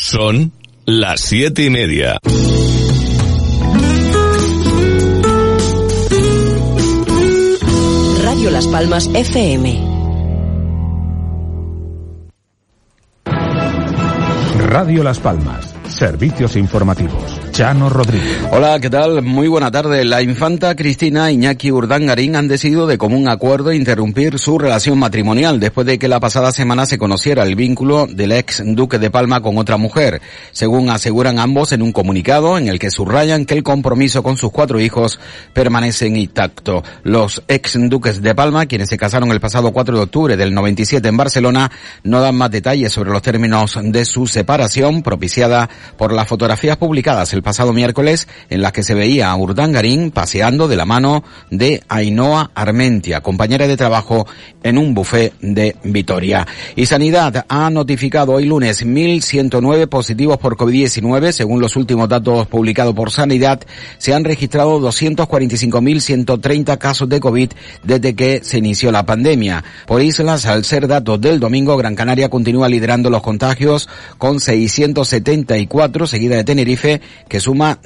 Son las 7:30. Radio Las Palmas FM. Radio Las Palmas. Servicios informativos. Chano Rodríguez. Hola, ¿qué tal? Muy buena tarde. La infanta Cristina e Iñaki Urdangarín han decidido de común acuerdo interrumpir su relación matrimonial después de que la pasada semana se conociera el vínculo del ex duque de Palma con otra mujer, según aseguran ambos en un comunicado en el que subrayan que el compromiso con sus 4 hijos permanece intacto. Los ex duques de Palma, quienes se casaron el pasado 4 de octubre del 97 en Barcelona, no dan más detalles sobre los términos de su separación, propiciada por las fotografías publicadas el pasado miércoles en las que se veía a Urdangarín paseando de la mano de Ainhoa Armentia, compañera de trabajo en un buffet de Vitoria. Y Sanidad ha notificado hoy lunes 1.109 positivos por COVID-19. Según los últimos datos publicados por Sanidad, se han registrado 245.130 casos de COVID desde que se inició la pandemia. Por islas, al ser datos del domingo, Gran Canaria continúa liderando los contagios con 674, seguida de Tenerife, que suma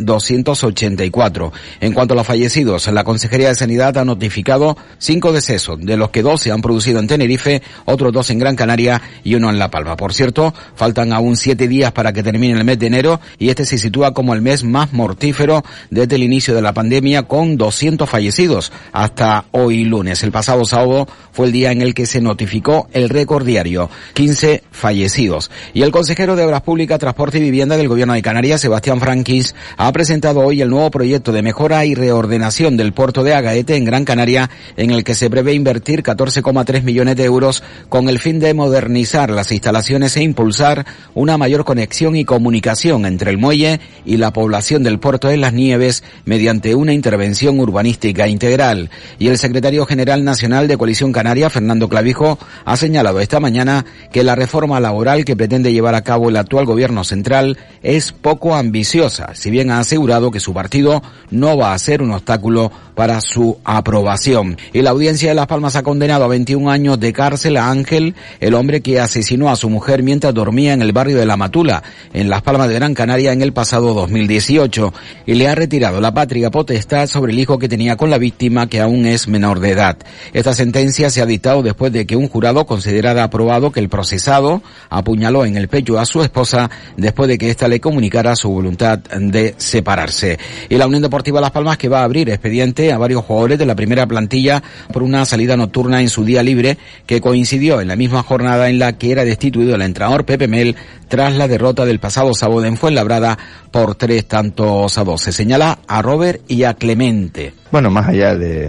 284. En cuanto a los fallecidos, la Consejería de Sanidad ha notificado 5 decesos, de los que 2 se han producido en Tenerife, otros 2 en Gran Canaria y 1 en La Palma. Por cierto, faltan aún 7 días para que termine el mes de enero y este se sitúa como el mes más mortífero desde el inicio de la pandemia, con 200 fallecidos hasta hoy lunes. El pasado sábado fue el día en el que se notificó el récord diario, 15 fallecidos. Y el consejero de Obras Públicas, Transporte y Vivienda del Gobierno de Canarias, Sebastián Franquis, ha presentado hoy el nuevo proyecto de mejora y reordenación del puerto de Agaete en Gran Canaria, en el que se prevé invertir 14,3 millones de euros con el fin de modernizar las instalaciones e impulsar una mayor conexión y comunicación entre el muelle y la población del puerto de Las Nieves mediante una intervención urbanística integral. Y el secretario general nacional de Coalición Canaria, Fernando Clavijo, ha señalado esta mañana que la reforma laboral que pretende llevar a cabo el actual gobierno central es poco ambiciosa, si bien ha asegurado que su partido no va a ser un obstáculo para su aprobación. Y la Audiencia de Las Palmas ha condenado a 21 años de cárcel a Ángel, el hombre que asesinó a su mujer mientras dormía en el barrio de La Matula, en Las Palmas de Gran Canaria, en el pasado 2018, y le ha retirado la patria potestad sobre el hijo que tenía con la víctima, que aún es menor de edad. Esta sentencia se ha dictado después de que un jurado considerara aprobado que el procesado apuñaló en el pecho a su esposa después de que ésta le comunicara su voluntad de separarse. Y la Unión Deportiva Las Palmas, que va a abrir expediente a varios jugadores de la primera plantilla por una salida nocturna en su día libre, que coincidió en la misma jornada en la que era destituido el entrenador Pepe Mel tras la derrota del pasado sábado en Fuenlabrada por 3-2. Se señala a Robert y a Clemente. Bueno, más allá de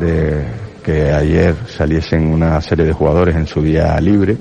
que ayer saliesen una serie de jugadores en su día libre,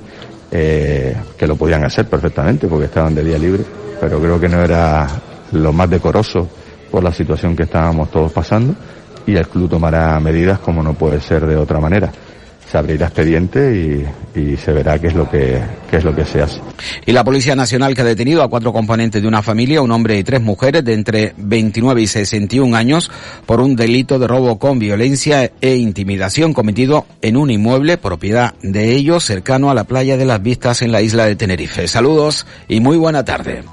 que lo podían hacer perfectamente porque estaban de día libre, pero creo que no era lo más decoroso por la situación que estábamos todos pasando, y el club tomará medidas como no puede ser de otra manera. Se abrirá expediente y se verá qué es lo que se hace. Y la Policía Nacional, que ha detenido a 4 componentes de una familia, un hombre y 3 mujeres de entre 29 y 61 años, por un delito de robo con violencia e intimidación cometido en un inmueble propiedad de ellos cercano a la playa de Las Vistas en la isla de Tenerife. Saludos y muy buena tarde.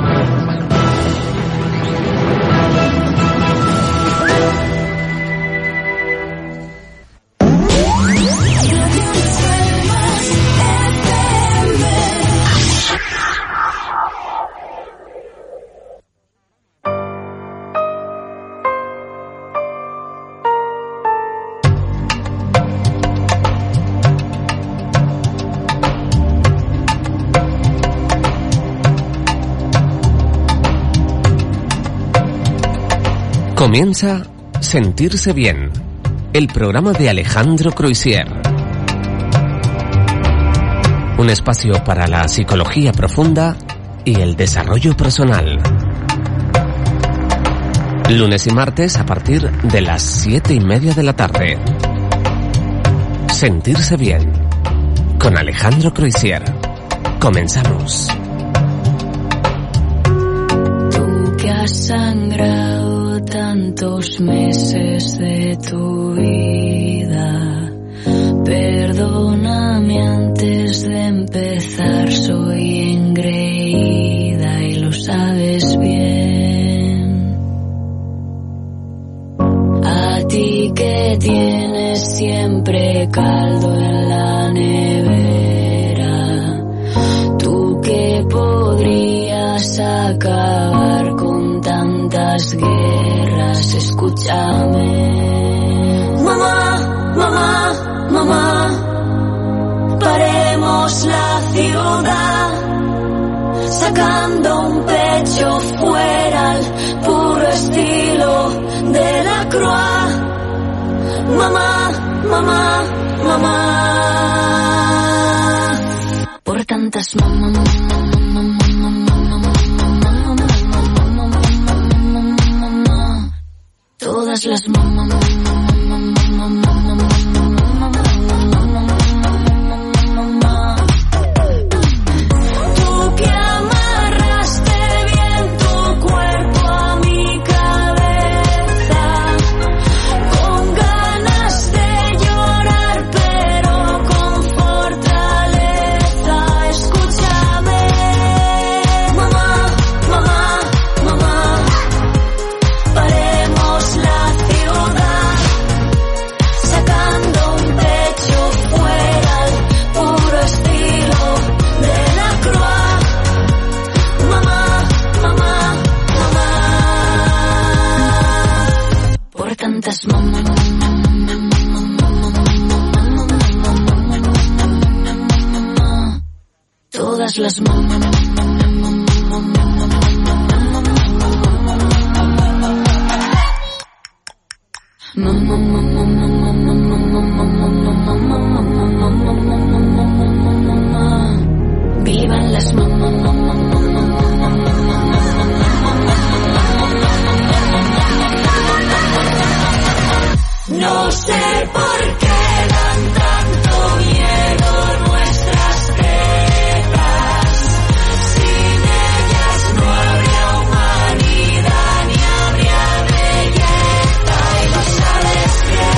Comienza Sentirse Bien, el programa de Alejandro Croisier. Un espacio para la psicología profunda y el desarrollo personal. Lunes y martes a partir de las 7:30 de la tarde. Sentirse Bien, con Alejandro Croisier. Comenzamos. Tú que has sangrado tantos meses de tu vida, perdóname antes de empezar, soy engreída escúchame. Mamá, mamá, mamá, paremos la ciudad, sacando un pecho fuera al puro estilo de la Croix. Mamá, mamá, mamá, por tantas mamás. Todas las mamás. Tú que amarraste bien tu cuerpo a mi cabeza, con ganas de llorar pero con fortaleza. Escúchame, mamá, mamá, mamá, paremos la ciudad, sacando un pecho fuera al puro estilo de la Croix. Mamá, mamá, mamá, por tantas mamás. Todas las mamás. Vivan las mamás. No sé por qué dan tanto miedo nuestras tetas. Sin ellas no habría humanidad ni habría belleza, y lo sabes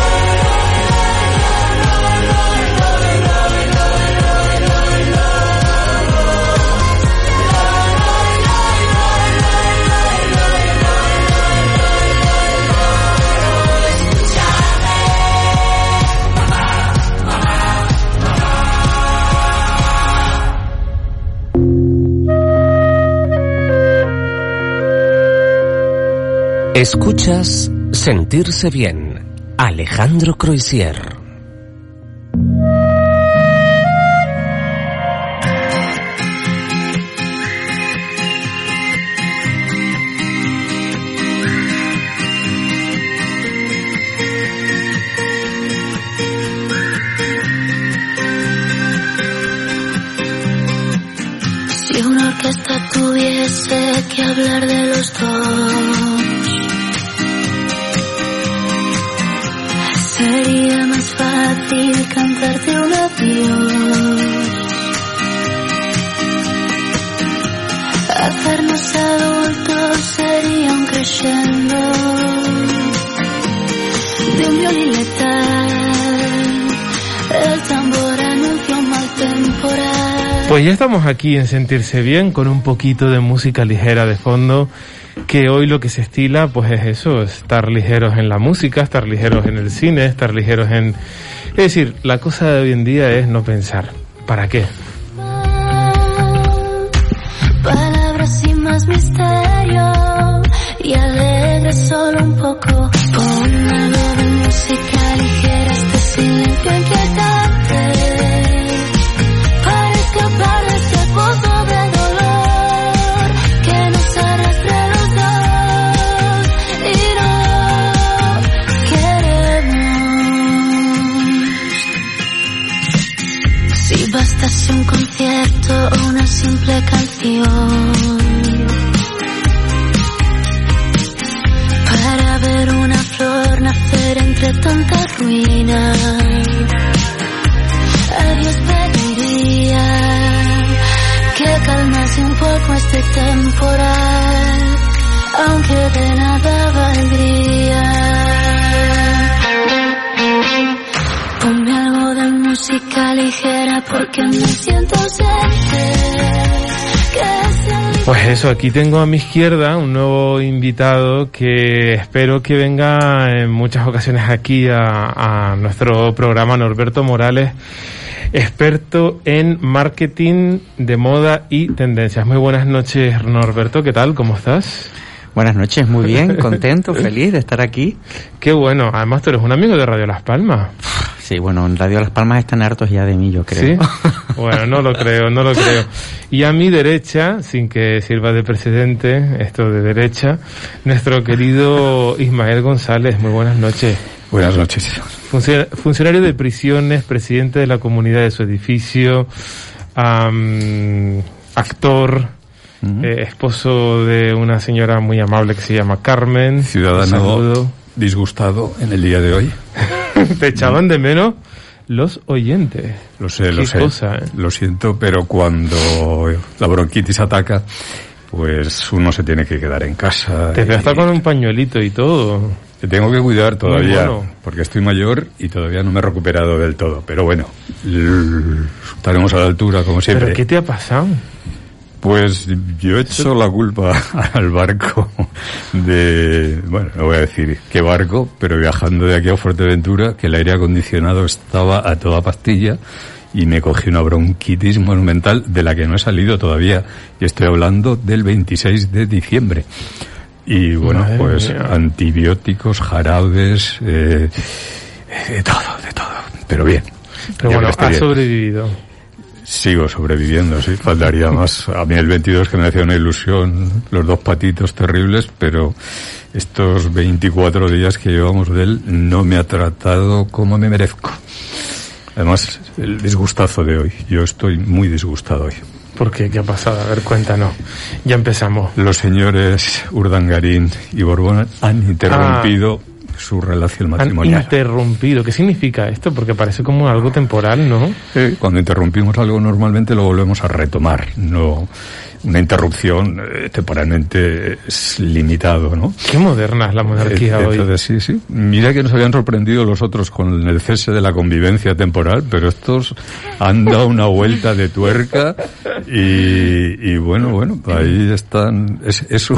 Escuchas Sentirse Bien, Alejandro Croisier. Si una orquesta tuviese que hablar de los dos, sería más fácil cantarte un adiós. Hacernos adultos sería un crescendo de un violín letal. El tambor anuncia un mal temporal. Pues ya estamos aquí en Sentirse Bien con un poquito de música ligera de fondo, que hoy lo que se estila pues es eso, estar ligeros en la música, estar ligeros en el cine, estar ligeros en... Es decir, la cosa de hoy en día es no pensar. ¿Para qué? Palabras sin más misterio y alegre solo un poco. Pon algo de música ligera, este silencio inquietante, para escapar de este pozo de dolor que nos arrastra los dos y no queremos. Si bastase un concierto o una simple canción para ver una flor nacer entre tanta ruina, a Dios pediría que calmase un poco este temporal, aunque de nada valdría. Ponme algo de música ligera porque me siento ausente. Pues eso, aquí tengo a mi izquierda un nuevo invitado que espero que venga en muchas ocasiones aquí a nuestro programa, Norberto Morales, experto en marketing de moda y tendencias. Muy buenas noches, Norberto, ¿qué tal? ¿Cómo estás? Buenas noches, muy bien, contento, feliz de estar aquí. Qué bueno, además tú eres un amigo de Radio Las Palmas. Sí, bueno, en Radio Las Palmas están hartos ya de mí, yo creo. ¿Sí? Bueno, no lo creo. Y a mi derecha, sin que sirva de precedente, esto de derecha, nuestro querido Ismael González. Muy buenas noches. Buenas noches. Funcionario de prisiones, presidente de la comunidad de su edificio, actor, esposo de una señora muy amable que se llama Carmen. Ciudadano disgustado en el día de hoy. Te echaban de menos los oyentes. Lo sé. Cosa, ¿eh? Lo siento, pero cuando la bronquitis ataca, pues uno se tiene que quedar en casa. Te veo hasta con un pañuelito y todo. Te tengo que cuidar todavía, bueno, porque estoy mayor y todavía no me he recuperado del todo. Pero bueno, estaremos a la altura, como siempre. ¿Pero qué te ha pasado? Pues yo he hecho la culpa al barco bueno, no voy a decir qué barco, pero viajando de aquí a Fuerteventura, que el aire acondicionado estaba a toda pastilla y me cogí una bronquitis monumental de la que no he salido todavía. Y estoy hablando del 26 de diciembre. Y bueno, Madre pues mía. Antibióticos, jarabes, de todo. Pero bien. Pero bueno, has sobrevivido. Sigo sobreviviendo, sí, faltaría más. A mí el 22 que me hacía una ilusión, los 2 patitos terribles, pero estos 24 días que llevamos de él no me ha tratado como me merezco. Además, el disgustazo de hoy. Yo estoy muy disgustado hoy. ¿Por qué? ¿Qué ha pasado? A ver, cuéntanos. Ya empezamos. Los señores Urdangarín y Borbón han interrumpido su relación matrimonial. Han interrumpido. ¿Qué significa esto? Porque parece como algo temporal, ¿no? Cuando interrumpimos algo normalmente lo volvemos a retomar. No, una interrupción temporalmente es limitado, ¿no? Qué moderna es la monarquía hoy. Entonces, sí. Mira que nos habían sorprendido los otros con el cese de la convivencia temporal, pero estos han dado una vuelta de tuerca y bueno, ahí están. Es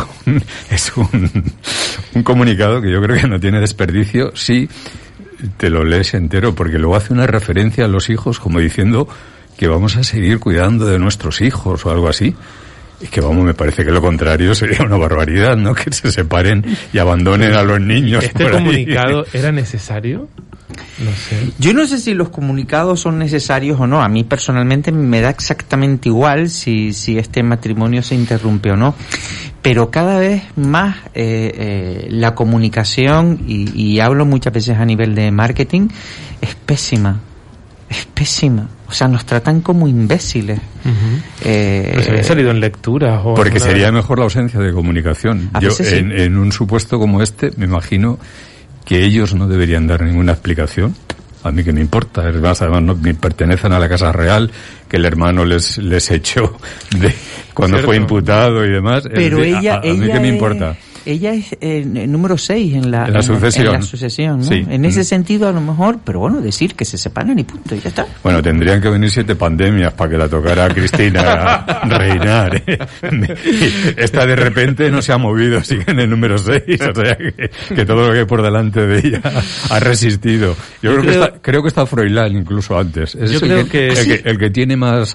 un comunicado que yo creo que no tiene desperdicio si te lo lees entero, porque luego hace una referencia a los hijos como diciendo que vamos a seguir cuidando de nuestros hijos o algo así. Y que me parece que lo contrario sería una barbaridad, ¿no? Que se separen y abandonen a los niños. ¿Este comunicado era necesario? No sé. Yo no sé si los comunicados son necesarios o no. A mí personalmente me da exactamente igual si este matrimonio se interrumpe o no. Pero cada vez más la comunicación, y hablo muchas veces a nivel de marketing, es pésima. Es pésima. O sea, nos tratan como imbéciles. Pero se había salido en lecturas o porque sería mejor la ausencia de comunicación. Yo, sí. en un supuesto como este, me imagino que ellos no deberían dar ninguna explicación. A mí que me importa. Es más, además no pertenecen a la Casa Real, que el hermano les echó cuando fue imputado y demás. Pero a mí que me importa. Ella es número 6 en la sucesión. En la sucesión, ¿no? Sí. En ese sentido, a lo mejor, pero bueno, decir que se separan y punto, y ya está. Bueno, tendrían que venir 7 pandemias para que la tocara a Cristina reinar. Esta de repente no se ha movido, sigue en el número 6, o sea que todo lo que hay por delante de ella ha resistido. Yo creo que está Froilán incluso antes. Yo creo que el que tiene más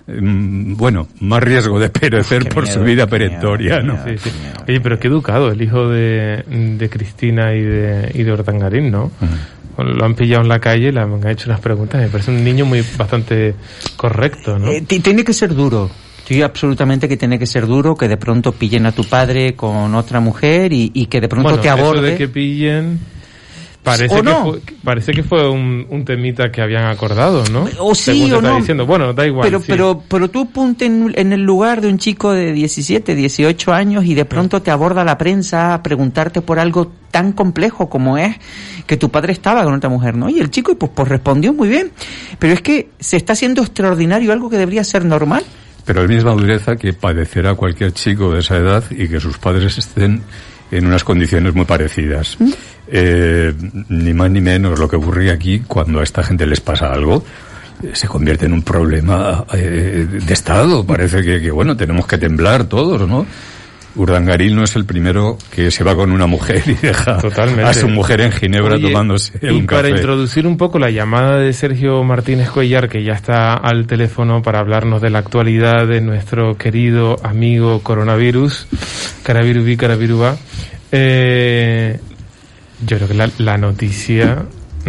más riesgo de perecer por su vida perentoria, ¿no? Sí. Oye, pero qué educado el hijo de Cristina y de Urdangarín, ¿no? Lo han pillado en la calle, le han hecho unas preguntas, me parece un niño bastante correcto, ¿no? Tiene que ser duro. Sí, absolutamente que tiene que ser duro, que de pronto pillen a tu padre con otra mujer y que de pronto te aborde. Eso de que pillen... Parece que fue un temita que habían acordado, ¿no? O sí o no. Diciendo. Bueno, da igual. Pero tú ponte en el lugar de un chico de 17, 18 años y de pronto te aborda la prensa a preguntarte por algo tan complejo como es que tu padre estaba con otra mujer, ¿no? Y el chico pues respondió muy bien. Pero es que se está haciendo extraordinario algo que debería ser normal. Pero la misma dureza que padecerá cualquier chico de esa edad y que sus padres estén en unas condiciones muy parecidas. Ni más ni menos lo que ocurría aquí cuando a esta gente les pasa algo se convierte en un problema de Estado. Parece que bueno, tenemos que temblar todos, ¿no? Urdangarín no es el primero que se va con una mujer y deja a su mujer en Ginebra tomándose un café. Para introducir un poco la llamada de Sergio Martínez Cuellar, que ya está al teléfono para hablarnos de la actualidad de nuestro querido amigo coronavirus, Carabirubí, Carabirubá. Yo creo que la noticia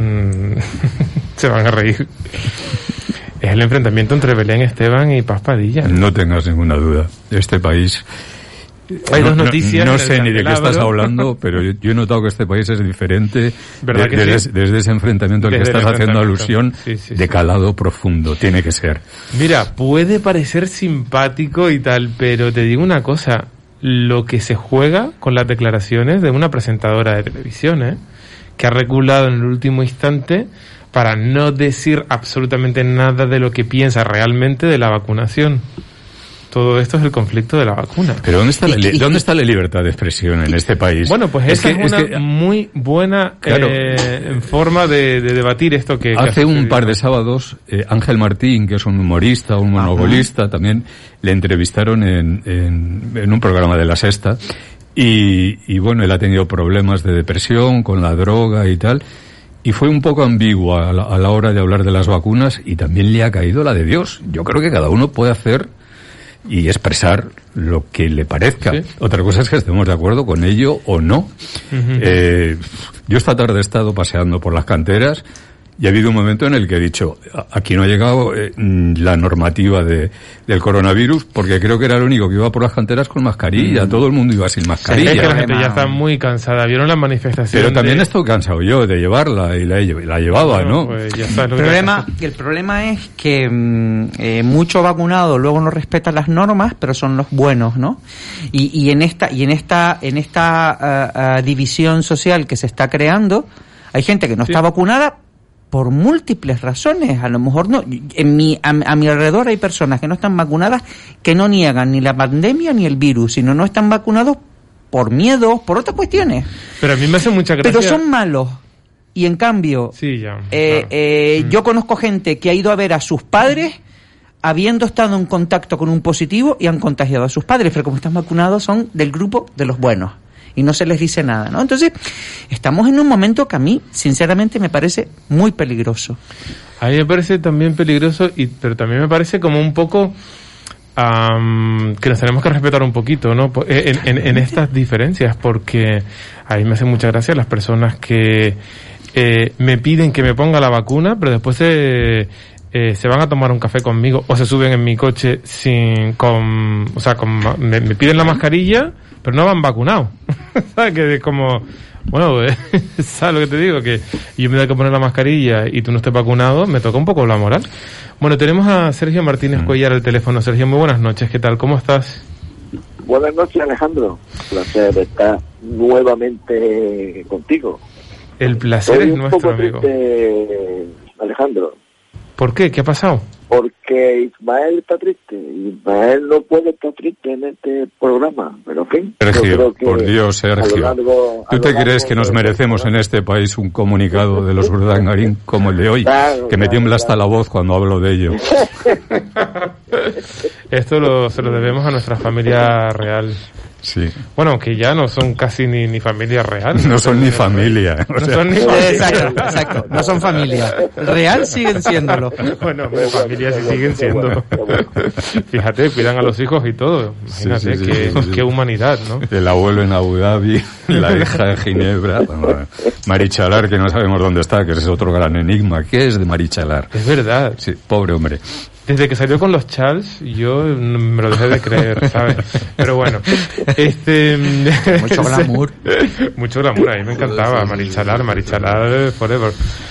se van a reír. Es el enfrentamiento entre Belén Esteban y Paz Padilla. No tengas ninguna duda. Este país... Hay dos noticias. No sé ni de qué estás hablando, pero yo he notado que este país es diferente desde ese enfrentamiento al que estás haciendo alusión, de calado profundo. Tiene que ser. Mira, puede parecer simpático y tal, pero te digo una cosa. Lo que se juega con las declaraciones de una presentadora de televisión, que ha reculado en el último instante para no decir absolutamente nada de lo que piensa realmente de la vacunación. Todo esto es el conflicto de la vacuna. Pero ¿dónde está la libertad de expresión en este país? Bueno, pues esa es una muy buena forma de debatir esto que hace un par de sábados Ángel Martín, que es un humorista, un monogolista, también le entrevistaron en un programa de La Sexta y bueno, él ha tenido problemas de depresión con la droga y tal. Y fue un poco ambiguo a la hora de hablar de las vacunas y también le ha caído la de Dios. Yo creo que cada uno puede hacer y expresar lo que le parezca. ¿Sí? Otra cosa es que estemos de acuerdo con ello o no. Uh-huh. Yo esta tarde he estado paseando por las canteras y ha habido un momento en el que he dicho, aquí no ha llegado la normativa del coronavirus, porque creo que era el único que iba por las canteras con mascarilla, todo el mundo iba sin mascarilla. Es que la gente ya está muy cansada, vieron las manifestaciones. Pero también estoy cansado yo de llevarla y la llevaba, ¿no? Pues ya está, el problema es que muchos vacunados luego no respetan las normas, pero son los buenos, ¿no? Y en esta división social que se está creando, hay gente que no está vacunada por múltiples razones. A lo mejor no. A mi alrededor hay personas que no están vacunadas, que no niegan ni la pandemia ni el virus, sino no están vacunados por miedo, por otras cuestiones. Pero a mí me hace mucha gracia. Pero son malos. Y en cambio, yo conozco gente que ha ido a ver a sus padres habiendo estado en contacto con un positivo y han contagiado a sus padres, pero como están vacunados son del grupo de los buenos. Y no se les dice nada, ¿no? Entonces, estamos en un momento que a mí, sinceramente, me parece muy peligroso. A mí me parece también peligroso, pero también me parece como un poco que nos tenemos que respetar un poquito, ¿no? En estas diferencias, porque a mí me hace mucha gracia las personas que me piden que me ponga la vacuna, pero después se van a tomar un café conmigo o se suben en mi coche me piden la mascarilla, pero no van vacunados. ¿Sabes? Que es como, bueno, ¿sabes lo que te digo? Que yo me tengo que poner la mascarilla y tú no estés vacunado, me toca un poco la moral. Bueno, tenemos a Sergio Martínez Cuellar al teléfono. Sergio, muy buenas noches, ¿qué tal? ¿Cómo estás? Buenas noches, Alejandro. Placer estar nuevamente contigo. El placer es nuestro, amigo. Alejandro. ¿Por qué? ¿Qué ha pasado? Porque Ismael está triste. Ismael no puede estar triste en este programa, pero en fin. Sergio, por Dios, Sergio. ¿Tú te crees que nos merecemos en este país un comunicado de los Urdangarín como el de hoy? Que me tiembla hasta la voz cuando hablo de ello. Esto se lo debemos a nuestra familia real. Sí. Bueno, que ya no son casi ni familia real. No son ni familia. Son ni familia. Exacto. No son familia. Real siguen siéndolo. Bueno, familia sí siguen siendo. Fíjate, cuidan a los hijos y todo. Imagínate, qué humanidad, ¿no? El abuelo en Abu Dhabi, la hija en Ginebra. Marichalar, que no sabemos dónde está, que ese es otro gran enigma. ¿Qué es de Marichalar? Es verdad. Sí, pobre hombre. Desde que salió con los Charles, yo me lo dejé de creer, ¿sabes? Pero bueno, mucho glamour. Mucho glamour, a mí me encantaba. Marichalar forever.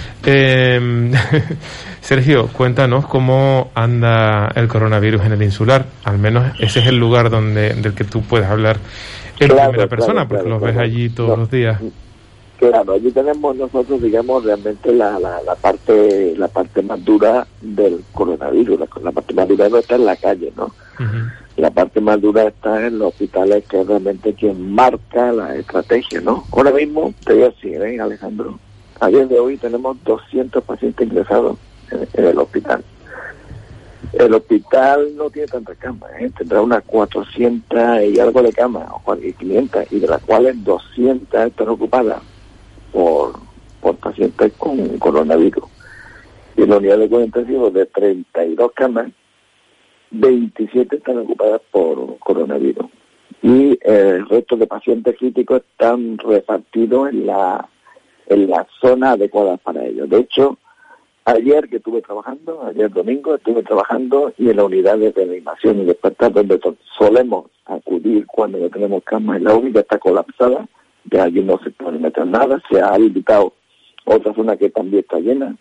Sergio, cuéntanos cómo anda el coronavirus en el Insular. Al menos ese es el lugar del que tú puedes hablar en primera persona, porque los ves allí todos los días. Claro, allí tenemos nosotros, digamos, realmente la parte más dura del coronavirus. La parte más dura no está en la calle, ¿no? Uh-huh. La parte más dura está en los hospitales, que es realmente quien marca la estrategia, ¿no? Ahora mismo, te voy a decir, Alejandro, a día de hoy tenemos 200 pacientes ingresados en el hospital. El hospital no tiene tantas camas, tendrá unas 400 y algo de camas, o 500, y de las cuales 200 están ocupadas por pacientes con coronavirus. Y en la unidad de cuidados intensivos de 32 camas, 27 están ocupadas por coronavirus. Y el el resto de pacientes críticos están repartidos en la zona adecuada para ellos. De hecho, ayer domingo estuve trabajando y en la unidad de reanimación y despertar donde solemos acudir cuando no tenemos cama en la UNI, ya está colapsada, ya allí no se puede meter nada, se ha habilitado otra zona que también está llena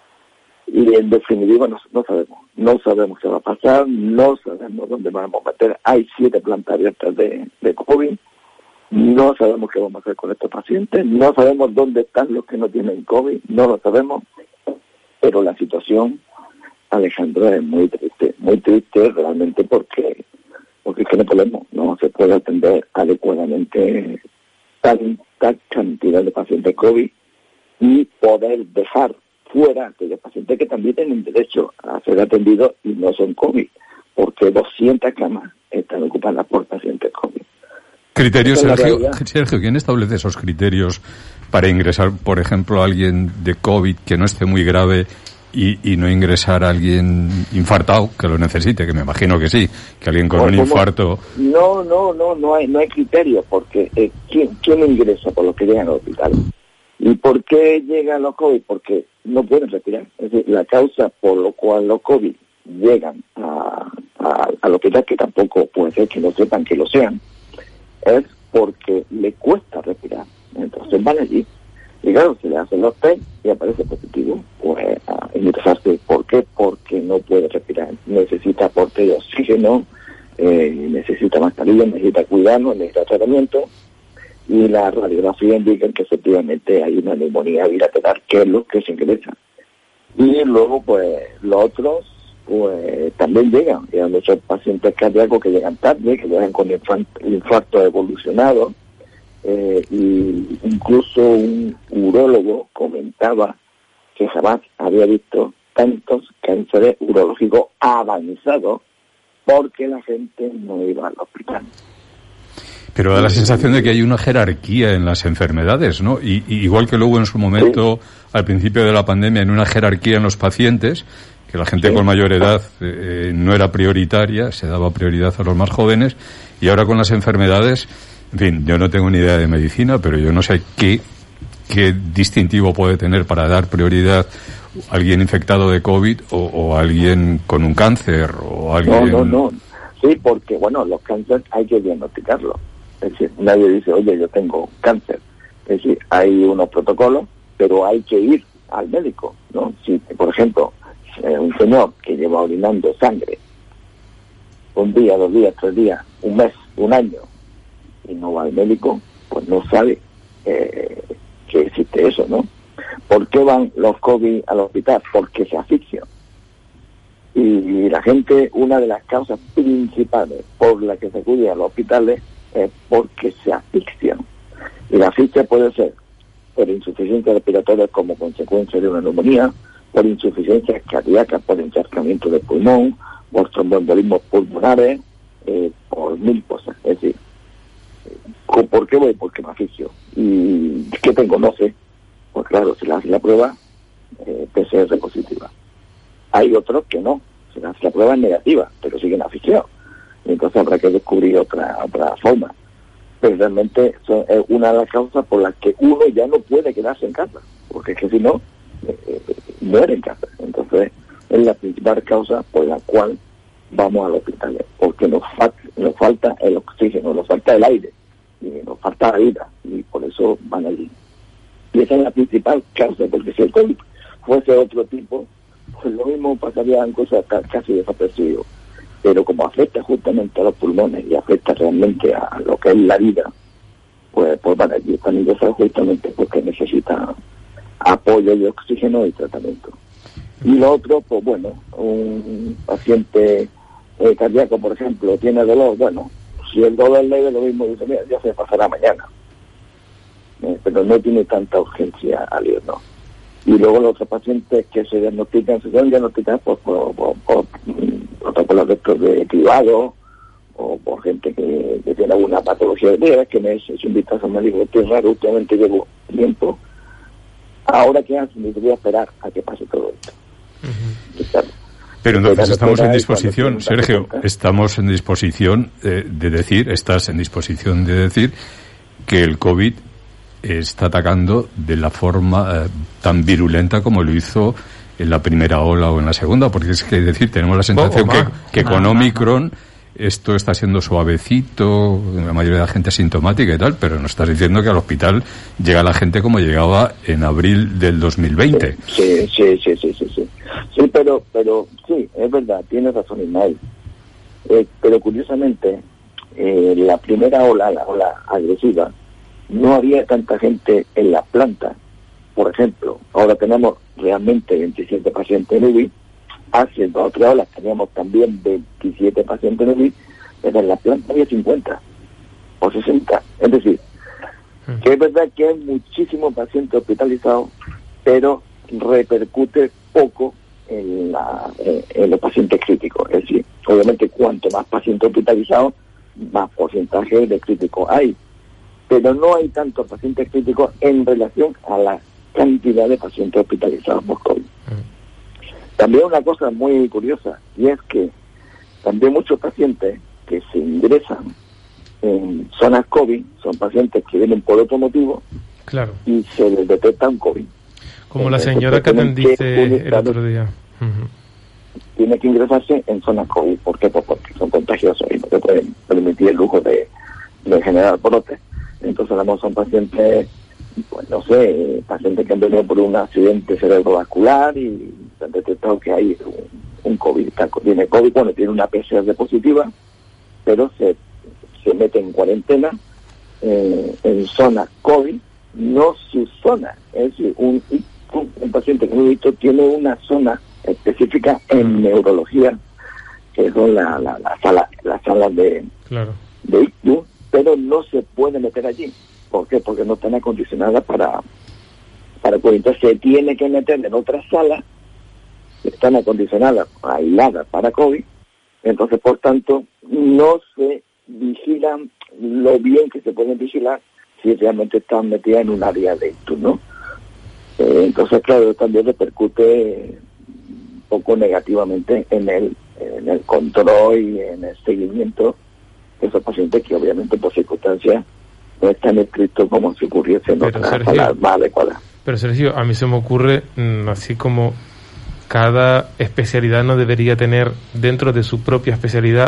y en definitiva no sabemos qué va a pasar, no sabemos dónde vamos a meter, hay 7 plantas abiertas de COVID, no sabemos qué vamos a hacer con estos pacientes, no sabemos dónde están los que no tienen COVID, no lo sabemos, pero la situación, Alejandro, es muy triste realmente porque es que no se puede atender adecuadamente tanta cantidad de pacientes COVID y poder dejar fuera a aquellos pacientes que también tienen derecho a ser atendidos y no son COVID, porque 200 camas están ocupadas por pacientes COVID. Criterios, Sergio, ¿quién establece esos criterios para ingresar, por ejemplo, a alguien de COVID que no esté muy grave y no ingresar a alguien infartado que lo necesite, que me imagino que sí, que alguien con un infarto... No hay criterios, porque ¿quién ingresa por los que llegan al hospital? ¿Y por qué llegan los COVID? Porque no pueden respirar. Es decir, la causa por lo cual los COVID llegan al hospital, que tampoco puede ser que no sepan que lo sean, es porque le cuesta respirar. Entonces van allí y claro, se le hacen los test y aparece positivo. Pues interesarse. ¿Por qué? Porque no puede respirar. Necesita aporte de oxígeno, necesita mascarilla, necesita cuidarnos, necesita tratamiento. Y la radiografía indica que efectivamente hay una neumonía bilateral, que es lo que se ingresa. Y luego, pues, los otros, pues, también llegan. Hay muchos pacientes cardíacos que llegan tarde, que llegan con infarto evolucionado. Y incluso un urólogo comentaba que jamás había visto tantos cánceres urológicos avanzados porque la gente no iba al hospital. Pero da la sensación de que hay una jerarquía en las enfermedades, ¿no? Y igual que luego en su momento, al principio de la pandemia, en una jerarquía en los pacientes, que la gente con mayor edad no era prioritaria, se daba prioridad a los más jóvenes, y ahora con las enfermedades, en fin, yo no tengo ni idea de medicina, pero yo no sé qué distintivo puede tener para dar prioridad a alguien infectado de COVID o a alguien con un cáncer o alguien... No. Sí, porque, bueno, los cánceres hay que diagnosticarlos. Es decir, nadie dice, oye, yo tengo cáncer. Es decir, hay unos protocolos, pero hay que ir al médico, ¿no? Si, por ejemplo, un señor que lleva orinando sangre un día, 2 días, 3 días, un mes, un año, y no va al médico, pues no sabe que existe eso, ¿no? ¿Por qué van los COVID al hospital? Porque se asfixian. Y la gente, una de las causas principales por las que se acude a los hospitales es porque se asfixian. Y la asfixia puede ser por insuficiencia respiratoria como consecuencia de una neumonía, por insuficiencias cardíacas, por encharcamiento del pulmón, por tromboembolismos pulmonares, por 1000 cosas. Es decir, ¿por qué voy? Porque me asfixio. ¿Y qué tengo? No sé. Pues claro, se le hace la prueba PCR positiva. Hay otros que no, se le hace la prueba negativa, pero siguen asfixiados. Entonces habrá que descubrir otra forma. Pero realmente es una de las causas por las que uno ya no puede quedarse en casa, porque es que si no, muere en casa. Entonces es la principal causa por la cual vamos a los hospitales, porque nos falta el oxígeno, nos falta el aire, y nos falta la vida, y por eso van allí. Y esa es la principal causa, porque si el COVID fuese otro tipo, pues lo mismo pasarían cosas casi desapercibidas. Pero como afecta justamente a los pulmones y afecta realmente a lo que es la vida, pues van allí, están ingresados justamente porque necesitan apoyo de oxígeno y tratamiento. Y lo otro, pues bueno, un paciente cardíaco, por ejemplo, tiene dolor, bueno, si el dolor es leve, lo mismo dice, mira, ya se pasará mañana. Pero no tiene tanta urgencia al ir, ¿no? Y luego los otros pacientes que se suelen diagnosticar por protocolos de cribado o por gente que tiene alguna patología de vida, que me he hecho un vistazo médico, que es raro, últimamente llevo tiempo. Ahora, ¿qué hacen? Voy a esperar a que pase todo esto. Pero entonces estamos en disposición, Sergio, estás en disposición de decir que el COVID está atacando de la forma tan virulenta como lo hizo en la primera ola o en la segunda, porque es que tenemos la sensación que con Omicron esto está siendo suavecito, la mayoría de la gente asintomática y tal, pero nos estás diciendo que al hospital llega la gente como llegaba en abril del 2020. Sí, pero sí, es verdad, tienes razón, Ismael. Pero curiosamente, la primera ola, la ola agresiva, no había tanta gente en la planta. Por ejemplo, ahora tenemos realmente 27 pacientes en UBI. Hace 2 o 3 olas teníamos también 27 pacientes en UBI, pero en la planta había 50 o 60. Es decir, que es verdad que hay muchísimos pacientes hospitalizados, pero repercute poco en los pacientes críticos. Es decir, obviamente cuanto más pacientes hospitalizados, más porcentaje de críticos hay. Pero no hay tantos pacientes críticos en relación a la cantidad de pacientes hospitalizados por COVID. También una cosa muy curiosa, y es que también muchos pacientes que se ingresan en zonas COVID son pacientes que vienen por otro motivo, claro, y se les detecta un COVID. Como la señora que atendiste el otro día. Tiene que ingresarse en zonas COVID. ¿Por qué? Pues porque son contagiosos y no se pueden permitir el lujo de generar brotes. Entonces, son pacientes, pues no sé, pacientes que han venido por un accidente cerebrovascular y se han detectado que hay un COVID. Tiene COVID, tiene una PCR positiva, pero se mete en cuarentena en zona COVID, no su zona. Es decir, un paciente que hemos visto tiene una zona específica en neurología, que son las salas de ICU, pero no se puede meter allí. ¿Por qué? Porque no están acondicionadas para COVID. Entonces se tiene que meter en otras salas que están acondicionadas, aisladas para COVID. Entonces, por tanto, no se vigilan lo bien que se pueden vigilar si realmente están metidas en un área de ICU, ¿no? Entonces, claro, también repercute un poco negativamente en el control y en el seguimiento de esos pacientes que obviamente por circunstancias no es tan estricto como si ocurriese en otras salas más adecuadas. Pero Sergio, a mí se me ocurre, así como cada especialidad no debería tener dentro de su propia especialidad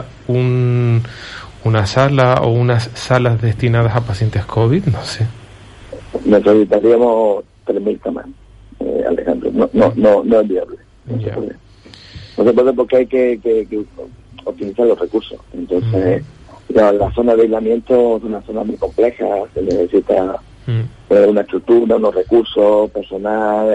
una sala o unas salas destinadas a pacientes COVID, no sé. Necesitaríamos 3.000 camas, Alejandro. No es viable. No se puede porque hay que optimizar los recursos. Entonces, la zona de aislamiento es una zona muy compleja, se necesita una estructura, unos recursos, personal,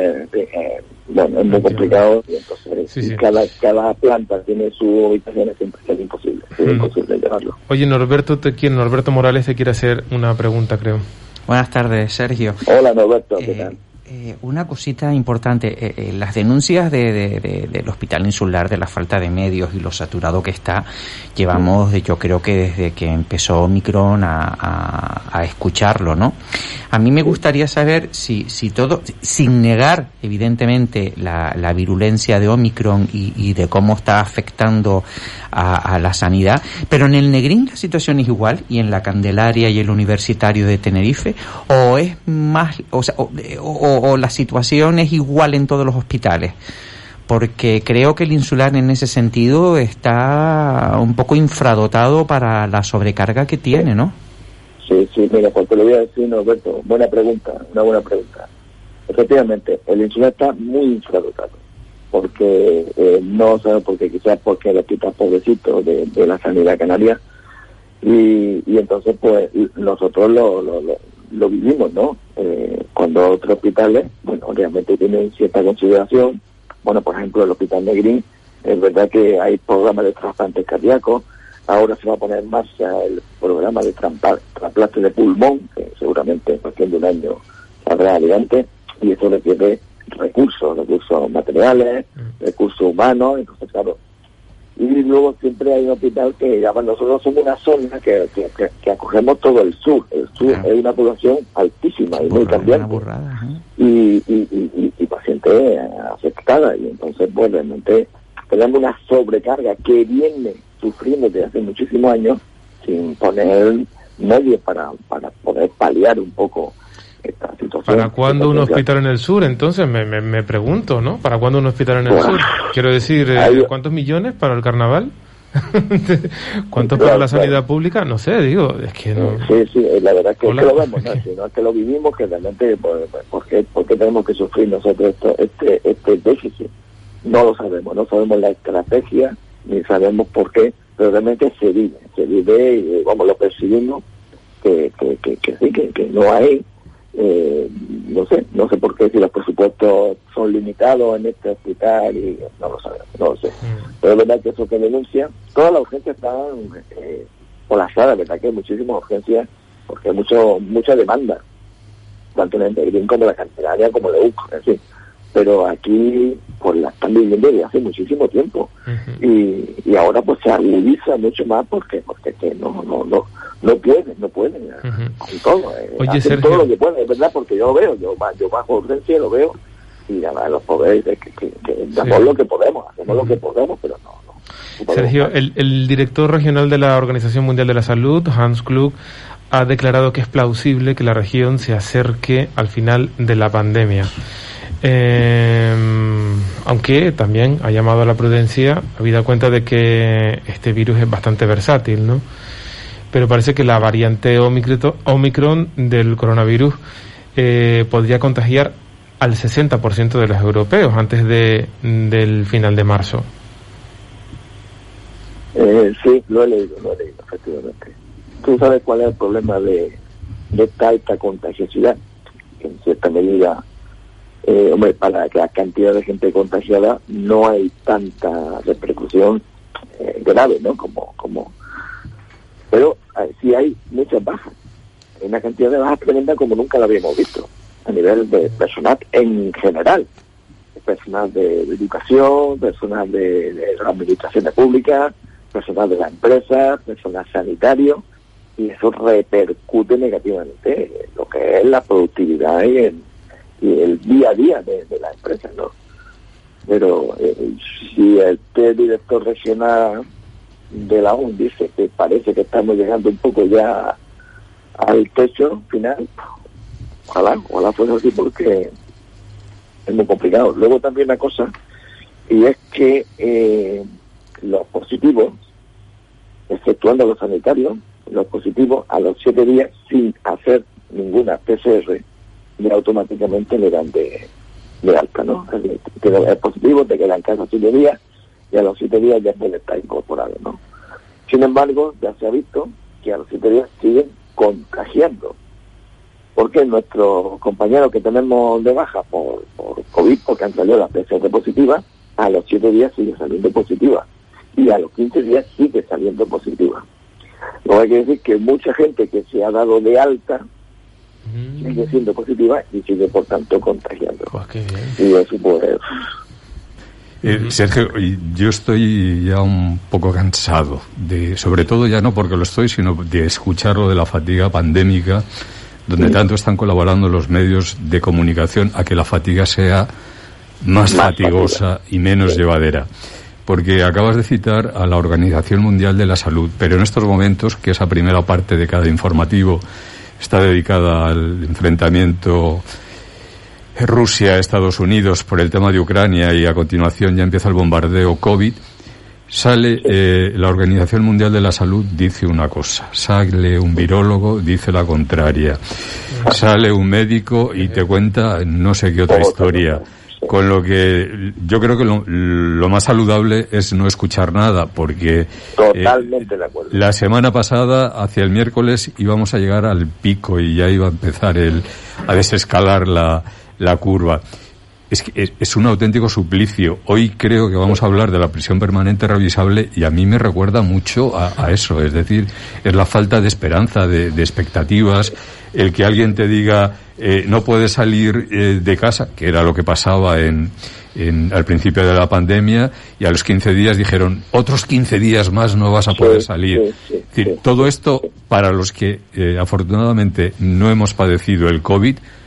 es muy complicado, y entonces cada planta tiene su ubicación, siempre es imposible, llevarlo. Oye, Norberto Morales te quiere hacer una pregunta, creo. Buenas tardes, Sergio. Hola, Norberto, ¿qué tal? Una cosita importante, las denuncias del Hospital Insular de la falta de medios y lo saturado que está, llevamos, yo creo que desde que empezó Omicron a escucharlo, ¿no? A mí me gustaría saber si todo, sin negar evidentemente la virulencia de Omicron y de cómo está afectando a la sanidad, pero en el Negrín la situación es igual, y en la Candelaria y el Universitario de Tenerife, o es más, o la situación es igual en todos los hospitales, porque creo que el Insular en ese sentido está un poco infradotado para la sobrecarga que tiene, ¿no? Sí, mira, pues te lo voy a decir, Norberto, una buena pregunta. Efectivamente, el Insular está muy infradotado, porque no sabemos por qué, quizás porque el hospital pobrecito de la sanidad canaria, y entonces pues nosotros lo vivimos, ¿no? Cuando otros hospitales, realmente tienen cierta consideración. Por ejemplo, el Hospital Negrín, es verdad que hay programas de trasplantes cardíacos. Ahora se va a poner en marcha el programa de trasplante de pulmón, que seguramente en cuestión de un año saldrá adelante, y eso requiere recursos materiales, recursos humanos. Entonces, claro, y luego siempre hay un hospital que nosotros somos una zona que acogemos todo el sur. El sur es una población altísima y muy cambiante, y paciente afectada, y entonces realmente tenemos una sobrecarga que viene sufriendo desde hace muchísimos años sin poner medios para poder paliar un poco esta situación. ¿Para cuándo un hospital en el sur? Entonces me pregunto, ¿no? ¿Para cuándo un hospital en el sur? Quiero decir, ¿cuántos millones para el carnaval? ¿Cuántos para la sanidad pública? No sé, digo, es que no... Sí, la verdad es que lo vemos, ¿no? Si no es que lo vivimos, que realmente, ¿por qué tenemos que sufrir nosotros este déficit? No lo sabemos, no sabemos la estrategia, ni sabemos por qué, pero realmente se vive y lo percibimos que no hay, no sé por qué, si los presupuestos son limitados en este hospital, y no lo sabemos, no lo sé. Pero es verdad que eso que denuncia, todas las urgencias están colapsadas, verdad que hay muchísimas urgencias, porque hay mucha demanda, tanto en el Medellín como en la Candelaria, como en la UC, en fin. Pero aquí pues la están viviendo desde hace muchísimo tiempo. Y ahora pues se agudiza mucho más porque que no pueden con todo. Oye, hacen Sergio, todo lo que pueden, es verdad, porque yo lo veo, yo bajo urgencia lo veo, y además los poderes que damos lo que podemos, hacemos lo que podemos, pero no Sergio, el director regional de la Organización Mundial de la Salud, Hans Klug, ha declarado que es plausible que la región se acerque al final de la pandemia. Aunque también ha llamado a la prudencia, habida cuenta de que este virus es bastante versátil, ¿no? Pero parece que la variante Omicron del coronavirus podría contagiar al 60% de los europeos antes del final de marzo. Sí, lo he leído, efectivamente. ¿Tú sabes cuál es el problema de esta alta contagiosidad? Que en cierta medida, para la cantidad de gente contagiada no hay tanta repercusión grave, ¿no? Pero sí hay muchas bajas. Hay una cantidad de bajas tremenda como nunca la habíamos visto, a nivel de personal en general. Personal de educación, personal de las administraciones públicas, personal de la empresa, personal sanitario, y eso repercute negativamente en lo que es la productividad y el día a día de la empresa, ¿no? Pero si este director regional de la ONU dice que parece que estamos llegando un poco ya al techo final, ojalá fuera así, porque es muy complicado. Luego también una cosa, y es que los positivos, exceptuando los sanitarios, los positivos a los 7 días sin hacer ninguna PCR ya automáticamente le dan de alta, ¿no? Es positivo, te quedan en casa 7 días y a los 7 días ya puede estar incorporado, ¿no? Sin embargo, ya se ha visto que a los 7 días siguen contagiando, porque nuestros compañeros que tenemos de baja por COVID, porque han salido la PCR positiva, a los 7 días sigue saliendo positiva y a los 15 días sigue saliendo positiva. Lo que hay que decir que mucha gente que se ha dado de alta sigue siendo positiva y sigue por tanto contagiando. Pues qué bien. Y eso pues... Sergio, yo estoy ya un poco cansado sobre todo ya no porque lo estoy, sino de escuchar lo de la fatiga pandémica, donde tanto están colaborando los medios de comunicación a que la fatiga sea más fatigosa y menos llevadera. Porque acabas de citar a la Organización Mundial de la Salud, pero en estos momentos, que esa primera parte de cada informativo está dedicada al enfrentamiento Rusia-Estados Unidos por el tema de Ucrania, y a continuación ya empieza el bombardeo COVID, sale la Organización Mundial de la Salud, dice una cosa, sale un virólogo, dice la contraria, sale un médico y te cuenta no sé qué otra historia. Con lo que yo creo que lo más saludable es no escuchar nada, porque totalmente de acuerdo. La semana pasada, hacia el miércoles, íbamos a llegar al pico y ya iba a empezar a desescalar la curva. Es que es un auténtico suplicio. Hoy creo que vamos a hablar de la prisión permanente revisable y a mí me recuerda mucho a eso. Es decir, es la falta de esperanza, de expectativas, el que alguien te diga no puedes salir de casa, que era lo que pasaba al principio de la pandemia, y a los 15 días dijeron otros 15 días más no vas a poder salir. Es decir, todo esto para los que afortunadamente no hemos padecido el COVID,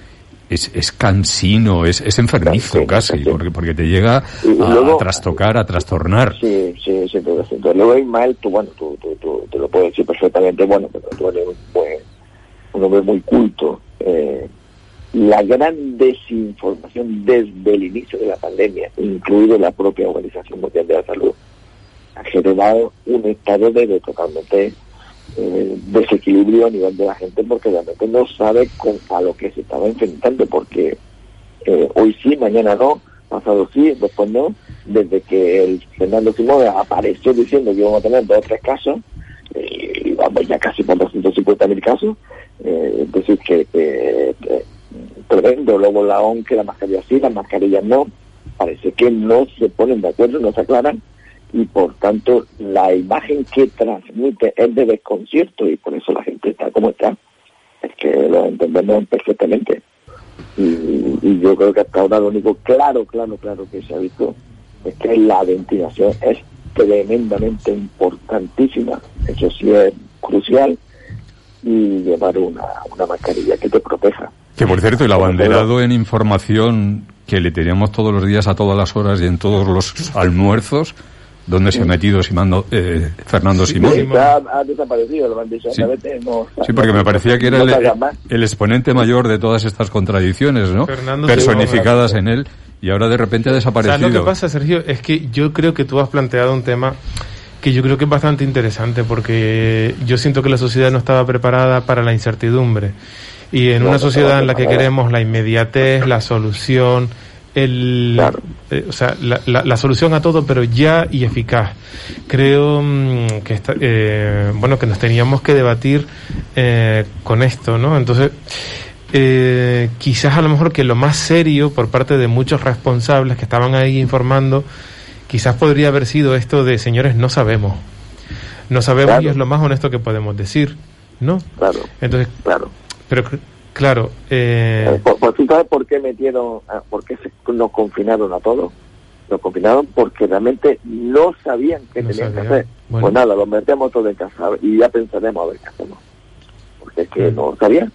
es cansino, es enfermizo casi, porque te llega a trastocar, a trastornar. Sí, todo eso. Entonces, luego Ismael, tú te lo puedes decir perfectamente, bueno, pero tú eres un hombre muy culto. La gran desinformación desde el inicio de la pandemia, incluido la propia Organización Mundial de la Salud, ha generado un estado de totalmente desequilibrio a nivel de la gente, porque realmente no sabe a lo que se estaba enfrentando, porque hoy sí, mañana no, pasado sí, después no. Desde que el Fernando Simón apareció diciendo que íbamos a tener 2 o 3 casos, y vamos ya casi por 250.000 casos, es decir, que tremendo. Luego la OMS, que la mascarilla sí, las mascarillas no, parece que no se ponen de acuerdo, no se aclaran, y por tanto la imagen que transmite es de desconcierto, y por eso la gente está como está. Es que lo entendemos perfectamente, y yo creo que hasta ahora lo único claro que se ha visto es que la ventilación es tremendamente importantísima, eso sí es crucial, y llevar una mascarilla que te proteja. Que por cierto, el abanderado en información que le teníamos todos los días, a todas las horas y en todos los almuerzos, ¿dónde se ha metido Fernando Simón? Ha desaparecido, lo han dicho. Sí, porque me parecía que era el exponente mayor de todas estas contradicciones, ¿no? Fernando personificadas en él, y ahora de repente ha desaparecido. ¿Sabes lo que pasa, Sergio? Es que yo creo que tú has planteado un tema que yo creo que es bastante interesante, porque yo siento que la sociedad no estaba preparada para la incertidumbre. Y en una sociedad en la que queremos la inmediatez, la solución, la solución a todo, pero ya y eficaz. Creo que que nos teníamos que debatir con esto, ¿no? Entonces, quizás a lo mejor que lo más serio por parte de muchos responsables que estaban ahí informando, quizás podría haber sido esto de, señores, no sabemos, claro. Y es lo más honesto que podemos decir, ¿no? Claro. Entonces, claro. Pero claro, ¿tú sabes por qué nos confinaron a todos? Nos confinaron porque realmente no sabían qué tenían que hacer. Bueno. Pues nada, los metemos todos en casa y ya pensaremos a ver qué hacemos. Porque es que no sabían,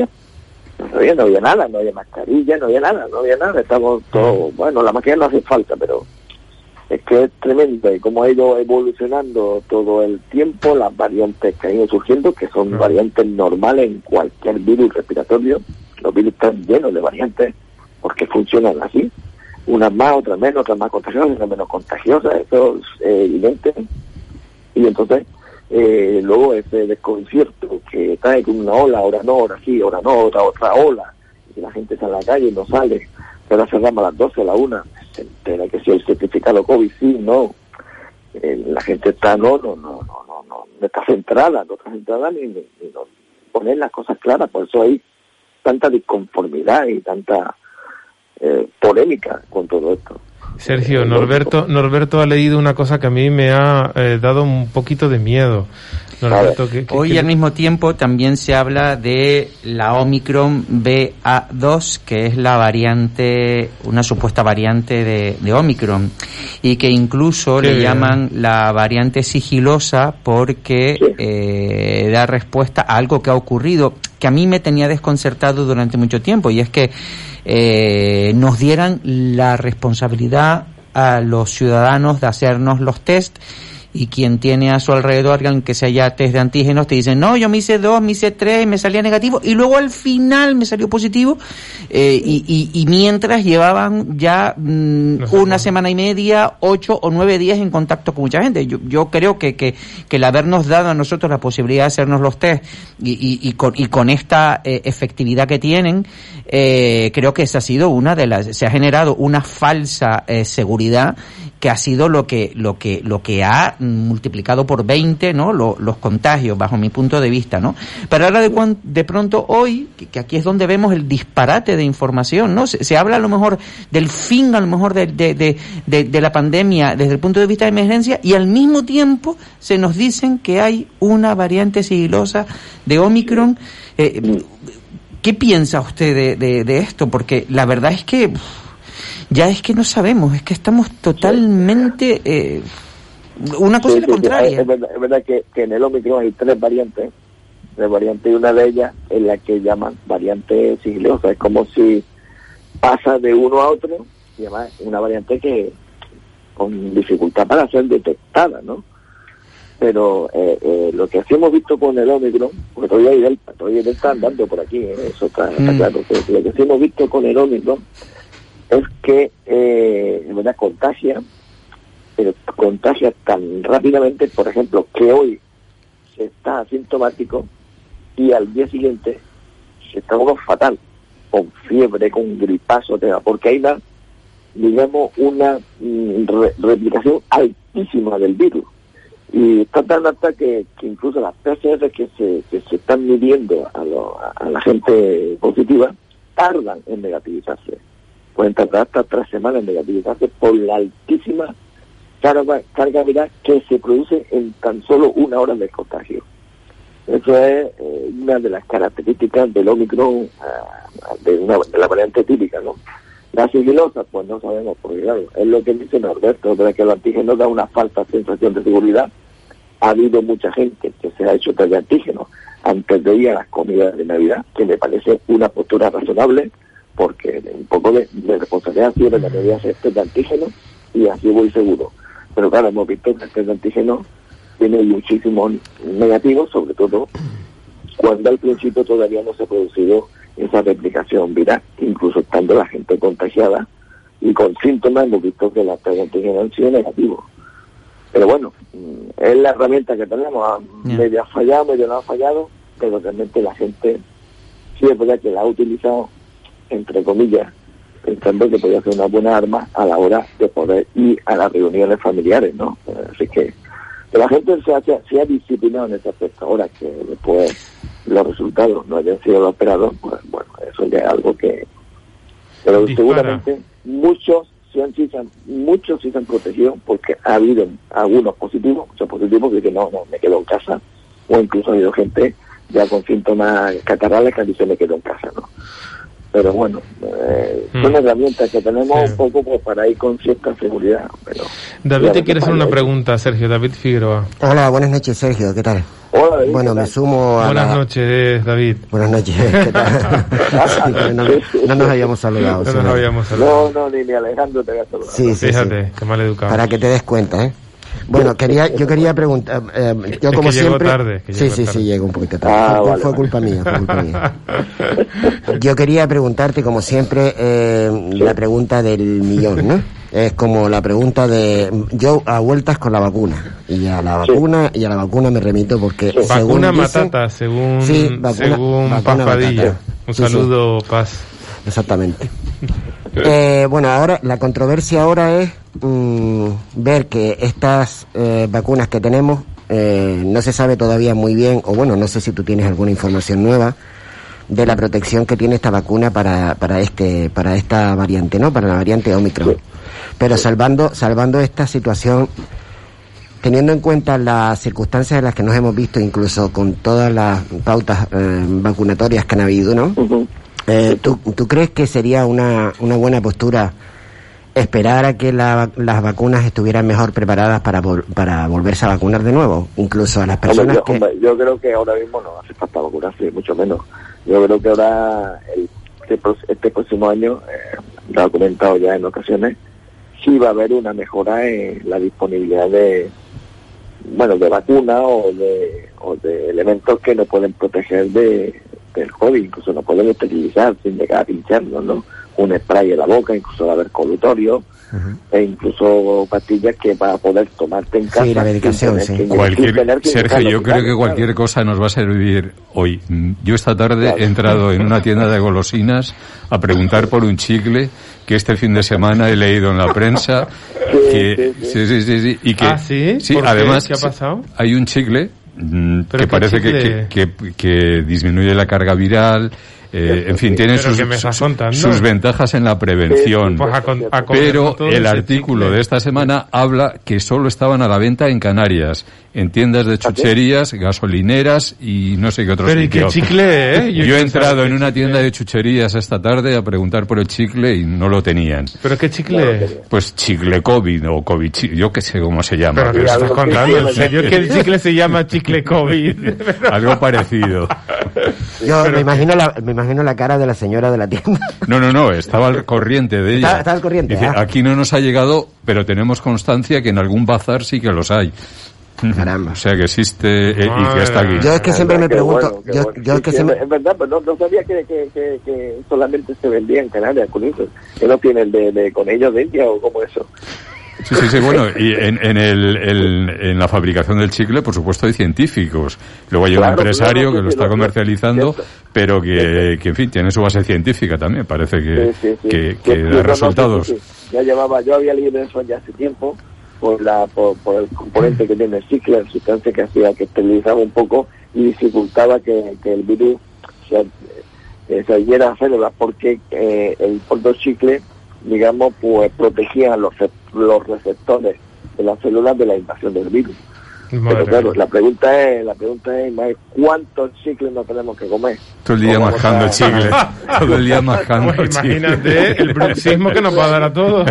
no había nada, no había mascarilla, no había nada, estamos todos, bueno, la mascarilla no hace falta, pero es que es tremendo, y cómo ha ido evolucionando todo el tiempo, las variantes que han ido surgiendo, que son variantes normales en cualquier virus respiratorio. Los virus están llenos de variantes, porque funcionan así, unas más, otras menos, otras más contagiosas, otras menos contagiosas, eso es evidente. Y entonces, luego ese desconcierto que trae con una ola, ahora no, ahora sí, ahora no, otra ola, y la gente está en la calle y no sale, ahora cerramos a las 12, a la 1, se entera que si el certificado COVID, sí, no, la gente está, no está centrada, ni poner las cosas claras, por eso hay tanta disconformidad y tanta polémica con todo esto. Sergio, Norberto ha leído una cosa que a mí me ha dado un poquito de miedo. Norberto, Hoy al mismo tiempo también se habla de la Omicron BA2, que es la variante, una supuesta variante de Omicron, y que incluso le llaman la variante sigilosa porque da respuesta a algo que ha ocurrido, que a mí me tenía desconcertado durante mucho tiempo, y es que nos dieran la responsabilidad a los ciudadanos de hacernos los test, y quien tiene a su alrededor alguien que se haya test de antígenos te dicen, no, yo me hice 2, me hice 3 y me salía negativo, y luego al final me salió positivo, y mientras llevaban ya una semana y media, 8 o 9 días en contacto con mucha gente. Yo creo que el habernos dado a nosotros la posibilidad de hacernos los test y con esta efectividad que tienen, creo que esa ha sido se ha generado una falsa seguridad, que ha sido lo que ha multiplicado por 20, ¿no? Los contagios, bajo mi punto de vista, ¿no? Pero ahora de pronto hoy, que aquí es donde vemos el disparate de información, ¿no? Se habla a lo mejor del fin, a lo mejor de la pandemia desde el punto de vista de emergencia, y al mismo tiempo se nos dicen que hay una variante sigilosa de Omicron. ¿Qué piensa usted de esto? Porque la verdad es que ya es que no sabemos, es que estamos totalmente una cosa y la contraria. Es verdad que en el Omicron hay 3 variantes, de variantes, y una de ellas es la que llaman variante sigilosa. Es como si pasa de uno a otro, y además una variante que con dificultad para ser detectada, ¿no? Pero lo que sí hemos visto con el Omicron, porque todavía está andando por aquí, eso está claro, que lo que sí hemos visto con el Omicron es que en verdad contagia, pero contagia tan rápidamente, por ejemplo, que hoy se está asintomático y al día siguiente se está uno fatal, con fiebre, con gripazo, porque hay una replicación altísima del virus. Y está tan alta que incluso las PCR que se están midiendo a la gente positiva tardan en negativizarse. Pueden tardar hasta 3 semanas en negativizarse por la altísima carga viral que se produce en tan solo 1 hora de contagio. Eso es una de las características del Omicron, de la variante típica, ¿no? La sigilosa, pues no sabemos, porque claro, es lo que dice Norberto, de que el antígeno da una falsa sensación de seguridad. Ha habido mucha gente que se ha hecho test de antígeno antes de ir a las comidas de Navidad, que me parece una postura razonable, porque un poco de responsabilidad siempre la medida hacer test de antígeno, y así voy seguro. Pero claro, hemos visto que el test de antígeno tiene muchísimos negativos, sobre todo cuando al principio todavía no se ha producido esa replicación viral, incluso estando la gente contagiada y con síntomas, hemos visto que las test de antígeno han sido negativos. Pero bueno, es la herramienta que tenemos, medio ha fallado, medio no ha fallado, pero realmente la gente sí es verdad que la ha utilizado, entre comillas, pensando que podía ser una buena arma a la hora de poder ir a las reuniones familiares, ¿no? Así que la gente se ha disciplinado en ese aspecto. Ahora que después los resultados no hayan sido los esperados, pues bueno, eso ya es algo que... Pero seguramente muchos sí se han protegido, porque ha habido algunos positivos, muchos positivos que dicen no, me quedo en casa, o incluso ha habido gente ya con síntomas catarrales que dice me quedo en casa, ¿no? Pero bueno, son herramientas que tenemos un poco pues, para ir con cierta seguridad. Pero David te quiere hacer una pregunta, Sergio, David Figueroa. Hola, buenas noches, Sergio, ¿qué tal? Hola, David, bueno, me sumo a Buenas noches, David. Buenas noches, ¿qué tal? no nos habíamos saludado. No, ni Alejandro te había saludado. Sí, fíjate, qué mal educado. Para que te des cuenta, ¿eh? Bueno, yo quería preguntar, yo como siempre... Sí, llego un poquito tarde. Fue culpa mía. Yo quería preguntarte, como siempre, la pregunta del millón, ¿no? Es como la pregunta de... Yo a vueltas con la vacuna. Y a la vacuna me remito porque... Vacuna Matata, según Paz Padilla. Un saludo, Paz. Exactamente. Bueno, ahora la controversia ahora es ver que estas vacunas que tenemos no se sabe todavía muy bien, o bueno, no sé si tú tienes alguna información nueva de la protección que tiene esta vacuna para esta variante, ¿no? Para la variante Omicron. Pero salvando esta situación, teniendo en cuenta las circunstancias en las que nos hemos visto, incluso con todas las pautas vacunatorias que han habido, ¿no? ¿Tú crees que sería una buena postura esperar a que las vacunas estuvieran mejor preparadas para volverse a vacunar de nuevo? Incluso a las personas yo creo que ahora mismo no hace falta vacunarse, mucho menos. Yo creo que ahora, este próximo año, lo he comentado ya en ocasiones, sí va a haber una mejora en la disponibilidad de vacuna o de elementos que nos pueden proteger del COVID. Incluso nos pueden esterilizar sin llegar a pincharnos, ¿no? Un spray en la boca, incluso va a haber colutorio, e incluso pastillas que para poder tomarte en casa. Sí, la medicación, Sergio, yo creo que cualquier cosa nos va a servir hoy. Yo esta tarde he entrado en una tienda de golosinas a preguntar por un chicle que este fin de semana he leído en la prensa y que sí, además, ¿qué ha pasado? Hay un chicle que parece que disminuye la carga viral, En fin, tiene sus ventajas en la prevención. Pero el artículo de esta semana habla que solo estaban a la venta en Canarias, en tiendas de chucherías, gasolineras y no sé qué otros sitios. Pero ¿y qué chicle, Yo he entrado en una tienda de chucherías esta tarde a preguntar por el chicle y no lo tenían. ¿Pero qué chicle? Pues chicle COVID o COVID, yo qué sé cómo se llama. ¿Pero qué estás contando? ¿En serio que el chicle se llama chicle COVID? Algo parecido. Yo me imagino la cara de la señora de la tienda. No, estaba al corriente de ella. Estaba al corriente. Dice, aquí no nos ha llegado, pero tenemos constancia que en algún bazar sí que los hay. Caramba. O sea que existe y que está aquí. Yo es que siempre me pregunto, es verdad, pero no sabía que solamente se vendía en Canarias con eso. Que no tienen de conejos de India o como eso. Sí, bueno, y en la fabricación del chicle, por supuesto, hay científicos. Luego hay un empresario que lo está comercializando, pero que, en fin, tiene su base científica también. Parece que da resultados. Yo había leído eso ya hace tiempo, por el componente que tiene el chicle, la sustancia que hacía que esterilizaba un poco y dificultaba que el virus se adhiera a células, porque el polvo chicle, digamos, pues protegía los receptores de las células de la invasión del virus. Pero claro, la pregunta es, ¿cuántos chicles no tenemos que comer? Todo el día mascando el chicle. Todo el día mascando el chicle. Imagínate el bruxismo que nos va a dar a todos.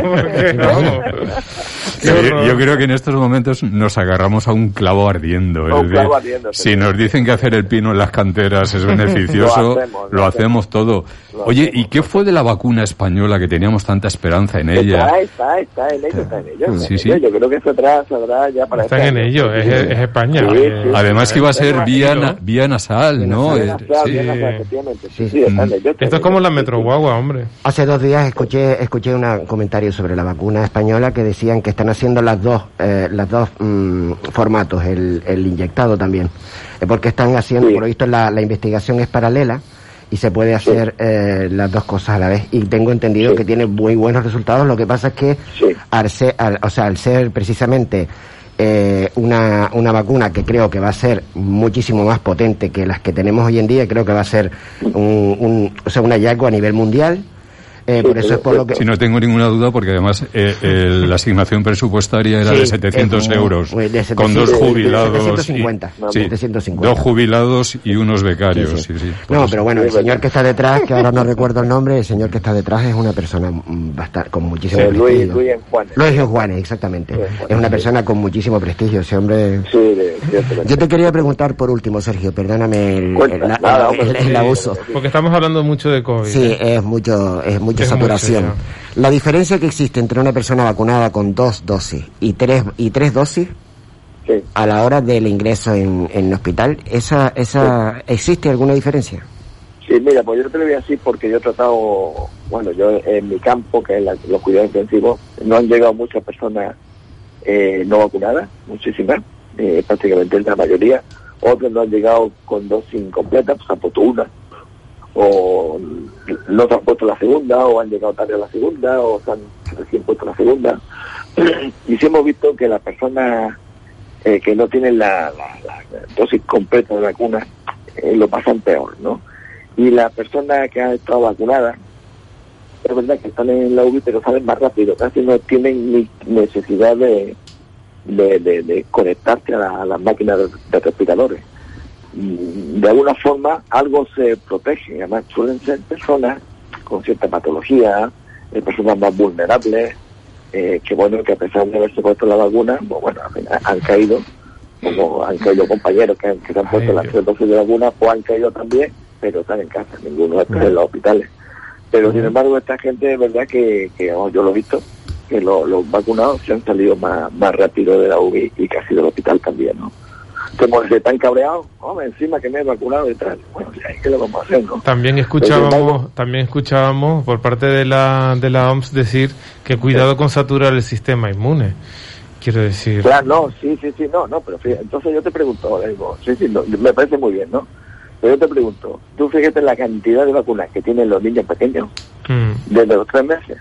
Yo creo que en estos momentos nos agarramos a un clavo ardiendo. Si nos dicen que hacer el pino en las canteras es beneficioso, lo hacemos todo. Oye, ¿y qué fue de la vacuna española que teníamos tanta esperanza en ella? Está en ello. Sí. Yo creo que saldrá ya para Están en ello, es España. Además que iba a ser vía nasal, ¿no? Sí, esto es como la Metroguagua, hombre. Hace 2 días escuché un comentario sobre la vacuna española que decían que están haciendo las dos formatos, el inyectado también, porque están haciendo, por lo visto la investigación es paralela y se puede hacer las dos cosas a la vez, y tengo entendido que tiene muy buenos resultados. Lo que pasa es que al ser precisamente una vacuna que creo que va a ser muchísimo más potente que las que tenemos hoy en día, creo que va a ser un hallazgo a nivel mundial. Por eso es por lo que... Si no tengo ninguna duda, porque además la asignación presupuestaria era de 700 euros, con 2 jubilados. 750. 2 jubilados y unos becarios. No, pero bueno, el señor que está detrás, que ahora no recuerdo el nombre, el señor que está detrás es una persona con muchísimo prestigio. Luis Juanes, exactamente. Es una persona con muchísimo prestigio, ese hombre. Yo te quería preguntar por último, Sergio, perdóname el abuso. Porque estamos hablando mucho de COVID. Sí, es mucha saturación. La diferencia que existe entre una persona vacunada con 2 dosis y 3 dosis a la hora del ingreso en el hospital, ¿existe alguna diferencia? Sí, mira, pues yo te lo voy a decir porque yo he tratado, yo en mi campo, que es los cuidados intensivos, no han llegado muchas personas no vacunadas, muchísimas, prácticamente la mayoría. Otros no han llegado con dosis incompletas, pues han puesto una, o no se han puesto la segunda, o han llegado tarde a la segunda, o se han recién puesto la segunda. Y sí hemos visto que las personas que no tienen la dosis completa de vacuna lo pasan peor, ¿no? Y las personas que han estado vacunadas, es verdad que están en la UBI, pero salen más rápido, casi no tienen ni necesidad de conectarse a las máquinas de respiradores. De alguna forma algo se protege, además suelen ser personas con cierta patología, personas más vulnerables, que a pesar de haberse puesto la vacuna, han caído, como han caído compañeros que se han puesto las 3 dosis de vacuna, pues han caído también, pero están en casa, ninguno está en los hospitales. Pero sin embargo esta gente, es verdad que yo lo he visto, que los vacunados se han salido más rápido de la UBI y casi del hospital también, ¿no? Como se están cabreados, encima que me he vacunado y tal. Bueno, ¿qué le vamos a hacer, no? También escuchábamos por parte de la OMS decir que cuidado con saturar el sistema inmune. Quiero decir... Claro, pero fíjate, entonces yo te pregunto, me parece muy bien, ¿no? Pero yo te pregunto, tú fíjate la cantidad de vacunas que tienen los niños pequeños desde los 3 meses.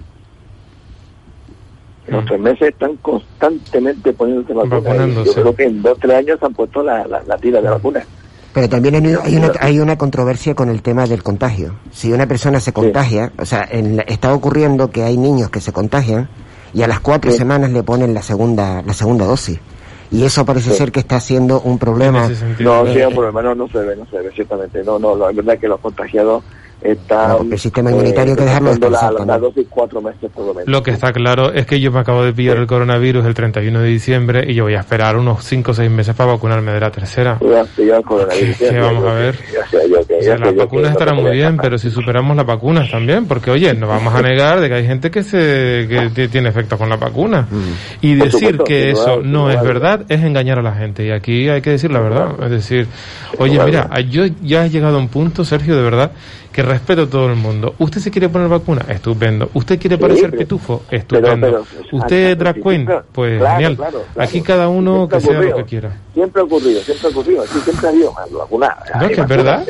En los 3 meses están constantemente poniéndose vacunas. Yo creo que en 2 o 3 años se han puesto la tira de vacunas. Pero también hay una controversia con el tema del contagio. Si una persona se contagia, o sea, está ocurriendo que hay niños que se contagian y a las 4 semanas le ponen la segunda dosis. Y eso parece ser que está siendo un problema. No, sí, un problema, no se ve, ciertamente. No, es verdad que los contagiados están... el sistema inmunitario hay que dejarlo descansar. La dosis 4 meses por lo menos. Lo que está claro es que yo me acabo de pillar el coronavirus el 31 de diciembre y yo voy a esperar unos 5 o 6 meses para vacunarme de la tercera. Que vamos a ver. Las vacunas estarán muy bien, pero si superamos las vacunas también, porque oye, no vamos a negar de que hay gente que tiene efectos con la vacuna. Y decir que eso no es verdad es engañar a la gente. Y aquí hay que decir la verdad. Es decir, oye, mira, yo ya he llegado a un punto, Sergio, de verdad, que respeto a todo el mundo. ¿Usted se quiere poner vacuna? Estupendo. ¿Usted quiere parecer pitufo? Estupendo. ¿Usted es drag queen? Pues genial. Aquí cada uno que sea lo que quiera. Siempre ha ocurrido. Sí, siempre ha habido vacuna. ¿No? ¿Que es verdad?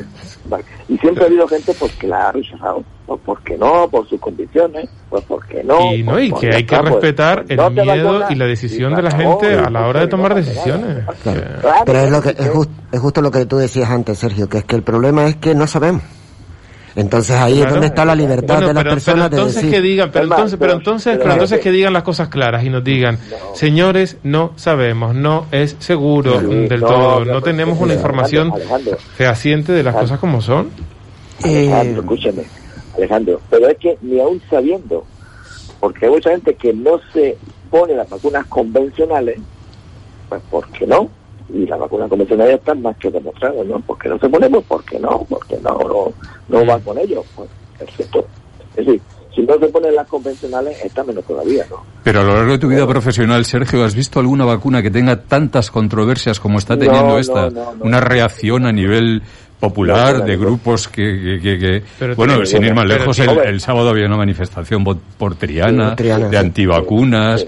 Y siempre ha habido gente pues que la ha rechazado. Pues porque no, por sus convicciones, pues porque no. Y que hay que respetar el miedo y la decisión de la gente a la hora de tomar decisiones. Pero es justo lo que tú decías antes, Sergio, que es que el problema es que no sabemos. Entonces ahí es donde está la libertad de las personas de decir... Pero entonces que digan las cosas claras y nos digan, señores, no sabemos, no es seguro del todo, no tenemos una información fehaciente de las cosas como son. Alejandro, escúchame, Alejandro, pero es que ni aún sabiendo, porque hay mucha gente que no se pone las vacunas convencionales, pues ¿por qué no? Y las vacunas convencionales están más que demostradas, ¿no? ¿Por qué no se ponemos? ¿Por qué no? Porque no van con ellos. Pues perfecto. Es decir, si no se ponen las convencionales, está menos todavía, ¿no? Pero a lo largo de tu vida profesional, Sergio, ¿has visto alguna vacuna que tenga tantas controversias como está teniendo esta? Una reacción a nivel popular de grupos que bueno, sin ir más lejos, el sábado había una manifestación por Triana, de antivacunas,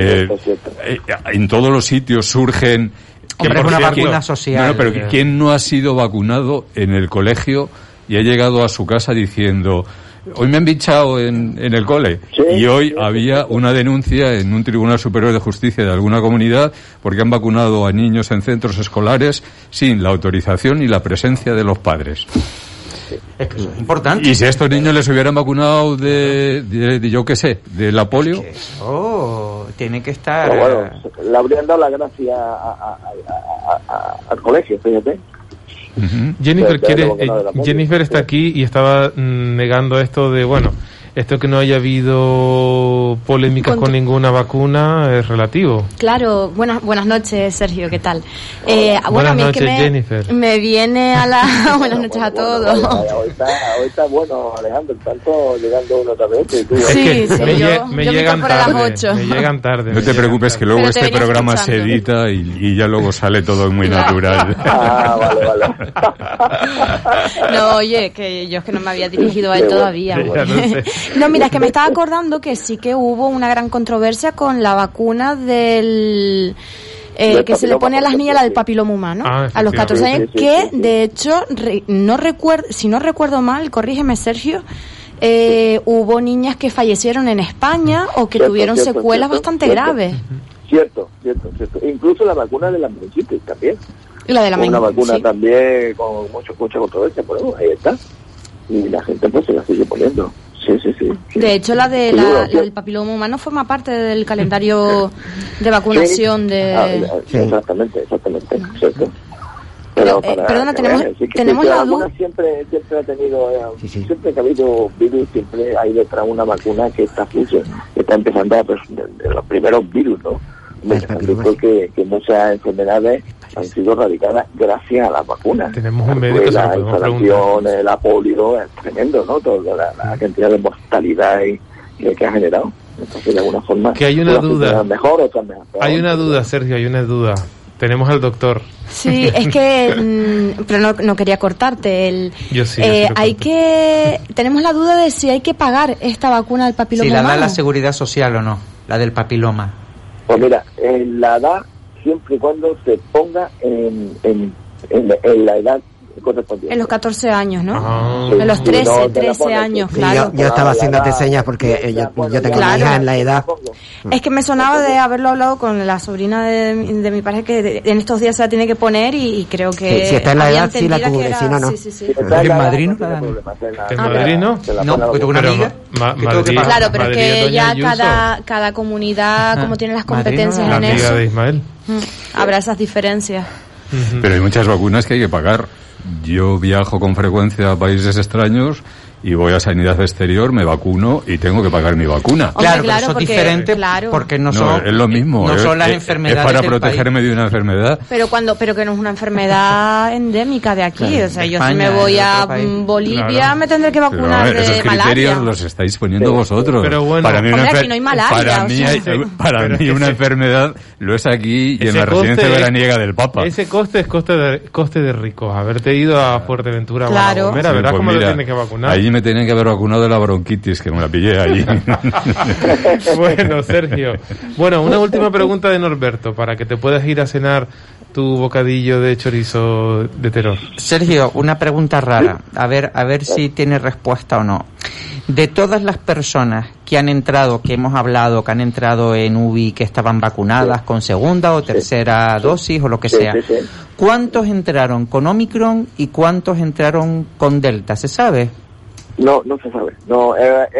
en todos los sitios surgen... Hombre, es una vacuna social. Pero ¿quién no ha sido vacunado en el colegio y ha llegado a su casa diciendo, hoy me han bichado en el cole? Sí, y hoy había una denuncia en un Tribunal Superior de Justicia de alguna comunidad porque han vacunado a niños en centros escolares sin la autorización y la presencia de los padres. Es que eso es importante. Y si a estos niños les hubieran vacunado de yo qué sé, de la polio... tiene que estar... Pero bueno, le habrían dado la gracia al colegio, fíjate. Jennifer está aquí y estaba negando esto de, bueno, esto que no haya habido polémicas con ninguna vacuna es relativo. Claro, buenas noches, Sergio, ¿qué tal? Buenas noches, Jennifer. Me viene a la... buenas noches a todos. Hoy está bueno, Alejandro, tanto llegando uno otra vez. Me llegan tarde. No te preocupes que luego este programa se edita y ya luego sale todo muy natural. Vale. No, oye, que yo es que no me había dirigido a él todavía. No, mira, es que me estaba acordando que sí que hubo una gran controversia con la vacuna del... que se le pone a las niñas, la del papiloma humano, a los 14 años, que de hecho, si no recuerdo mal, corrígeme, Sergio, hubo niñas que fallecieron en España o que tuvieron secuelas bastante graves. Cierto. Incluso la vacuna de la meningitis también. Y la de la meningitis. Una vacuna también con mucha controversia, por eso, ahí está. Y la gente pues se la sigue poniendo. Sí. De hecho, la del papiloma humano forma parte del calendario de vacunación de... Exactamente, cierto. Pero perdona, tenemos la duda. Siempre ha tenido, siempre que ha habido virus, siempre hay detrás una vacuna que está empezando de los primeros virus, ¿no? Porque que muchas enfermedades han sido erradicadas gracias a las vacunas. Tenemos un médico, la instalación, la polio, es tremendo, ¿no? Toda la cantidad de mortalidad que ha generado. Entonces, de alguna forma, que hay una duda. Mejor, otras mejor. Hay una duda, Sergio, Tenemos al doctor. Sí, es que pero no quería cortarte. Yo sí. Tenemos la duda de si hay que pagar esta vacuna del papiloma humano. Si la da la Seguridad Social o no, la del papiloma. Pues mira, la da siempre y cuando se ponga en la edad correspondiente. En los 14 años, ¿no? Ah. En los 13 años, Sí, claro. yo estaba haciéndote señas porque yo tengo una hija en la edad. Es que me sonaba de haberlo hablado con la sobrina de mi pareja que en estos días se la tiene que poner y creo que si está en la había edad, sí la entendido cubre, que era- si no, no. Sí. ¿En Madrid no? ¿En Madrid no? No, porque tengo una amiga que tengo que pagar. Claro, pero es Madrid es que Doña ya Ayuso. cada comunidad, como tiene las competencias La en amiga eso, de Ismael. habrá esas diferencias. Pero hay muchas vacunas que hay que pagar. Yo viajo con frecuencia a países extraños y voy a sanidad exterior, me vacuno y tengo que pagar mi vacuna. Claro, pero eso es diferente porque no son, es lo mismo. no son las es enfermedades para del protegerme de una enfermedad. Pero que no es una enfermedad endémica de aquí. Claro, o sea, de yo España, si me voy de a otro país. Bolivia Claro. me tendré que Pero, vacunar a ver, esos de criterios malaria. los estáis poniendo vosotros. Pero bueno. para mí, Hombre, aquí no hay malaria, para o mí, sea. para mí una enfermedad lo es aquí y en Ese la residencia coste- veraniega del Papa. Ese coste es coste de ricos. Haberte ido a Fuerteventura Claro. o a La Gomera, verás Pues cómo mira, te tienen que vacunar. Allí me tenían que haber vacunado de la bronquitis, que me la pillé allí. Bueno, Sergio. Bueno, una última pregunta de Norberto, para que te puedas ir a cenar tu bocadillo de chorizo de terror. Sergio, una pregunta rara, a ver si tiene respuesta o no. De todas las personas que han entrado, que hemos hablado, que han entrado en UBI, que estaban vacunadas con segunda o tercera dosis o lo que sea, ¿cuántos entraron con Omicron y cuántos entraron con Delta? ¿Se sabe? No se sabe. No, es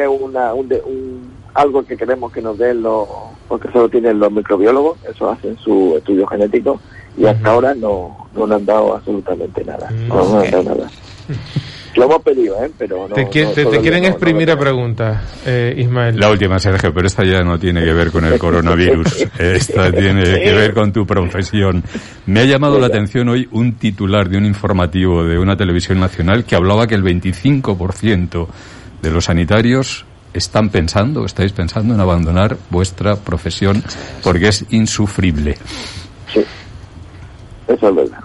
algo que queremos que nos den porque solo tienen los microbiólogos, eso hacen su estudio genético y hasta ahora no nos han dado absolutamente nada. No nos han dado nada. Lo hemos pedido, pero no. Te quieren exprimir a preguntas, Ismael. La última, Sergio, pero esta ya no tiene que ver con el coronavirus. Esta tiene que ver con tu profesión. Me ha llamado la atención hoy un titular de un informativo de una televisión nacional que hablaba que el 25% de los sanitarios estáis pensando en abandonar vuestra profesión porque es insufrible. Sí, eso es verdad.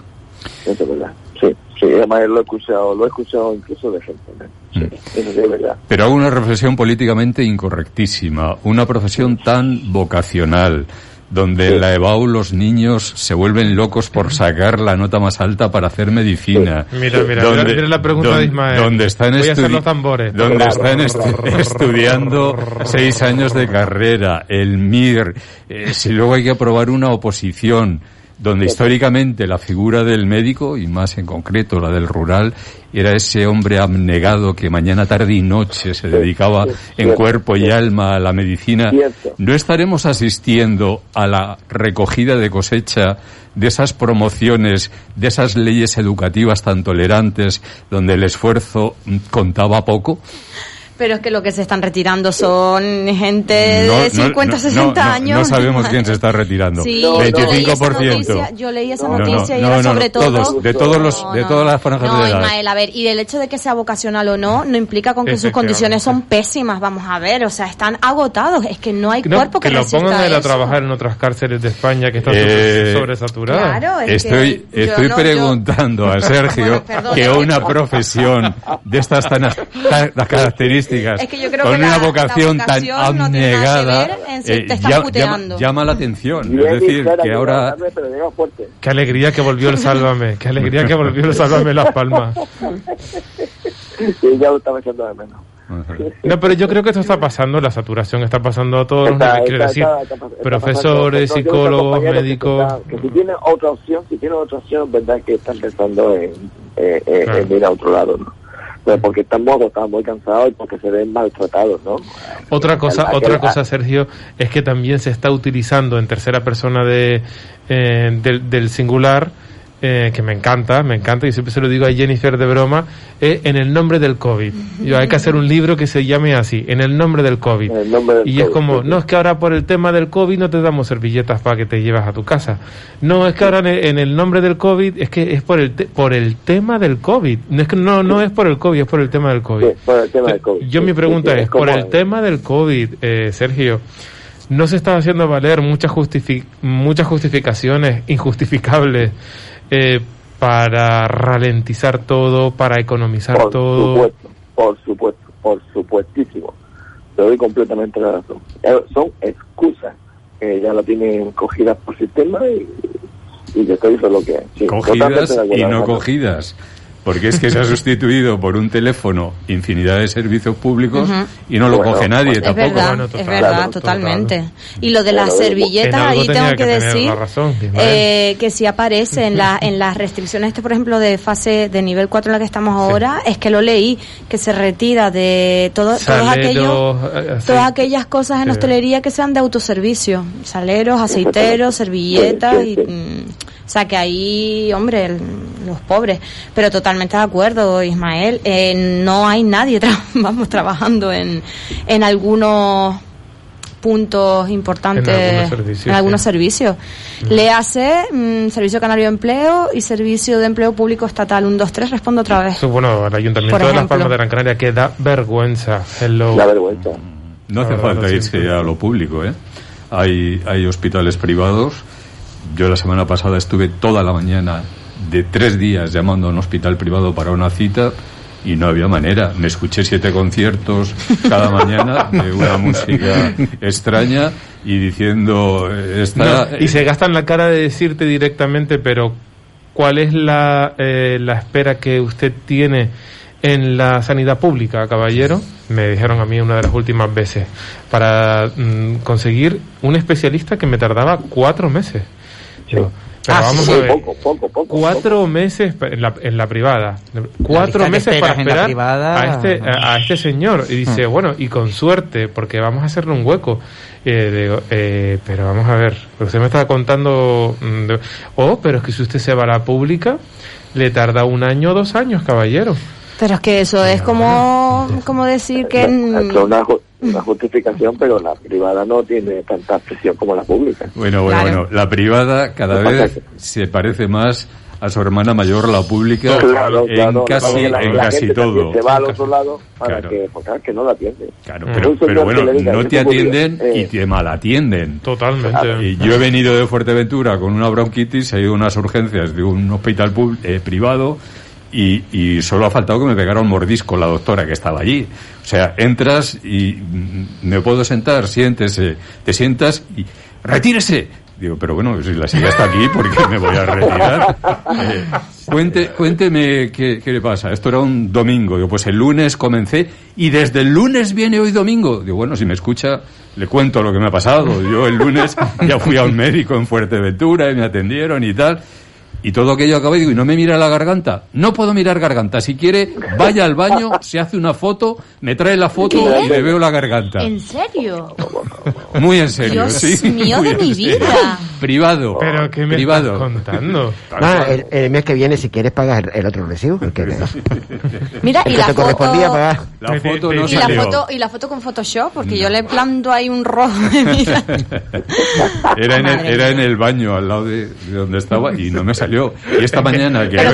Sí, además lo he escuchado incluso de gente, ¿no? Sí, eso sí es verdad. Pero hago una reflexión políticamente incorrectísima. Una profesión tan vocacional, donde en la EBAU los niños se vuelven locos por sacar la nota más alta para hacer medicina. Mira la pregunta de Ismael. Donde están Voy a hacer los tambores. Donde están estudiando 6 años de carrera, el MIR, si luego hay que aprobar una oposición, donde históricamente la figura del médico, y más en concreto la del rural, era ese hombre abnegado que mañana, tarde y noche se dedicaba en cuerpo y alma a la medicina. ¿No estaremos asistiendo a la recogida de cosecha de esas promociones, de esas leyes educativas tan tolerantes, donde el esfuerzo contaba poco? Pero es que lo que se están retirando son gente de 50, 60 años. No sabemos quién se está retirando. Sí, 25%. Yo leí esa noticia y era sobre todo... De todas las franjas de edad. Ismael, a ver, y del hecho de que sea vocacional o no resplica con que sus condiciones son pésimas, vamos a ver, o sea, están agotados, es que no hay cuerpo que resista lo pongan a eso. trabajar en otras cárceles de España que están sobresaturadas. Claro, estoy preguntando a Sergio que una profesión de estas tan características, es que yo creo con que una vocación tan abnegada, llama la atención. Es decir, que ahora... Qué alegría que volvió el Sálvame, qué alegría que volvió el Sálvame Las Palmas. Sí, ya lo estaba echando de menos. No, pero yo creo que esto está pasando, la saturación está pasando a todos los niveles, quiero decir, profesores, psicólogos, médicos. Que si tienen otra opción, verdad que están pensando en ir a otro lado, ¿no? Pero porque estamos agotados, muy cansados y porque se ven maltratados, ¿no? Otra cosa, Sergio, es que también se está utilizando en tercera persona del singular, que me encanta, y siempre se lo digo a Jennifer de broma, en el nombre del COVID. Hay que hacer un libro que se llame así, en el nombre del COVID. Es como, no, es que ahora por el tema del COVID no te damos servilletas para que te llevas a tu casa. No, es que ahora en el nombre del COVID, es que es por el tema del COVID. No es que no es por el COVID, es por el tema del COVID. Sí, por el tema del COVID. Yo mi pregunta es, por el tema del COVID, Sergio, ¿no se están haciendo valer muchas justificaciones injustificables para ralentizar todo, para economizar todo? Por supuestísimo. Te doy completamente la razón. Son excusas que ya la tienen cogidas por sistema y yo estoy eso lo que es. Sí, cogidas y no cogidas. porque es que se ha sustituido por un teléfono infinidad de servicios públicos y no lo coge nadie tampoco. Es verdad, totalmente. Y lo de las servilletas, ahí tengo que decir que si aparece en las restricciones, por ejemplo, de fase de nivel 4 en la que estamos ahora, es que lo leí, que se retira de todas aquellas cosas en hostelería que sean de autoservicio, saleros, aceiteros, servilletas, y, o sea que ahí, hombre, los pobres, pero totalmente de acuerdo, Ismael, no hay nadie trabajando en algunos puntos importantes, en algunos servicios. Le hace Servicio Canario de Empleo y Servicio de Empleo Público Estatal 1, 2, 3, respondo otra vez. Eso, bueno, el Ayuntamiento de Las Palmas de Gran Canaria, que da vergüenza. Da vergüenza. No hace falta irse a lo público, Hay hospitales privados. Yo la semana pasada estuve toda la mañana de 3 días llamando a un hospital privado para una cita y no había manera. Me escuché 7 conciertos cada mañana de una música extraña y diciendo... y se gastan la cara de decirte directamente, pero ¿cuál es la espera que usted tiene en la sanidad pública, caballero? Me dijeron a mí una de las últimas veces, para conseguir un especialista que me tardaba 4 meses. Digo, pero vamos a ver, poco. 4 meses en la privada, 4 meses para esperar a este señor, y dice, bueno, y con suerte, porque vamos a hacerle un hueco. Digo, pero vamos a ver, usted me estaba contando, pero es que si usted se va a la pública, le tarda 1 año o 2 años, caballero. Pero es que eso es como decir que... Una justificación, pero la privada no tiene tanta presión como la pública. Bueno, la privada cada vez se parece más a su hermana mayor, la pública, en casi todo. Se va al otro lado para que no la atienden. Claro, pero bueno, no te atienden y te malatienden. Totalmente. Y yo he venido de Fuerteventura con una bronquitis, he ido a unas urgencias de un hospital privado, y solo ha faltado que me pegara un mordisco la doctora que estaba allí. O sea, entras y me puedo sentar, siéntese, te sientas y ¡retírese! Digo, pero bueno, si la silla está aquí, ¿por qué me voy a retirar? Cuénteme qué le pasa. Esto era un domingo. Digo, pues el lunes comencé y desde el lunes viene hoy domingo. Digo, bueno, si me escucha, le cuento lo que me ha pasado. Yo el lunes ya fui a un médico en Fuerteventura y me atendieron y tal. Y todo aquello acabó y digo, ¿y no me mira la garganta? No puedo mirar garganta. Si quiere, vaya al baño, se hace una foto, me trae la foto y le veo la garganta. ¿En serio? Muy en serio, Dios sí. Mío de mi vida. Privado. ¿Pero qué me estás contando? El mes que viene, si quieres, pagas el otro recibo. Mira, y la te correspondía pagar. La foto no salió. Y la foto con Photoshop, porque yo le planto ahí un rojo de mira. Era en el baño, al lado de donde estaba, y no me salió. Y esta mañana yo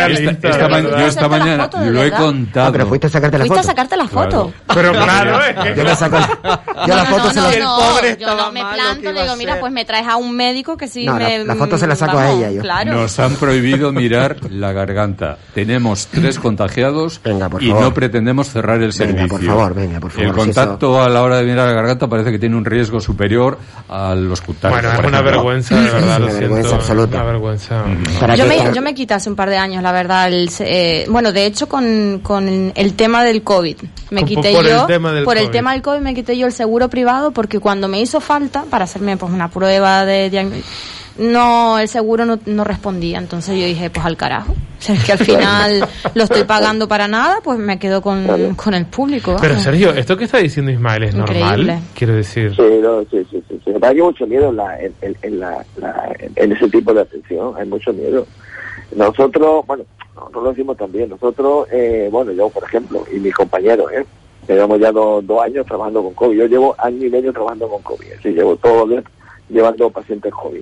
esta mañana lo he contado. Pero fuiste a sacarte la foto. Fuiste a sacarte la foto. Pero claro, yo la foto se la... yo no me planto, le digo, mira, pues me traes a un médico que sí me... La foto se la saco a ella yo. Claro. Nos han prohibido mirar la garganta. Tenemos 3 contagiados y no pretendemos cerrar el servicio. Por favor. El contacto a la hora de mirar la garganta parece que tiene un riesgo superior a los cutáneos. Bueno, es una vergüenza, de verdad, lo siento. Absoluta. Una vergüenza. Yo me quité hace un par de años, la verdad. Bueno, de hecho, con el tema del COVID, me quité yo. Por el tema del COVID me quité yo el seguro privado, porque cuando me hizo falta para hacerme pues una prueba de diagnóstico, el seguro no respondía. Entonces yo dije, pues al carajo. O sea, es que al final lo estoy pagando para nada, pues me quedo con el público. Pero Sergio, esto que está diciendo Ismael es normal, quiero decir. Sí. Me parece mucho miedo en ese tipo de atención, hay mucho miedo. Nosotros lo decimos también. Nosotros, yo, por ejemplo, y mis compañeros, llevamos ya 2 años trabajando con COVID. Yo llevo 1 año y medio trabajando con COVID. Así llevo todos los días llevando pacientes COVID.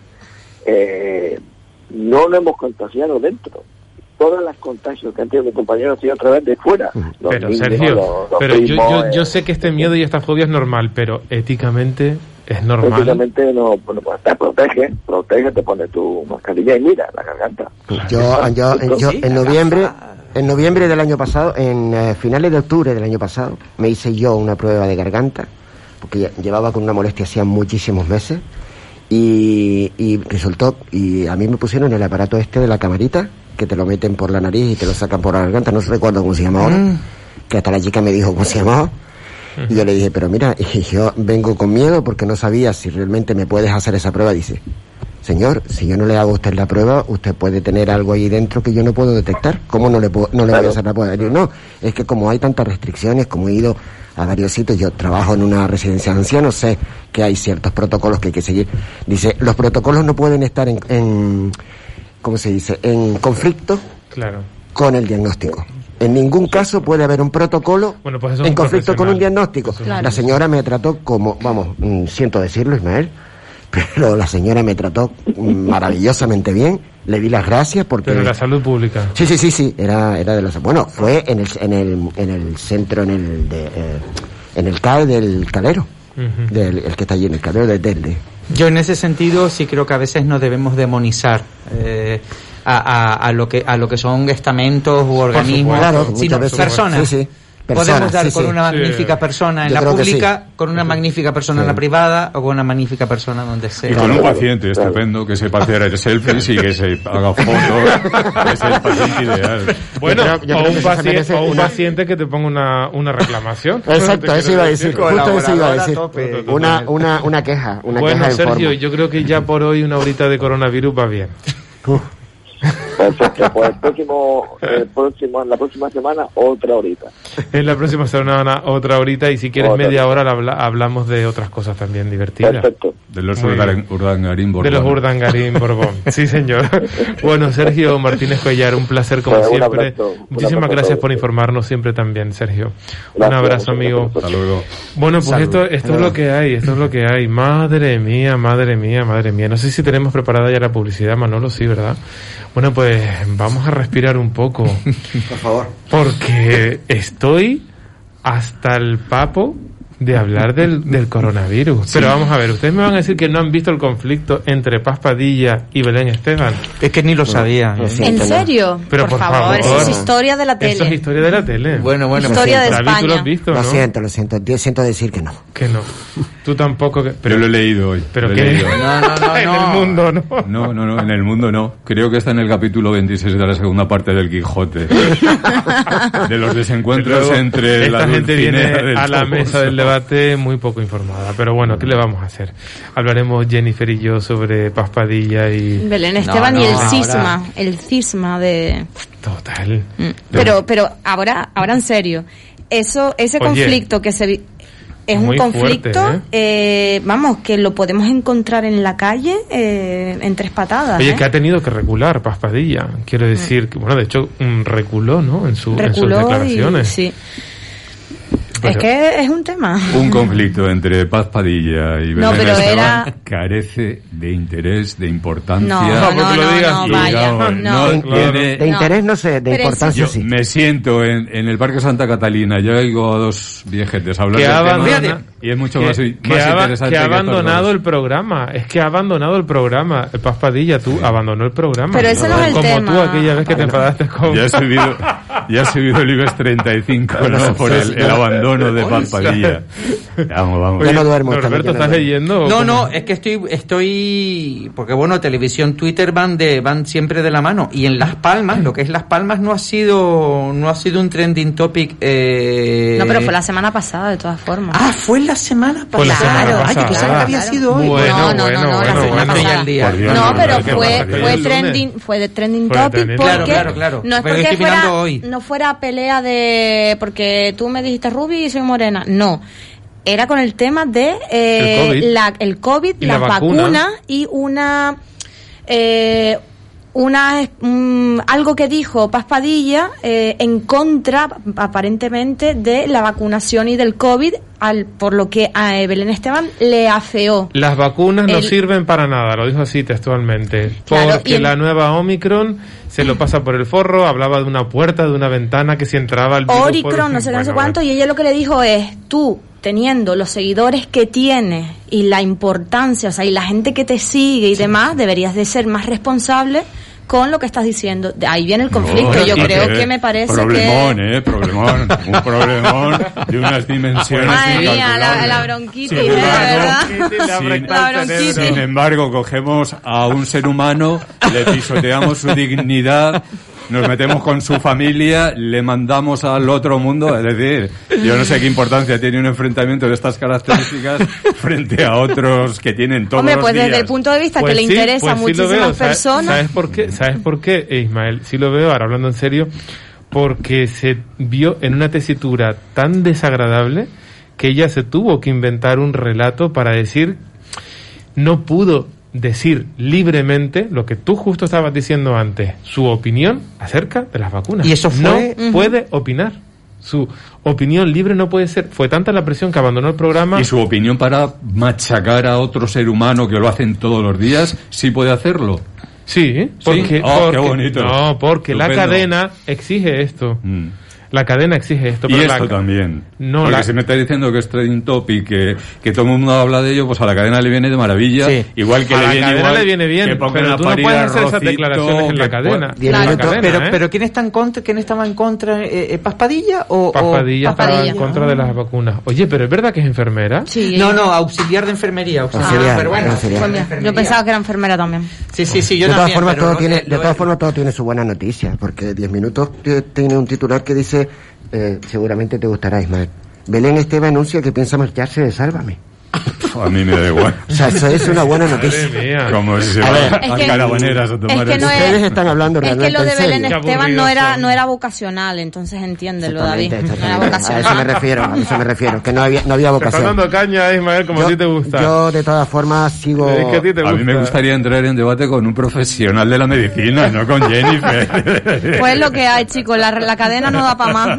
No lo hemos contagiado dentro. Todas las contagios que han tenido mis compañeros han sido a través de fuera. Pero Sergio, yo sé que este miedo y esta fobia es normal, pero éticamente es normal. Éticamente no, pues te protege, te pone tu mascarilla y mira la garganta. Yo en noviembre del año pasado, en finales de octubre del año pasado, me hice yo una prueba de garganta, porque llevaba con una molestia hacía muchísimos meses. y resultó, y a mí me pusieron el aparato este de la camarita, que te lo meten por la nariz y te lo sacan por la garganta, no recuerdo cómo se llama ahora, que hasta la chica me dijo cómo se llamaba, y yo le dije, pero mira, y yo vengo con miedo porque no sabía si realmente me puedes hacer esa prueba. Dice, señor, si yo no le hago a usted la prueba, usted puede tener algo ahí dentro que yo no puedo detectar. ¿Cómo no le voy a hacer la prueba? Digo, no, es que como hay tantas restricciones, como he ido a varios sitios, yo trabajo en una residencia de ancianos, sé que hay ciertos protocolos que hay que seguir. Dice, los protocolos no pueden estar en ¿cómo se dice?, en conflicto con el diagnóstico. En ningún caso puede haber un protocolo en conflicto con un diagnóstico. La señora me trató como, vamos, siento decirlo, Ismael, pero la señora me trató maravillosamente bien. Le di las gracias porque... Pero la salud pública. Sí, era de la... Bueno, fue en el centro, en el CAE del Calero, el que está allí en el Calero de Telde. Yo en ese sentido sí creo que a veces no debemos demonizar a lo que son estamentos u organismos, sino personas. Sí. Podemos dar con una magnífica persona en la pública, con una magnífica persona en la privada o con una magnífica persona donde sea. Y con un paciente estupendo que sepa hacer selfies y que se haga fotos. Es el paciente ideal. Bueno, o un paciente que te ponga una reclamación. Exacto, eso iba a decir. Justo eso iba a decir. Una queja. Bueno, Sergio, yo creo que ya por hoy una horita de coronavirus va bien. Perfecto, pues en la próxima semana otra horita. En la próxima semana otra horita, y si quieres media hora hablamos de otras cosas también divertidas. Perfecto. De los Urdangarín Borbón. De los Urdangarín Borbón, sí señor. Bueno, Sergio Martínez Cuellar, un placer como siempre. Muchísimas gracias por informarnos siempre también, Sergio. Un abrazo, amigo. Hasta luego. Bueno, pues esto es lo que hay, Madre mía. No sé si tenemos preparada ya la publicidad, Manolo, sí, ¿verdad? Bueno, pues vamos a respirar un poco. Por favor. Porque estoy hasta el papo de hablar del coronavirus. Pero vamos a ver, ustedes me van a decir que no han visto el conflicto entre Paz Padilla y Belén Esteban. Es que ni lo sabía. ¿En serio? Pero por favor, eso es historia de la tele. Eso es historia de la tele. Bueno. Historia de España. ¿Tú lo has visto, Lo no? siento decir que no. Que no. Tú tampoco. Pero lo he leído hoy. ¿Pero qué? No. En el mundo, ¿no? No, en el mundo no. Creo que está en el capítulo 26 de la segunda parte del Quijote. De los desencuentros entre esta gente viene a la mesa del debate muy poco informada. Pero bueno, ¿qué le vamos a hacer? Hablaremos Jennifer y yo sobre Paz Padilla y Belén Esteban y el cisma de... Total. Pero ahora en serio, ese conflicto que se... Es un conflicto, fuerte, vamos, que lo podemos encontrar en la calle en 3 patadas. Oye, que ha tenido que recular Paz Padilla. Quiero decir que, bueno, de hecho, reculó, ¿no? En sus declaraciones. Sí. Es que es un tema. Un conflicto entre Paz Padilla y Belén pero Esteban carece de interés, de importancia. De interés no sé, de importancia sí. Me siento en el Parque Santa Catalina, yo oigo a 2 viejetes hablar del tema y es mucho más interesante. Que ha abandonado el programa. Es que ha abandonado el programa. Paz Padilla, tú abandonó el programa. Pero ese no es el tema. Como tú aquella vez que te enfadaste con... Ya ha subido el IBEX 35, ¿no? Por el abandono de Paz Padilla. Vamos. Yo no duermo. Roberto, ¿estás leyendo? No, es que estoy porque bueno, televisión, Twitter van siempre de la mano, y en Las Palmas, lo que es Las Palmas no ha sido un trending topic. No, pero fue la semana pasada de todas formas. Ah, fue la semana pasada. Ay, yo pensaba que había sido hoy. No, la semana pasada. No, pero fue de trending topic porque claro. No es porque no fuera pelea de porque tú me dijiste Ruby y soy morena. No. Era con el tema de el COVID, las vacunas y algo que dijo Paz Padilla en contra aparentemente de la vacunación y del COVID, por lo que a Belén Esteban le afeó. Las vacunas no sirven para nada, lo dijo así textualmente, porque la nueva Omicron se lo pasa por el forro. Hablaba de una puerta, de una ventana que si entraba el virus Omicron, no sé cuánto, y ella lo que le dijo es, tú teniendo los seguidores que tienes y la importancia, o sea, y la gente que te sigue y demás, deberías de ser más responsable con lo que estás diciendo. De ahí viene el conflicto. Yo creo que me parece problemón, problemón, un problemón de unas dimensiones. Madre mía, la bronquitis, ¿verdad? La bronquitis. Sin embargo, cogemos a un ser humano, le pisoteamos su dignidad, nos metemos con su familia, le mandamos al otro mundo. Es decir, yo no sé qué importancia tiene un enfrentamiento de estas características frente a otros que tienen todos los días. Desde el punto de vista que le interesa a muchísimas personas. ¿Sabes por qué, Ismael? Sí lo veo, ahora hablando en serio, porque se vio en una tesitura tan desagradable que ella se tuvo que inventar un relato para decir, no pudo decir libremente lo que tú justo estabas diciendo antes, su opinión acerca de las vacunas. Y eso fue... No puede opinar. Su opinión libre no puede ser. Fue tanta la presión que abandonó el programa. Y su opinión para machacar a otro ser humano que lo hacen todos los días, sí puede hacerlo. Sí, porque, qué bonito. No, porque estupendo. La cadena exige esto. La cadena exige esto. Y pero esto también. No, porque si me está diciendo que es trending topic, que todo el mundo habla de ello, pues a la cadena le viene de maravilla. Sí. Igual que a le viene la cadena igual le viene bien, que pero tú no puedes hacer esas declaraciones en la cadena. Pero ¿quién está en contra? ¿Quién estaba en contra? ¿Paspadilla o...? Paspadilla estaba en contra de las vacunas. Oye, pero ¿es verdad que es enfermera? Sí. No, auxiliar de enfermería. Pero bueno, yo pensaba que era enfermera también. Sí, yo también. De todas formas, todo tiene su buena noticia, porque 10 minutos tiene un titular que dice, seguramente te gustará, Ismael. Belén Esteban anuncia que piensa marcharse de Sálvame. A mí me da igual. O sea, eso es una buena noticia. Como si se van a Carabaneras a tomar eso. Ustedes están hablando realmente. Es que lo de Belén Esteban no era vocacional, entonces entiéndelo, David. No era vocacional. A eso me refiero, que no había vocación. Te estás dando caña, Ismael, como a ti te gusta. Yo, de todas formas, sigo... Es que a ti te gusta. A mí me gustaría entrar en debate con un profesional de la medicina, no con Jennifer. Pues lo que hay, chicos, la cadena no da para más.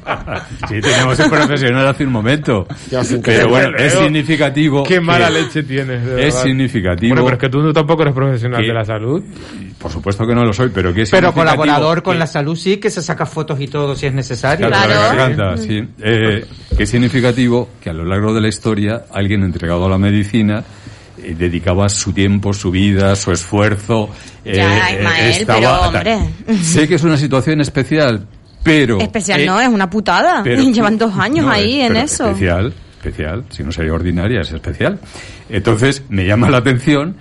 Sí, teníamos un profesional hace un momento. Pero bueno, es significativo. Qué mala leche tienes, de es significativo. Bueno, pero es que tú tampoco eres profesional de la salud. Por supuesto que no lo soy, pero que es Pero colaborador con la salud sí, que se saca fotos y todo si es necesario. Claro. La garganta, sí. Que es significativo que a lo largo de la historia alguien entregado a la medicina dedicaba su tiempo, su vida, su esfuerzo. Ismael, pero hombre. Sé que es una situación especial, pero... Especial no, es una putada. Llevan 2 años ahí en eso. Especial, si no sería ordinaria, es especial. Entonces, me llama la atención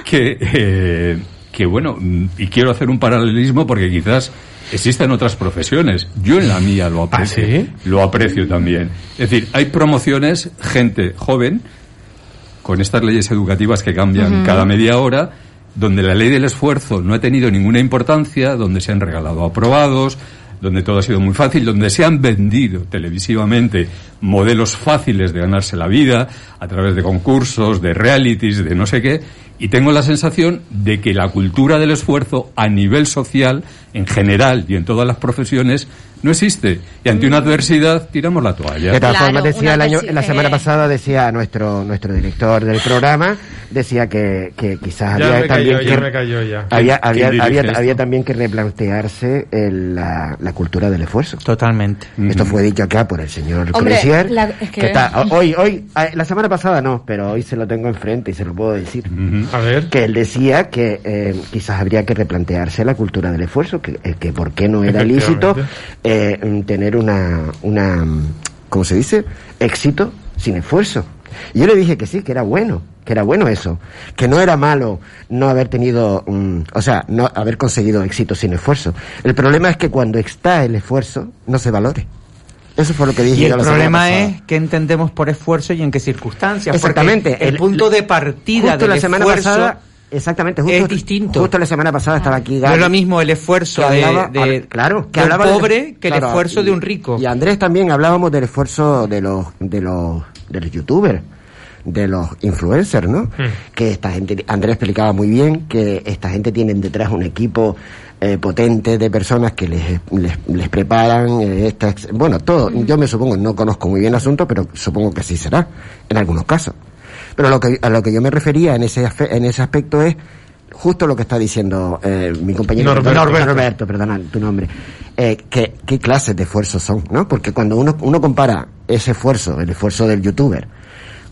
que bueno, y quiero hacer un paralelismo porque quizás existen otras profesiones. Yo en la mía lo aprecio. ¿Ah, sí? Lo aprecio también. Es decir, hay promociones, gente joven, con estas leyes educativas que cambian cada media hora, donde la ley del esfuerzo no ha tenido ninguna importancia, donde se han regalado aprobados, donde todo ha sido muy fácil, donde se han vendido televisivamente modelos fáciles de ganarse la vida a través de concursos, de realities, de no sé qué, y tengo la sensación de que la cultura del esfuerzo a nivel social, en general y en todas las profesiones, no existe. Y ante una adversidad tiramos la toalla. De todas formas, decía la semana pasada, decía nuestro director del programa, decía que quizás había también que replantearse la cultura del esfuerzo. Totalmente. Esto fue dicho acá por el señor Cresier. Hoy, la semana pasada no, pero hoy se lo tengo enfrente y se lo puedo decir. A ver. Que él decía que quizás habría que replantearse la cultura del esfuerzo, que por qué no era lícito tener una ¿cómo se dice? Éxito sin esfuerzo. Y yo le dije que sí, que era bueno eso, que no era malo no haber tenido, no haber conseguido éxito sin esfuerzo. El problema es que cuando está el esfuerzo no se valore. Eso fue lo que dije. Y el problema es qué entendemos por esfuerzo y en qué circunstancias. Exactamente. Porque el punto de partida del esfuerzo es distinto. Justo la semana pasada estaba aquí Gaby. No es lo mismo el esfuerzo de un pobre que el esfuerzo de un rico. Y Andrés también hablábamos del esfuerzo de los youtubers, de los influencers, ¿no? Que esta gente, Andrés explicaba muy bien que esta gente tienen detrás un equipo potente de personas que les preparan todo. Yo me supongo, no conozco muy bien el asunto, pero supongo que así será en algunos casos. Pero a lo que yo me refería en ese aspecto es justo lo que está diciendo mi compañero Norberto, perdona tu nombre. ¿Qué clases de esfuerzos son, no? Porque cuando uno compara ese esfuerzo, el esfuerzo del youtuber,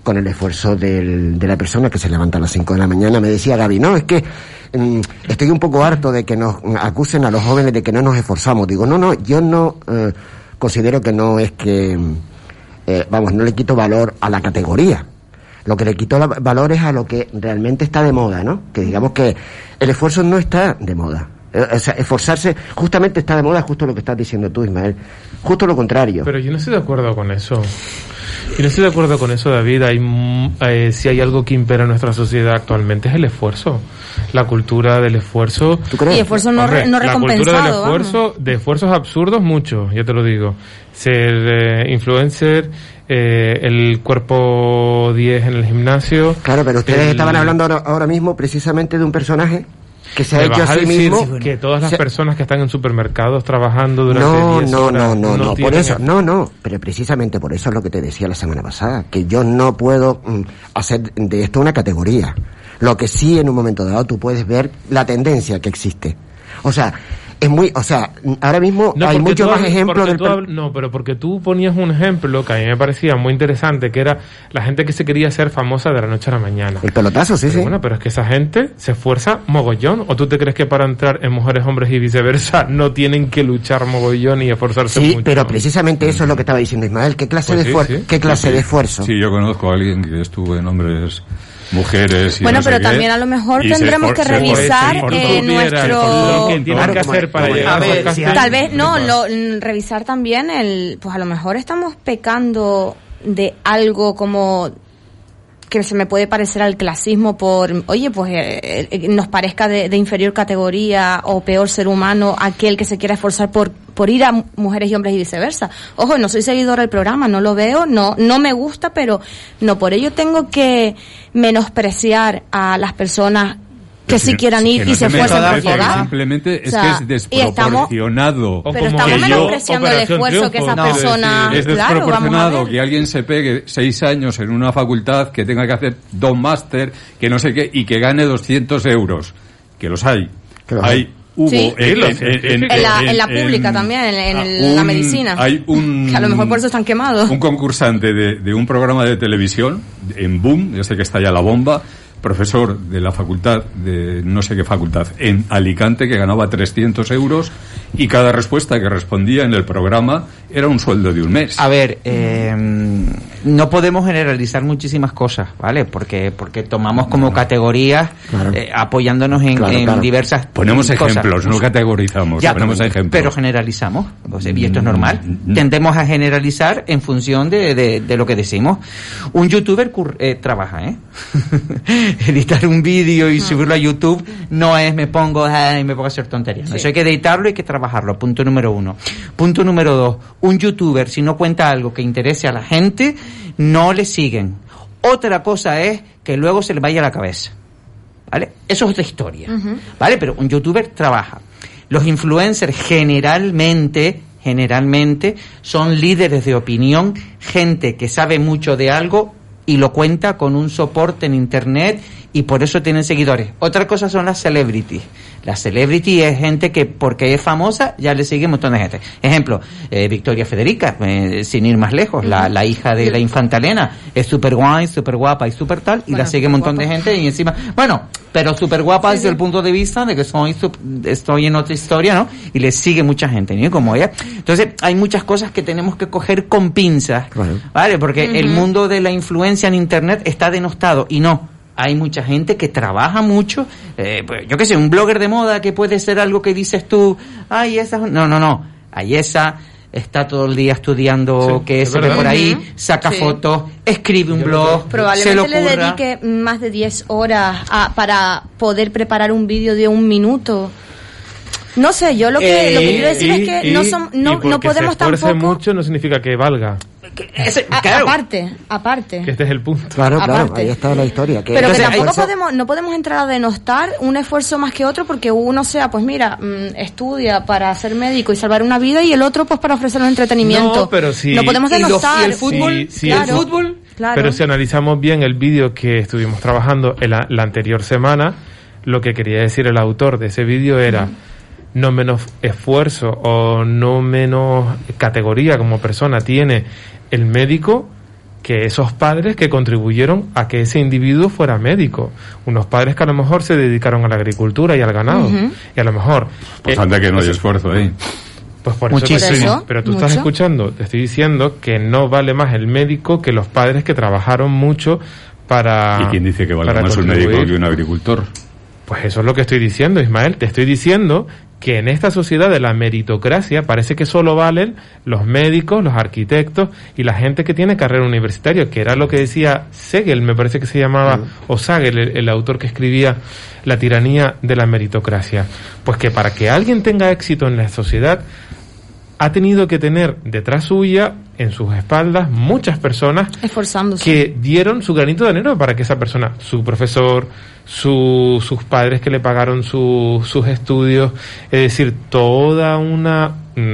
con el esfuerzo de la persona que se levanta a las 5 de la mañana. Me decía Gaby, no, es que estoy un poco harto de que nos acusen a los jóvenes de que no nos esforzamos. Digo, no, yo no considero que no es que, no le quito valor a la categoría. Lo que le quito valor es a lo que realmente está de moda, ¿no? Que digamos que el esfuerzo no está de moda. O sea, esforzarse justamente está de moda, justo lo que estás diciendo tú, Ismael. Justo lo contrario. Pero yo no estoy de acuerdo con eso. Yo no estoy de acuerdo con eso, David. Si hay algo que impera en nuestra sociedad actualmente es el esfuerzo. La cultura del esfuerzo. ¿Tú crees? Y esfuerzo no recompensado. La cultura del esfuerzo, de esfuerzos absurdos, mucho, ya te lo digo. Ser influencer, el cuerpo 10 en el gimnasio. Claro, pero ustedes estaban hablando ahora mismo precisamente de un personaje que se ha hecho a sí mismo. Que todas las personas que están en supermercados trabajando durante 10 horas no, por eso, pero precisamente por eso es lo que te decía la semana pasada, que yo no puedo hacer de esto una categoría. Lo que sí en un momento dado tú puedes ver la tendencia que existe. O sea, ahora mismo hay muchos más ejemplos pero porque tú ponías un ejemplo que a mí me parecía muy interesante, que era la gente que se quería hacer famosa de la noche a la mañana. El pelotazo, sí. Bueno, pero es que esa gente se esfuerza mogollón. ¿O tú te crees que para entrar en Mujeres, Hombres y Viceversa no tienen que luchar mogollón y esforzarse mucho? Sí, pero precisamente eso es lo que estaba diciendo Ismael. ¿Qué clase de esfuerzo? Sí, yo conozco a alguien que estuvo en Hombres, Mujeres y bueno, pero también a lo mejor tendremos que revisar nuestro tal vez revisar también pues a lo mejor estamos pecando de algo como que se me puede parecer al clasismo por, nos parezca de inferior categoría o peor ser humano aquel que se quiera esforzar por ir a Mujeres y Hombres y Viceversa. Ojo, no soy seguidora del programa, no lo veo, no me gusta, pero no por ello tengo que menospreciar a las personas que sí quieran ir y se esfuercen por llegar. Simplemente es que es desproporcionado. Pero estamos menospreciando el esfuerzo que esa persona... Es desproporcionado que alguien se pegue 6 años en una facultad, que tenga que hacer 2 máster, que no sé qué, y que gane 200 euros. Que los hay. Hubo en la pública también, en la medicina. Hay que a lo mejor por eso están quemados. Un concursante de un programa de televisión, en Boom, ya sé que está ya la bomba, profesor de la facultad, de no sé qué facultad, en Alicante, que ganaba 300 euros y cada respuesta que respondía en el programa era un sueldo de un mes. A ver, no podemos generalizar muchísimas cosas, ¿vale? Porque tomamos como categorías, apoyándonos en diversas ponemos cosas. Ejemplos, no categorizamos, ponemos ejemplos. Pero generalizamos, y esto es normal. Tendemos a generalizar en función de lo que decimos. Un youtuber trabaja, editar un vídeo y subirlo a YouTube no es me pongo a hacer tonterías. Eso hay que editarlo y hay que trabajarlo. Punto número 1. Punto número 2. Un youtuber, si no cuenta algo que interese a la gente, no le siguen. Otra cosa es que luego se le vaya a la cabeza. ¿Vale? Eso es otra historia. ¿Vale? Pero un youtuber trabaja. Los influencers generalmente son líderes de opinión, gente que sabe mucho de algo y lo cuenta con un soporte en internet y por eso tienen seguidores. Otra cosa son las celebrities. La celebrity es gente que porque es famosa ya le sigue un montón de gente. Ejemplo, Victoria Federica, sin ir más lejos, la hija de la infanta Elena, es súper guay, súper guapa y súper tal, y la sigue un montón de gente y encima, pero súper guapa desde el punto de vista de que estoy en otra historia, ¿no? Y le sigue mucha gente, ¿no? Como ella. Entonces, hay muchas cosas que tenemos que coger con pinzas, ¿vale? Porque el mundo de la influencia en internet está denostado y no. Hay mucha gente que trabaja mucho, pues, yo qué sé, un blogger de moda que puede ser algo que dices tú, no, Ayesa está todo el día estudiando que se ve por ahí, saca fotos, escribe un blog, probablemente le dedique más de 10 horas para poder preparar un vídeo de 1 minuto. No sé, yo lo que quiero decir es que no podemos tampoco... mucho no significa que valga. Aparte. Que este es el punto. Claro, ahí está la historia. Pero que tampoco no podemos entrar a denostar un esfuerzo más que otro porque uno sea, pues mira, estudia para ser médico y salvar una vida y el otro pues para ofrecer un entretenimiento. No, pero sí. No podemos denostar. ¿Y el fútbol? El fútbol. Claro. Pero si analizamos bien el vídeo que estuvimos trabajando la anterior semana, lo que quería decir el autor de ese vídeo era... no menos esfuerzo o no menos categoría como persona tiene el médico que esos padres que contribuyeron a que ese individuo fuera médico. Unos padres que a lo mejor se dedicaron a la agricultura y al ganado. Y a lo mejor... Pues anda que no hay esfuerzo ahí. Pues por eso, pero tú estás escuchando, te estoy diciendo que no vale más el médico que los padres que trabajaron mucho para... ¿Y quién dice que vale más un médico que un agricultor? Pues eso es lo que estoy diciendo, Ismael. Te estoy diciendo que en esta sociedad de la meritocracia parece que solo valen los médicos, los arquitectos y la gente que tiene carrera universitaria, que era lo que decía Segel, me parece que se llamaba, o Sagel, el autor que escribía La tiranía de la meritocracia. Pues que para que alguien tenga éxito en la sociedad, ha tenido que tener detrás suya, en sus espaldas, muchas personas esforzándose, que dieron su granito de arena para que esa persona, su profesor, sus padres que le pagaron sus estudios, es decir, toda una,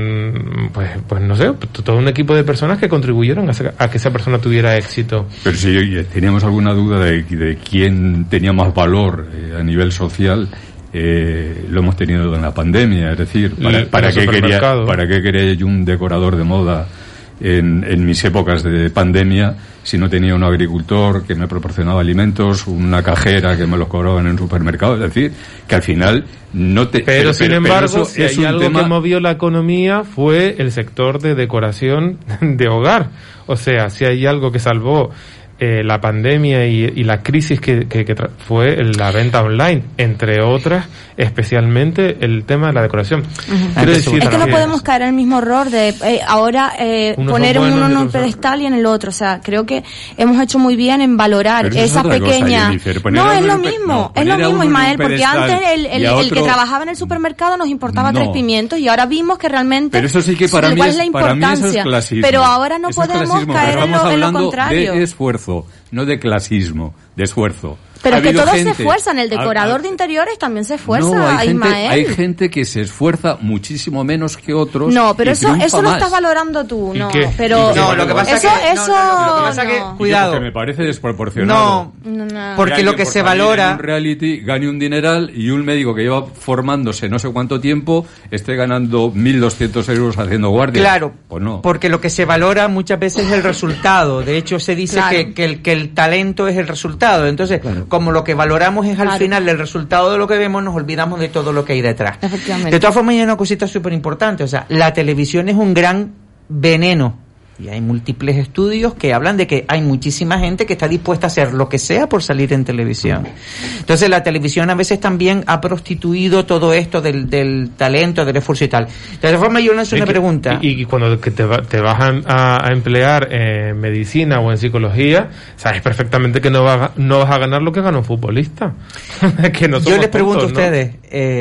pues no sé, todo un equipo de personas que contribuyeron a que esa persona tuviera éxito. Pero si teníamos alguna duda de quién tenía más valor a nivel social, lo hemos tenido en la pandemia, es decir, ¿para qué quería yo un decorador de moda en mis épocas de pandemia si no tenía un agricultor que me proporcionaba alimentos, una cajera que me los cobraban en un supermercado? Es decir, que al final no te... Pero sin embargo, si hay algo que movió la economía fue el sector de decoración de hogar. O sea, si hay algo que salvó la pandemia y la crisis que fue la venta online, entre otras, especialmente el tema de la decoración. Quiero decir, es que no podemos caer en el mismo error de ahora poner uno en un pedestal y en el otro. O sea, creo que hemos hecho muy bien en valorar esa pequeña... No, es lo mismo, Ismael, porque antes el que trabajaba en el supermercado nos importaba 3 pimientos y ahora vimos que realmente... Pero eso sí que para mí es clasismo. Pero ahora no podemos caer en lo contrario. De esfuerzo, no de clasismo, de esfuerzo. Pero que todos se esfuerzan, el decorador de interiores también se esfuerza, Ismael. Hay gente que se esfuerza muchísimo menos que otros. No, pero eso lo estás valorando tú, no. Pero no, lo que pasa es que cuidado, porque me parece desproporcionado. No. Porque lo que se valora, un reality gane un dineral y un médico que lleva formándose no sé cuánto tiempo esté ganando 1.200 euros haciendo guardia. Claro, pues no. Porque lo que se valora muchas veces es el resultado. De hecho, se dice que el talento es el resultado. Entonces, como lo que valoramos es al final el resultado de lo que vemos, nos olvidamos de todo lo que hay detrás. Efectivamente. De todas formas, hay una cosita súper importante. O sea, la televisión es un gran veneno. Y hay múltiples estudios que hablan de que hay muchísima gente que está dispuesta a hacer lo que sea por salir en televisión. Entonces la televisión a veces también ha prostituido todo esto del talento, del esfuerzo y tal. De todas formas, yo lanzo una pregunta. Y cuando te vas a emplear en medicina o en psicología, sabes perfectamente que no vas a ganar lo que gana un futbolista. Que no yo les pregunto a ustedes,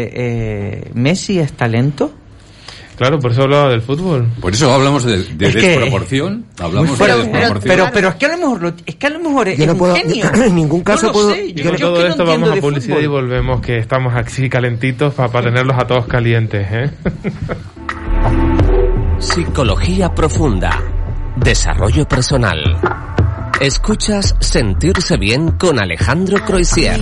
¿Messi es talento? Claro, por eso hablaba del fútbol. Por eso hablamos de desproporción. Hablamos de desproporción. Pero es que a lo mejor es no puedo, un genio. En ningún caso yo puedo... Con todo esto vamos a publicidad y volvemos, que estamos así calentitos para tenerlos a todos calientes, Psicología profunda. Desarrollo personal. Escuchas Sentirse Bien con Alejandro Croisier.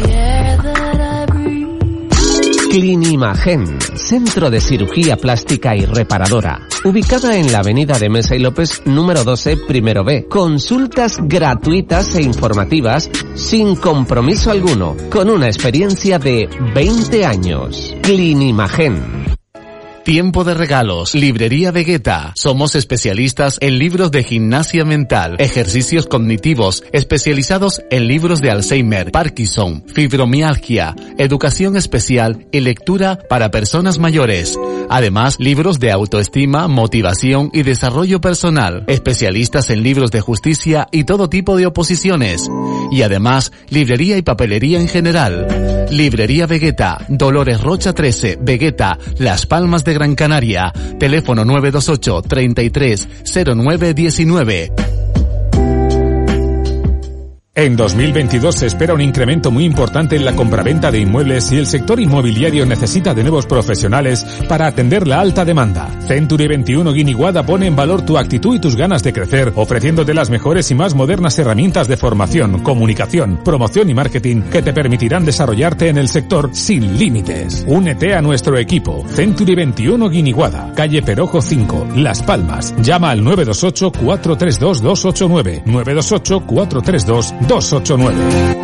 Clinimagen, centro de cirugía plástica y reparadora, ubicada en la avenida de Mesa y López, número 12, primero B. Consultas gratuitas e informativas, sin compromiso alguno, con una experiencia de 20 años. Clinimagen. Tiempo de regalos. Librería Vegeta. Somos especialistas en libros de gimnasia mental, ejercicios cognitivos, especializados en libros de Alzheimer, Parkinson, fibromialgia, educación especial y lectura para personas mayores. Además, libros de autoestima, motivación y desarrollo personal. Especialistas en libros de justicia y todo tipo de oposiciones. Y además, librería y papelería en general. Librería Vegeta, Dolores Rocha 13, Vegeta, Las Palmas de Gran Canaria. Teléfono 928 33 09 19. En 2022 se espera un incremento muy importante en la compraventa de inmuebles y el sector inmobiliario necesita de nuevos profesionales para atender la alta demanda. Century 21 Guiniguada pone en valor tu actitud y tus ganas de crecer, ofreciéndote las mejores y más modernas herramientas de formación, comunicación, promoción y marketing que te permitirán desarrollarte en el sector sin límites. Únete a nuestro equipo. Century 21 Guiniguada, calle Perojo 5, Las Palmas. Llama al 928 432 289, 928 432 289.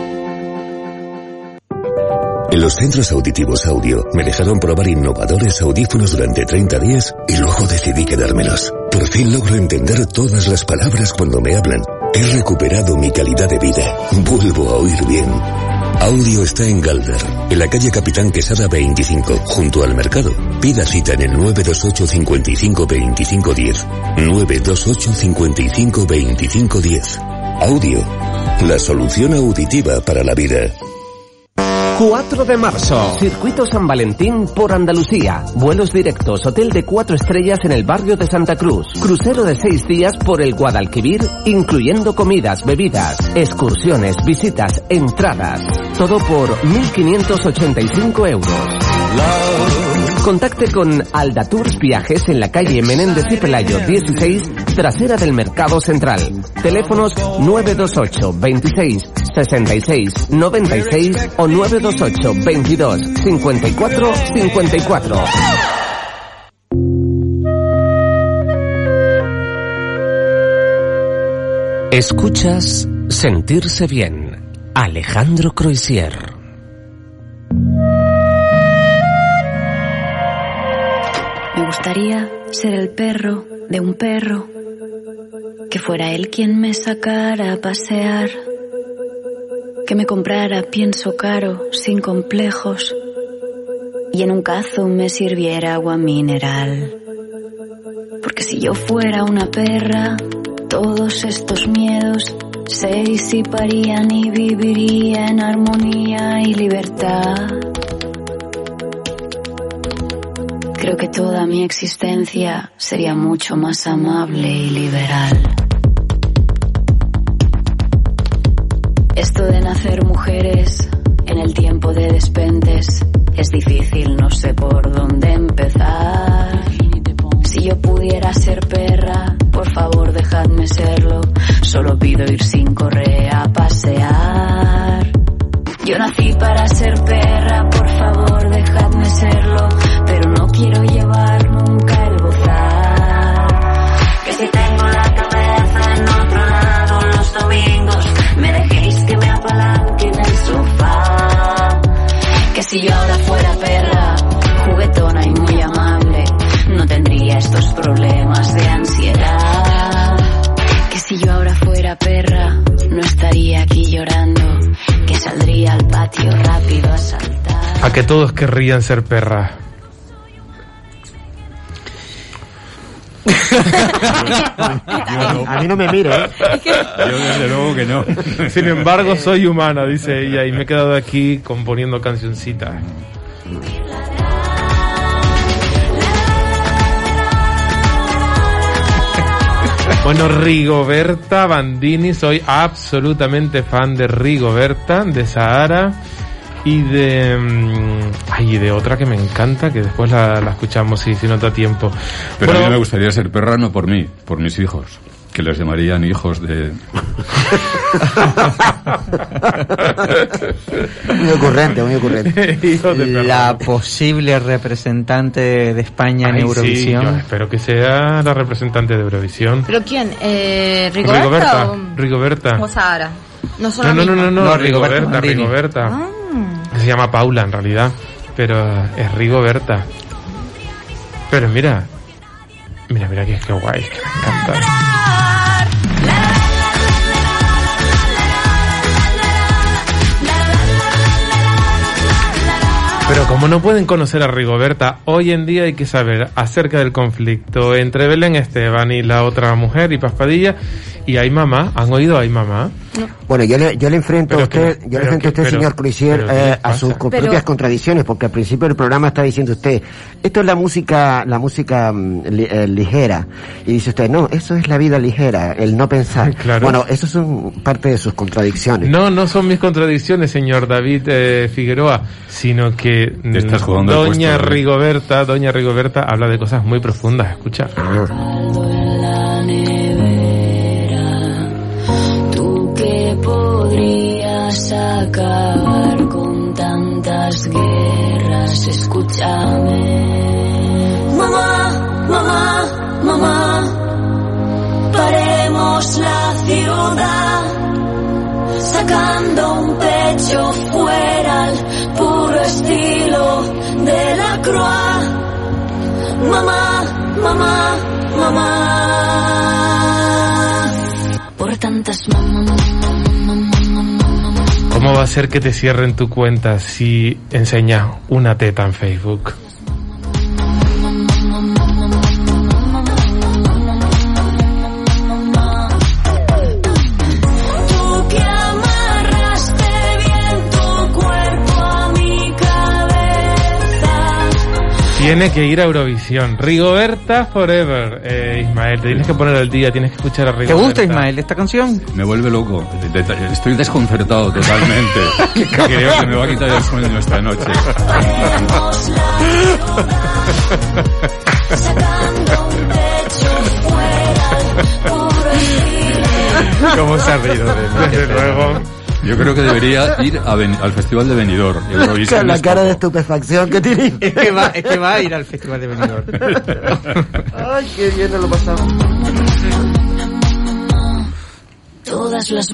En los centros auditivos Audio me dejaron probar innovadores audífonos durante 30 días y luego decidí quedármelos. Por fin logro entender todas las palabras cuando me hablan. He recuperado mi calidad de vida. Vuelvo a oír bien. Audio está en Galder, en la calle Capitán Quesada 25, junto al mercado. Pida cita en el 928 55 25 10. 928 55 25 10. Audio, la solución auditiva para la vida. 4 de marzo, Circuito San Valentín por Andalucía. Vuelos directos, hotel de 4 estrellas en el barrio de Santa Cruz. Crucero de 6 días por el Guadalquivir, incluyendo comidas, bebidas, excursiones, visitas, entradas. Todo por 1.585 euros. Contacte con Alda Tours Viajes en la calle Menéndez y Pelayo 16, trasera del Mercado Central. Teléfonos 928 26 66 96 o 928 22 54 54. Escuchas Sentirse Bien. Alejandro Croisier. Me gustaría ser el perro de un perro, que fuera él quien me sacara a pasear, que me comprara pienso caro sin complejos y en un cazo me sirviera agua mineral. Porque si yo fuera una perra, todos estos miedos se disiparían y viviría en armonía y libertad. Creo que toda mi existencia sería mucho más amable y liberal. Esto de nacer mujeres en el tiempo de despentes es difícil, no sé por dónde empezar. Si yo pudiera ser perra, por favor dejadme serlo. Solo pido ir sin correa a pasear. Yo nací para ser perra, por favor dejadme serlo. Pero no quiero llevar nunca el bozal. Que si tengo la cabeza en otro lado los domingos, me dejéis que me apalanque en el sofá. Que si yo ahora fuera perra, juguetona y muy amable, no tendría estos problemas de ansiedad. Que si yo ahora fuera perra, no estaría aquí llorando, que saldría al patio rápido a saltar. A que todos querrían ser perras. A mí no me mire, ¿eh? Yo desde luego que no. Sin embargo, soy humana, dice ella, y me he quedado aquí componiendo cancioncitas. Bueno, Rigoberta Bandini, soy absolutamente fan de Rigoberta, de Sahara y de otra que me encanta, que después la escuchamos si no da tiempo. Pero bueno, a mí me gustaría ser perra, no por mí, por mis hijos, que les llamarían hijos de... Muy ocurrente, muy ocurrente. La posible representante de España en Eurovisión. Sí, yo espero que sea la representante de Eurovisión. ¿Pero quién? ¿Rigoberta? Rigoberta. ¿O Sahara? No, Rigoberta. Se llama Paula en realidad, pero es Rigoberta. Pero mira que guay, que me encanta. Pero Bueno, como no pueden conocer a Rigoberta, hoy en día hay que saber acerca del conflicto entre Belén Esteban y la otra mujer, y Paspadilla, y Ay Mamá. ¿Han oído Ay Mamá? No. Bueno, yo le enfrento a usted, señor Cruisier, a sus propias contradicciones, porque al principio del programa está diciendo usted, esto es la música ligera, y dice usted, no, eso es la vida ligera, el no pensar. Claro. Bueno, eso son parte de sus contradicciones. No son mis contradicciones, señor David Figueroa, sino que doña Rigoberta habla de cosas muy profundas. Escucha. Podrías acabar con tantas guerras, escúchame. Mamá, paremos la ciudad, sacando un pecho fuera al puro estilo de la Croix. Mamá, por tantas ¿Cómo va a ser que te cierren tu cuenta si enseñas una teta en Facebook? Tú que amarraste bien tu cuerpo a mi cabeza. Tiene que ir a Eurovisión. Rigoberta Forever. Ismael, te tienes que poner al día, tienes que escuchar a Rigoberta. ¿Te gusta, Ismael, esta canción? Me vuelve loco. Estoy desconcertado totalmente. Creo que me va a quitar el sueño esta noche. ¿Cómo se ha reído desde luego? Yo creo que debería ir al Festival de Benidorm. La cara de estupefacción que tiene. Es que va a ir al Festival de Benidorm. Ay, qué bien nos lo pasamos. Todas las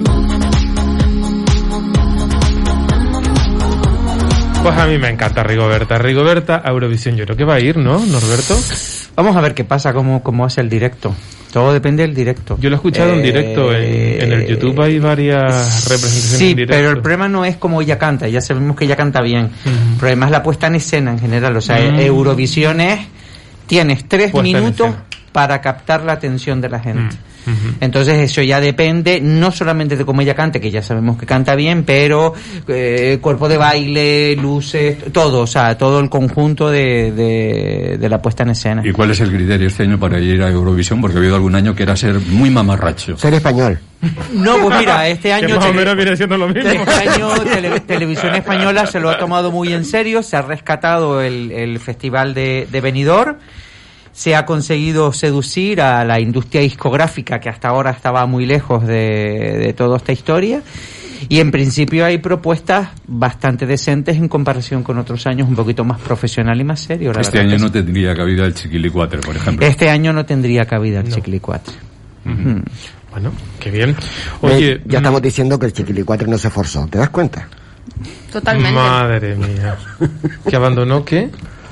Pues a mí me encanta Rigoberta a Eurovisión. Yo creo que va a ir, ¿no, Norberto? Vamos a ver qué pasa, cómo hace el directo. Todo depende del directo. Yo lo he escuchado en directo, en el YouTube hay varias representaciones en directo. Sí, pero el problema no es como ella canta, ya sabemos que ella canta bien. El problema es la puesta en escena en general, o sea, Eurovisión tienes 3 minutos para captar la atención de la gente. Entonces eso ya depende no solamente de cómo ella cante, que ya sabemos que canta bien, pero cuerpo de baile, luces, todo, o sea, todo el conjunto de la puesta en escena. ¿Y cuál es el criterio este año para ir a Eurovisión? Porque ha habido algún año que era ser muy mamarracho. Ser español. No, pues mira, este año... Que más o menos viene siendo lo mismo. Este año Televisión Española se lo ha tomado muy en serio, se ha rescatado el Festival de Benidorm. Se ha conseguido seducir a la industria discográfica que hasta ahora estaba muy lejos de toda esta historia, y en principio hay propuestas bastante decentes en comparación con otros años, un poquito más profesional y más serio. Este año no tendría cabida el Chiquilicuatre, por ejemplo. Este año no tendría cabida el Chiquilicuatre. Bueno, qué bien. Oye, ya estamos diciendo que el Chiquilicuatre no se esforzó, ¿te das cuenta? Totalmente. Madre mía. ¿Que abandonó qué?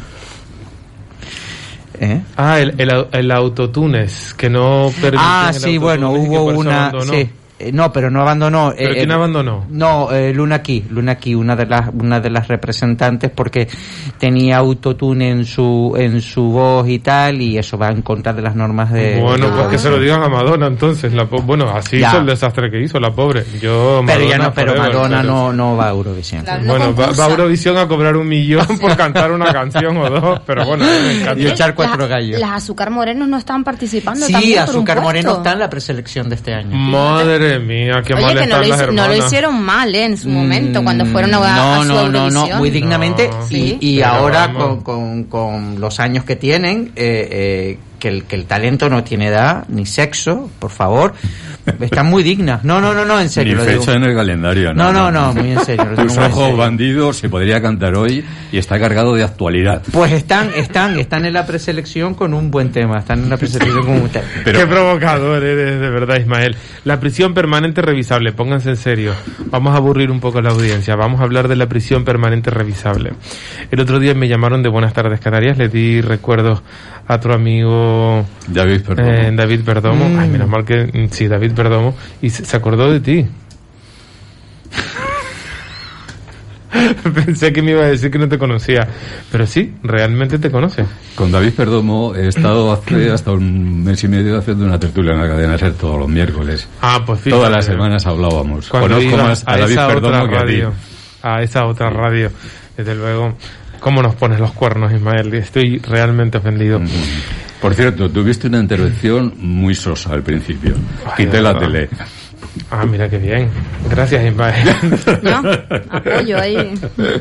Ah, el autotunes, que no permite. Ah, sí, bueno, hubo una... Sí. No, pero no abandonó. ¿Pero quién abandonó? No, Luna Key, una de las representantes, porque tenía autotune en su voz y tal, y eso va en contra de las normas de... Bueno, pues que se lo digan a Madonna entonces. Bueno, así ya hizo el desastre que hizo, la pobre. Pero Madonna no va a Eurovisión. Bueno, va a Eurovisión a cobrar 1 millón por cantar una canción o 2, pero bueno, me encanta. Y echar 4 gallos. Las Azúcar Morenos no están participando. Sí, Azúcar Moreno está en la preselección de este año. Madre mía, qué mal están las hermanas. No lo hicieron mal, en su momento, cuando fueron a su Eurovisión. No, muy dignamente. Sí. Y ahora, con los años que tienen, que el talento no tiene edad ni sexo, por favor, están muy dignas. No, en serio. Ni fecha en el calendario. No, muy en serio. Tus ojos bandidos se podría cantar hoy y está cargado de actualidad. Pues están en la preselección con un buen tema. Están en la preselección con un tema. Qué provocador eres, de verdad, Ismael. La prisión permanente revisable, pónganse en serio. Vamos a aburrir un poco a la audiencia. Vamos a hablar de la prisión permanente revisable. El otro día me llamaron de Buenas Tardes Canarias, le di recuerdos a tu amigo David Perdomo. Ay, menos mal que sí, David Perdomo, y se acordó de ti. Pensé que me iba a decir que no te conocía, pero sí, realmente te conoce. Con David Perdomo he estado hace hasta un mes y medio haciendo una tertulia en la cadena SER todos los miércoles. Pues fíjate, todas las semanas hablábamos. Conozco más a David Perdomo que a ti. A esa otra radio, desde luego. ¿Cómo nos pones los cuernos, Ismael? Estoy realmente ofendido. Por cierto, tuviste una intervención muy sosa al principio. Quité la tele. Mira qué bien. Gracias, Ismael. No, apoyo ahí.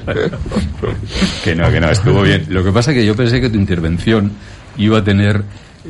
Que no, estuvo bien. Lo que pasa es que yo pensé que tu intervención iba a tener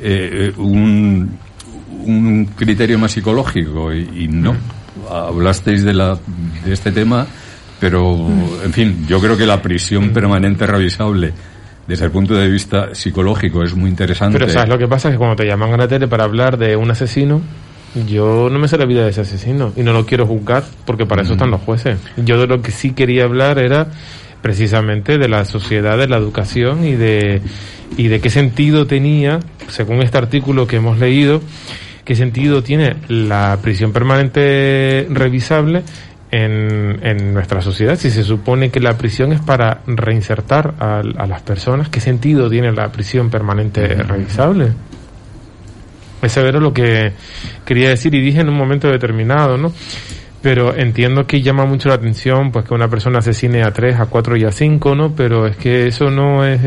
un criterio más psicológico y no. Hablasteis de este tema, pero, en fin, yo creo que la prisión permanente revisable desde el punto de vista psicológico es muy interesante. Pero ¿sabes lo que pasa? Es que cuando te llaman a la tele para hablar de un asesino, yo no me sé la vida de ese asesino y no lo quiero juzgar porque para eso están los jueces. Yo de lo que sí quería hablar era precisamente de la sociedad, de la educación y de qué sentido tenía, según este artículo que hemos leído, qué sentido tiene la prisión permanente revisable en nuestra sociedad. Si se supone que la prisión es para reinsertar a las personas, ¿qué sentido tiene la prisión permanente revisable? Eso era lo que quería decir y dije en un momento determinado, ¿no? Pero entiendo que llama mucho la atención pues que una persona asesine a 3, a 4 y a 5, ¿no? Pero es que eso no es...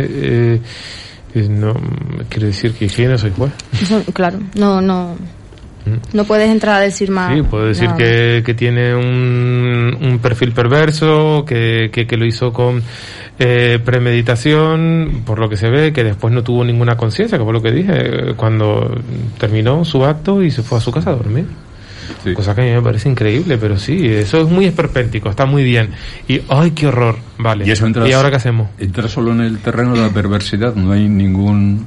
no quiere decir que higiene soy juez. Claro, no puedes entrar a decir más. Sí, puedo decir que tiene un perfil perverso, que lo hizo con premeditación, por lo que se ve, que después no tuvo ninguna conciencia, que fue lo que dije, cuando terminó su acto y se fue a su casa a dormir. Sí. Cosa que a mí me parece increíble, pero sí, eso es muy esperpéntico, está muy bien. Y ¡ay, qué horror! Vale. ¿Y ahora qué hacemos? Entra solo en el terreno de la perversidad, no hay ninguna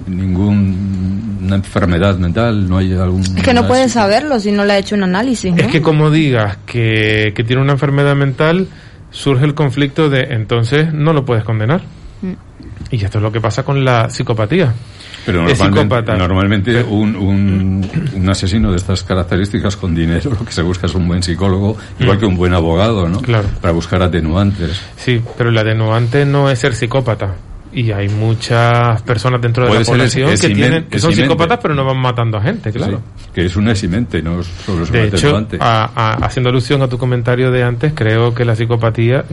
enfermedad mental, no hay algún... Es que no puedes saberlo si no le ha hecho un análisis, ¿no? Es que como digas que tiene una enfermedad mental, surge el conflicto de entonces no lo puedes condenar. Y esto es lo que pasa con la psicopatía. Pero normalmente un asesino de estas características con dinero lo que se busca es un buen psicólogo, igual que un buen abogado, ¿no? Claro. Para buscar atenuantes. Sí, pero el atenuante no es ser psicópata. Y hay muchas personas dentro de la población que son psicópatas pero no van matando a gente, claro. Sí, que es un eximente, no solo es un atenuante. De hecho, haciendo alusión a tu comentario de antes, creo que la psicopatía,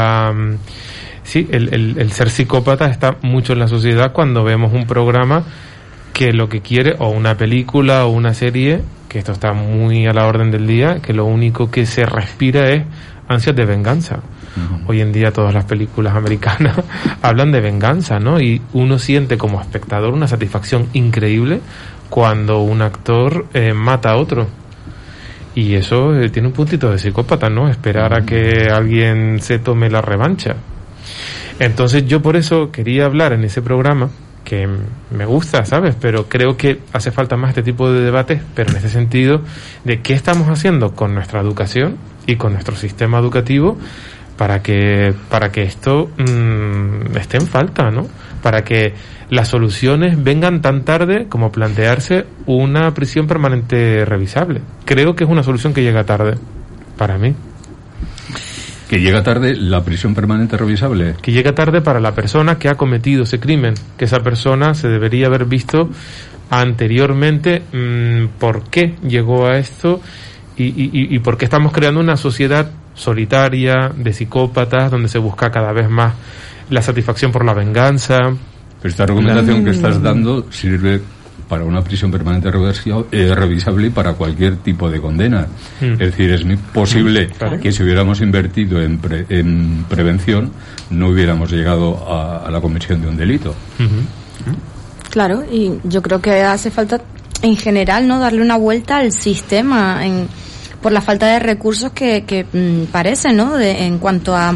el ser psicópata está mucho en la sociedad cuando vemos un programa que lo que quiere, o una película o una serie, que esto está muy a la orden del día, que lo único que se respira es ansias de venganza. Hoy en día todas las películas americanas hablan de venganza, ¿no? Y uno siente como espectador una satisfacción increíble cuando un actor mata a otro. Y eso tiene un puntito de psicópata, ¿no? Esperar a que alguien se tome la revancha. Entonces yo por eso quería hablar en ese programa, que me gusta, ¿sabes? Pero creo que hace falta más este tipo de debates, pero en ese sentido de qué estamos haciendo con nuestra educación y con nuestro sistema educativo para que esto esté en falta, ¿no? Para que las soluciones vengan tan tarde como plantearse una prisión permanente revisable. Creo que es una solución que llega tarde, para mí. ¿Que llega tarde la prisión permanente revisable? Que llega tarde para la persona que ha cometido ese crimen, que esa persona se debería haber visto anteriormente por qué llegó a esto y por qué estamos creando una sociedad solitaria, de psicópatas, donde se busca cada vez más la satisfacción por la venganza. Pero esta recomendación que estás dando sirve para una prisión permanente revisable y para cualquier tipo de condena. Es decir, es posible que si hubiéramos invertido en prevención no hubiéramos llegado a la comisión de un delito. Claro, y yo creo que hace falta en general no darle una vuelta al sistema por la falta de recursos que parece, ¿no? En cuanto a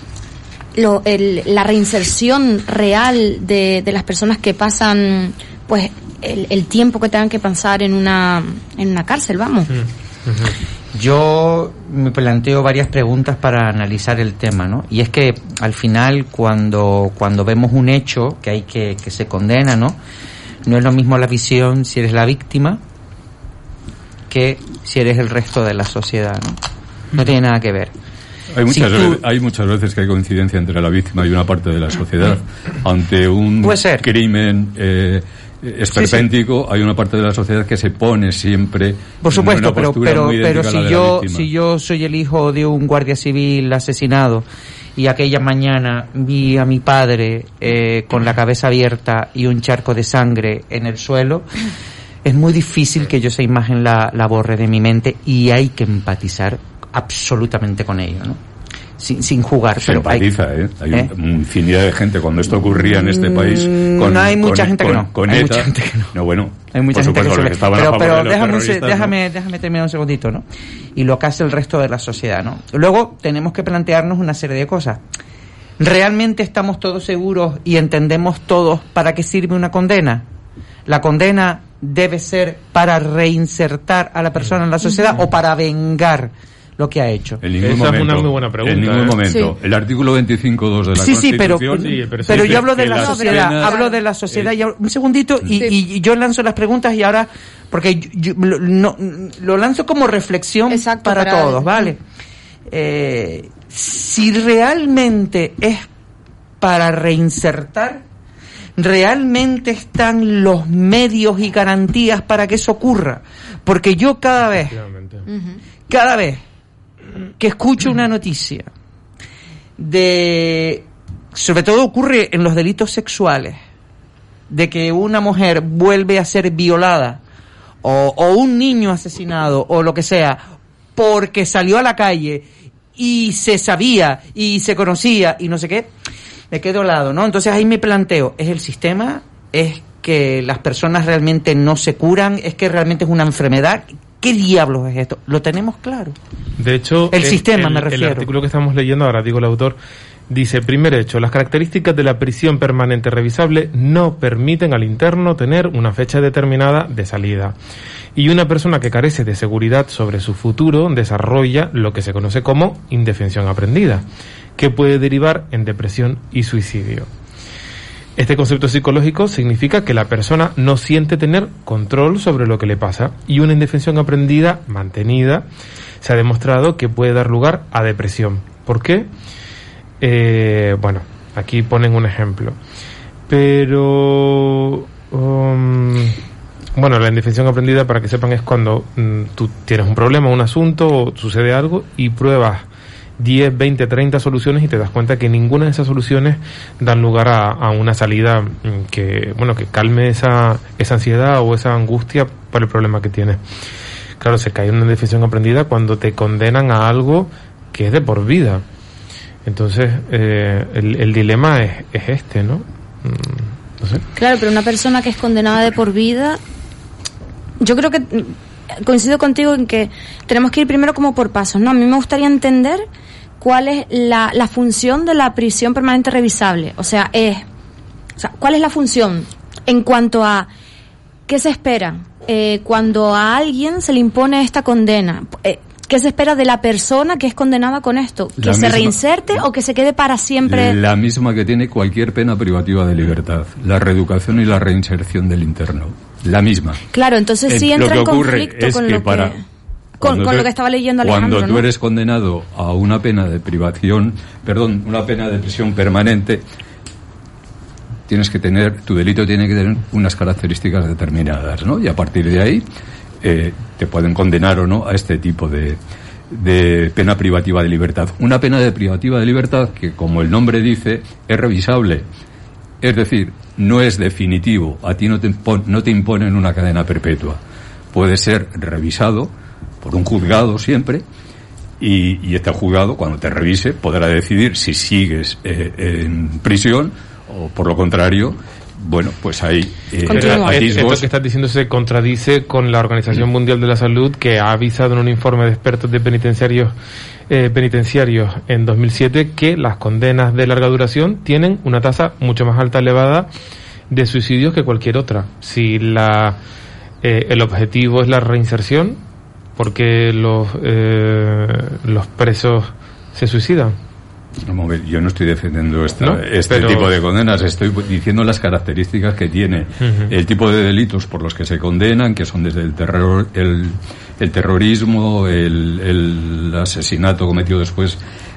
la reinserción real de las personas que pasan pues el tiempo que tengan que pasar en una cárcel, vamos. Yo me planteo varias preguntas para analizar el tema, ¿no? Y es que al final cuando vemos un hecho que se condena, ¿no? No es lo mismo la visión si eres la víctima que si eres el resto de la sociedad, ¿no? No tiene nada que ver. Hay muchas veces que hay coincidencia entre la víctima y una parte de la sociedad. Ante un crimen esperpéntico, hay una parte de la sociedad que se pone siempre, por supuesto, en una postura muy idéntica a la de la víctima. Si yo soy el hijo de un guardia civil asesinado y aquella mañana vi a mi padre con la cabeza abierta y un charco de sangre en el suelo, es muy difícil que yo esa imagen la borre de mi mente, y hay que empatizar absolutamente con ello, ¿no? Sin jugar. Se empatiza, hay una infinidad de gente cuando esto ocurría en este país. Hay mucha gente que no. Con hay ETA, mucha gente que no. No, bueno, hay mucha gente que que estaban a favor pero de los terroristas, déjame terminar un segundito, ¿no? Y lo que hace el resto de la sociedad, ¿no? Luego tenemos que plantearnos una serie de cosas. ¿Realmente estamos todos seguros y entendemos todos para qué sirve una condena? ¿La condena debe ser para reinsertar a la persona en la sociedad o para vengar lo que ha hecho? Esa es una muy buena pregunta. En ningún momento. Sí. El artículo 25.2 de la Constitución... pero yo hablo de la sociedad. Hablo de la sociedad. Un segundito, y yo lanzo las preguntas, y ahora... Porque yo lo lanzo como reflexión para todos, ¿vale? Si realmente es para reinsertar, ¿realmente están los medios y garantías para que eso ocurra? Porque yo cada vez que escucho una noticia sobre todo ocurre en los delitos sexuales, de que una mujer vuelve a ser violada o un niño asesinado o lo que sea porque salió a la calle y se sabía y se conocía y no sé qué, me quedo al lado, ¿no? Entonces ahí me planteo, ¿es el sistema? ¿Es que las personas realmente no se curan? ¿Es que realmente es una enfermedad? ¿Qué diablos es esto? ¿Lo tenemos claro? De hecho, el sistema me refiero. El artículo que estamos leyendo, ahora digo el autor, dice: primer hecho, las características de la prisión permanente revisable no permiten al interno tener una fecha determinada de salida. Y una persona que carece de seguridad sobre su futuro desarrolla lo que se conoce como indefensión aprendida, que puede derivar en depresión y suicidio. Este concepto psicológico significa que la persona no siente tener control sobre lo que le pasa, y una indefensión aprendida mantenida se ha demostrado que puede dar lugar a depresión. ¿Por qué? Bueno, aquí ponen un ejemplo. Pero... bueno, la indefensión aprendida, para que sepan, es cuando tú tienes un problema, un asunto, o sucede algo y pruebas 10, 20, 30 soluciones y te das cuenta que ninguna de esas soluciones dan lugar a una salida que calme esa ansiedad o esa angustia por el problema que tienes. Claro, se cae en una indefensión aprendida cuando te condenan a algo que es de por vida. Entonces, el dilema es este, ¿no? No sé. Claro, pero una persona que es condenada de por vida, yo creo que coincido contigo en que tenemos que ir primero como por pasos, ¿no? A mí me gustaría entender cuál es la función de la prisión permanente revisable. O sea, ¿cuál es la función en cuanto a qué se espera cuando a alguien se le impone esta condena? ¿Qué se espera de la persona que es condenada con esto? ¿Que se reinserte o que se quede para siempre? La misma que tiene cualquier pena privativa de libertad, la reeducación y la reinserción del interno. La misma. Claro, entonces sí entra en conflicto con lo que estaba leyendo Alejandro, cuando tú eres condenado a una pena de una pena de prisión permanente, tu delito tiene que tener unas características determinadas, ¿no? Y a partir de ahí te pueden condenar o no a este tipo de pena privativa de libertad. Una pena de privativa de libertad que, como el nombre dice, es revisable. Es decir, no es definitivo. A ti no te imponen una cadena perpetua. Puede ser revisado por un juzgado siempre, y este juzgado, cuando te revise, podrá decidir si sigues en prisión o, por lo contrario, bueno, pues hay esto que estás diciendo se contradice con la Organización Mundial de la Salud, que ha avisado en un informe de expertos de penitenciarios en 2007 que las condenas de larga duración tienen una tasa mucho más alta, elevada, de suicidios que cualquier otra. Si el objetivo es la reinserción, ¿por qué los presos se suicidan? Yo no estoy defendiendo este tipo de condenas, estoy diciendo las características que tiene el tipo de delitos por los que se condenan, que son desde el terrorismo, el asesinato cometido después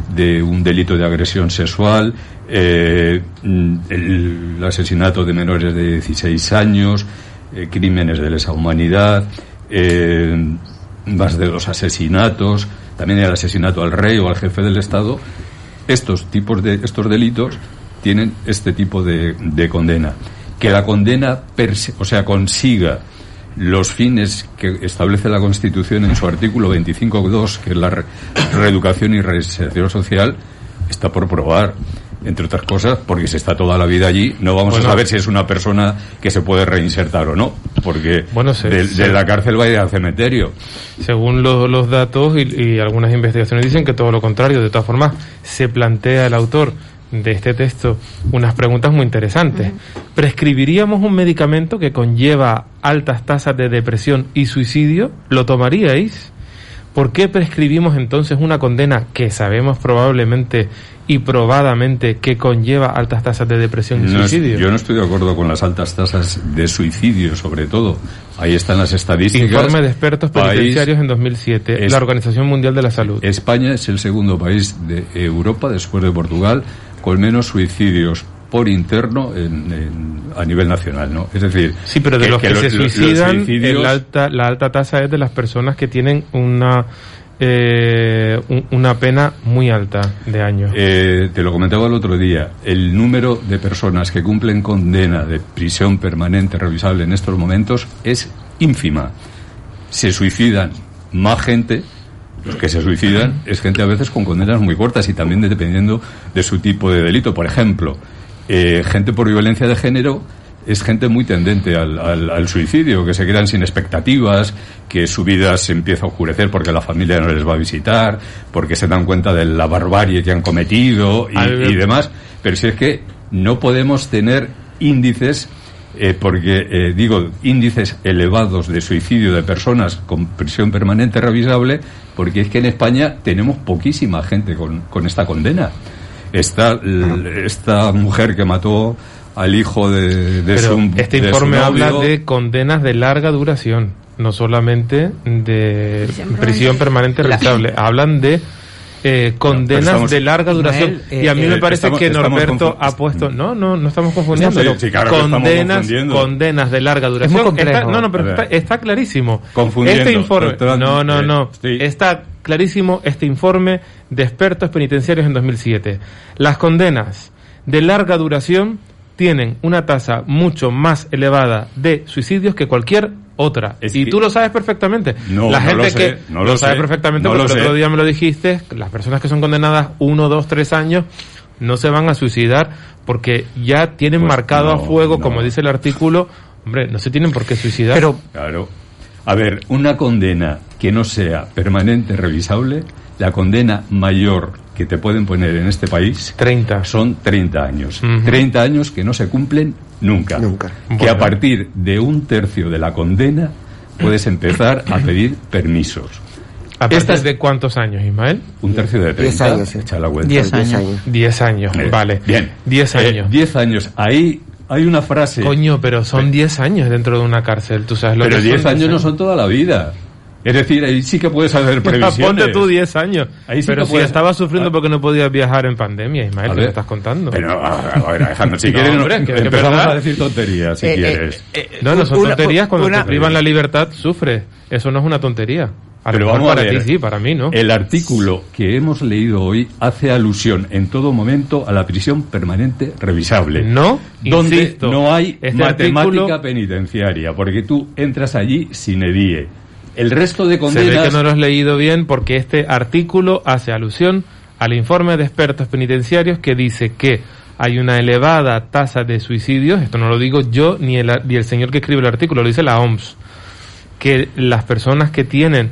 de un delito de agresión sexual, el asesinato de menores de 16 años, crímenes de lesa humanidad, más de 2 asesinatos, también el asesinato al rey o al jefe del Estado. Estos delitos tienen este tipo de condena. Que la condena consiga los fines que establece la Constitución en su artículo 25.2, que es la reeducación y reinserción social, está por probar. Entre otras cosas, porque si está toda la vida allí, no vamos a saber si es una persona que se puede reinsertar o no, porque de la cárcel va a ir al cementerio. Según los datos y algunas investigaciones dicen que todo lo contrario. De todas formas, se plantea el autor de este texto unas preguntas muy interesantes. ¿Prescribiríamos un medicamento que conlleva altas tasas de depresión y suicidio? ¿Lo tomaríais? ¿Por qué prescribimos entonces una condena que sabemos probablemente y probadamente que conlleva altas tasas de depresión y suicidio? Yo no estoy de acuerdo con las altas tasas de suicidio, sobre todo. Ahí están las estadísticas. Informe de expertos penitenciarios en 2007, la Organización Mundial de la Salud. España es el segundo país de Europa, después de Portugal, con menos suicidios por interno a nivel nacional, ¿no? Es decir, sí, pero de los que se suicidan, la alta tasa es de las personas que tienen una pena muy alta de años. Te lo comentaba el otro día, el número de personas que cumplen condena de prisión permanente revisable en estos momentos es ínfima. Se suicidan más gente. Los que se suicidan es gente a veces con condenas muy cortas y también dependiendo de su tipo de delito. Por ejemplo, gente por violencia de género es gente muy tendente al suicidio, que se quedan sin expectativas, que su vida se empieza a oscurecer porque la familia no les va a visitar, porque se dan cuenta de la barbarie que han cometido y demás. Pero si es que no podemos tener índices índices elevados de suicidio de personas con prisión permanente revisable, porque es que en España tenemos poquísima gente con esta condena. Esta mujer que mató al hijo de su este informe habla de condenas de larga duración, no solamente de prisión permanente revisable. Hablan de condenas de larga duración. Y a mí me parece que Norberto ha puesto... No estamos confundiendo. Sí, claro, condenas de larga duración. Es muy complejo. Pero está clarísimo. Confundiendo. Este informe... Sí. Está clarísimo este informe de expertos penitenciarios en 2007. Las condenas de larga duración tienen una tasa mucho más elevada de suicidios que cualquier otra. Y tú lo sabes perfectamente. La gente lo sabe perfectamente porque el otro día me lo dijiste, las personas que son condenadas 1, 2, 3 años no se van a suicidar porque ya tienen marcado a fuego, como dice el artículo. Hombre, no se tienen por qué suicidar. Pero, claro. A ver, una condena que no sea permanente revisable, la condena mayor que te pueden poner en este país 30. Son 30 años. 30 años que no se cumplen nunca. Que a partir de 1/3 de la condena puedes empezar a pedir permisos. ¿A partir de cuántos años, Ismael? 1/3 de 30. 10 años. Echa la vuelta. 10 años. 10 años, vale. Bien. 10 años. 10 años. Ahí hay una frase... Coño, pero son 10 años dentro de una cárcel. ¿Tú sabes lo pero que 10 años no son toda la vida. Es decir, ahí sí que puedes hacer previsiones. Ponte tú 10 años. Ahí sí pero si estabas sufriendo porque no podías viajar en pandemia, Ismael, ¿qué me estás contando? Pero, a ver, Alejandro, si quieres, empezamos a decir tonterías, si quieres. No son tonterías. Cuando te privan la libertad, sufres. Eso no es una tontería. Pero vamos para a ver, ti sí, para mí no. El artículo que hemos leído hoy hace alusión en todo momento a la prisión permanente revisable. No, donde insisto, no hay matemática artículo... penitenciaria, porque tú entras allí sin edie. El resto de condenas... Se ve que no lo has leído bien porque este artículo hace alusión al informe de expertos penitenciarios que dice que hay una elevada tasa de suicidios, esto no lo digo yo ni el señor que escribe el artículo, lo dice la OMS, que las personas que tienen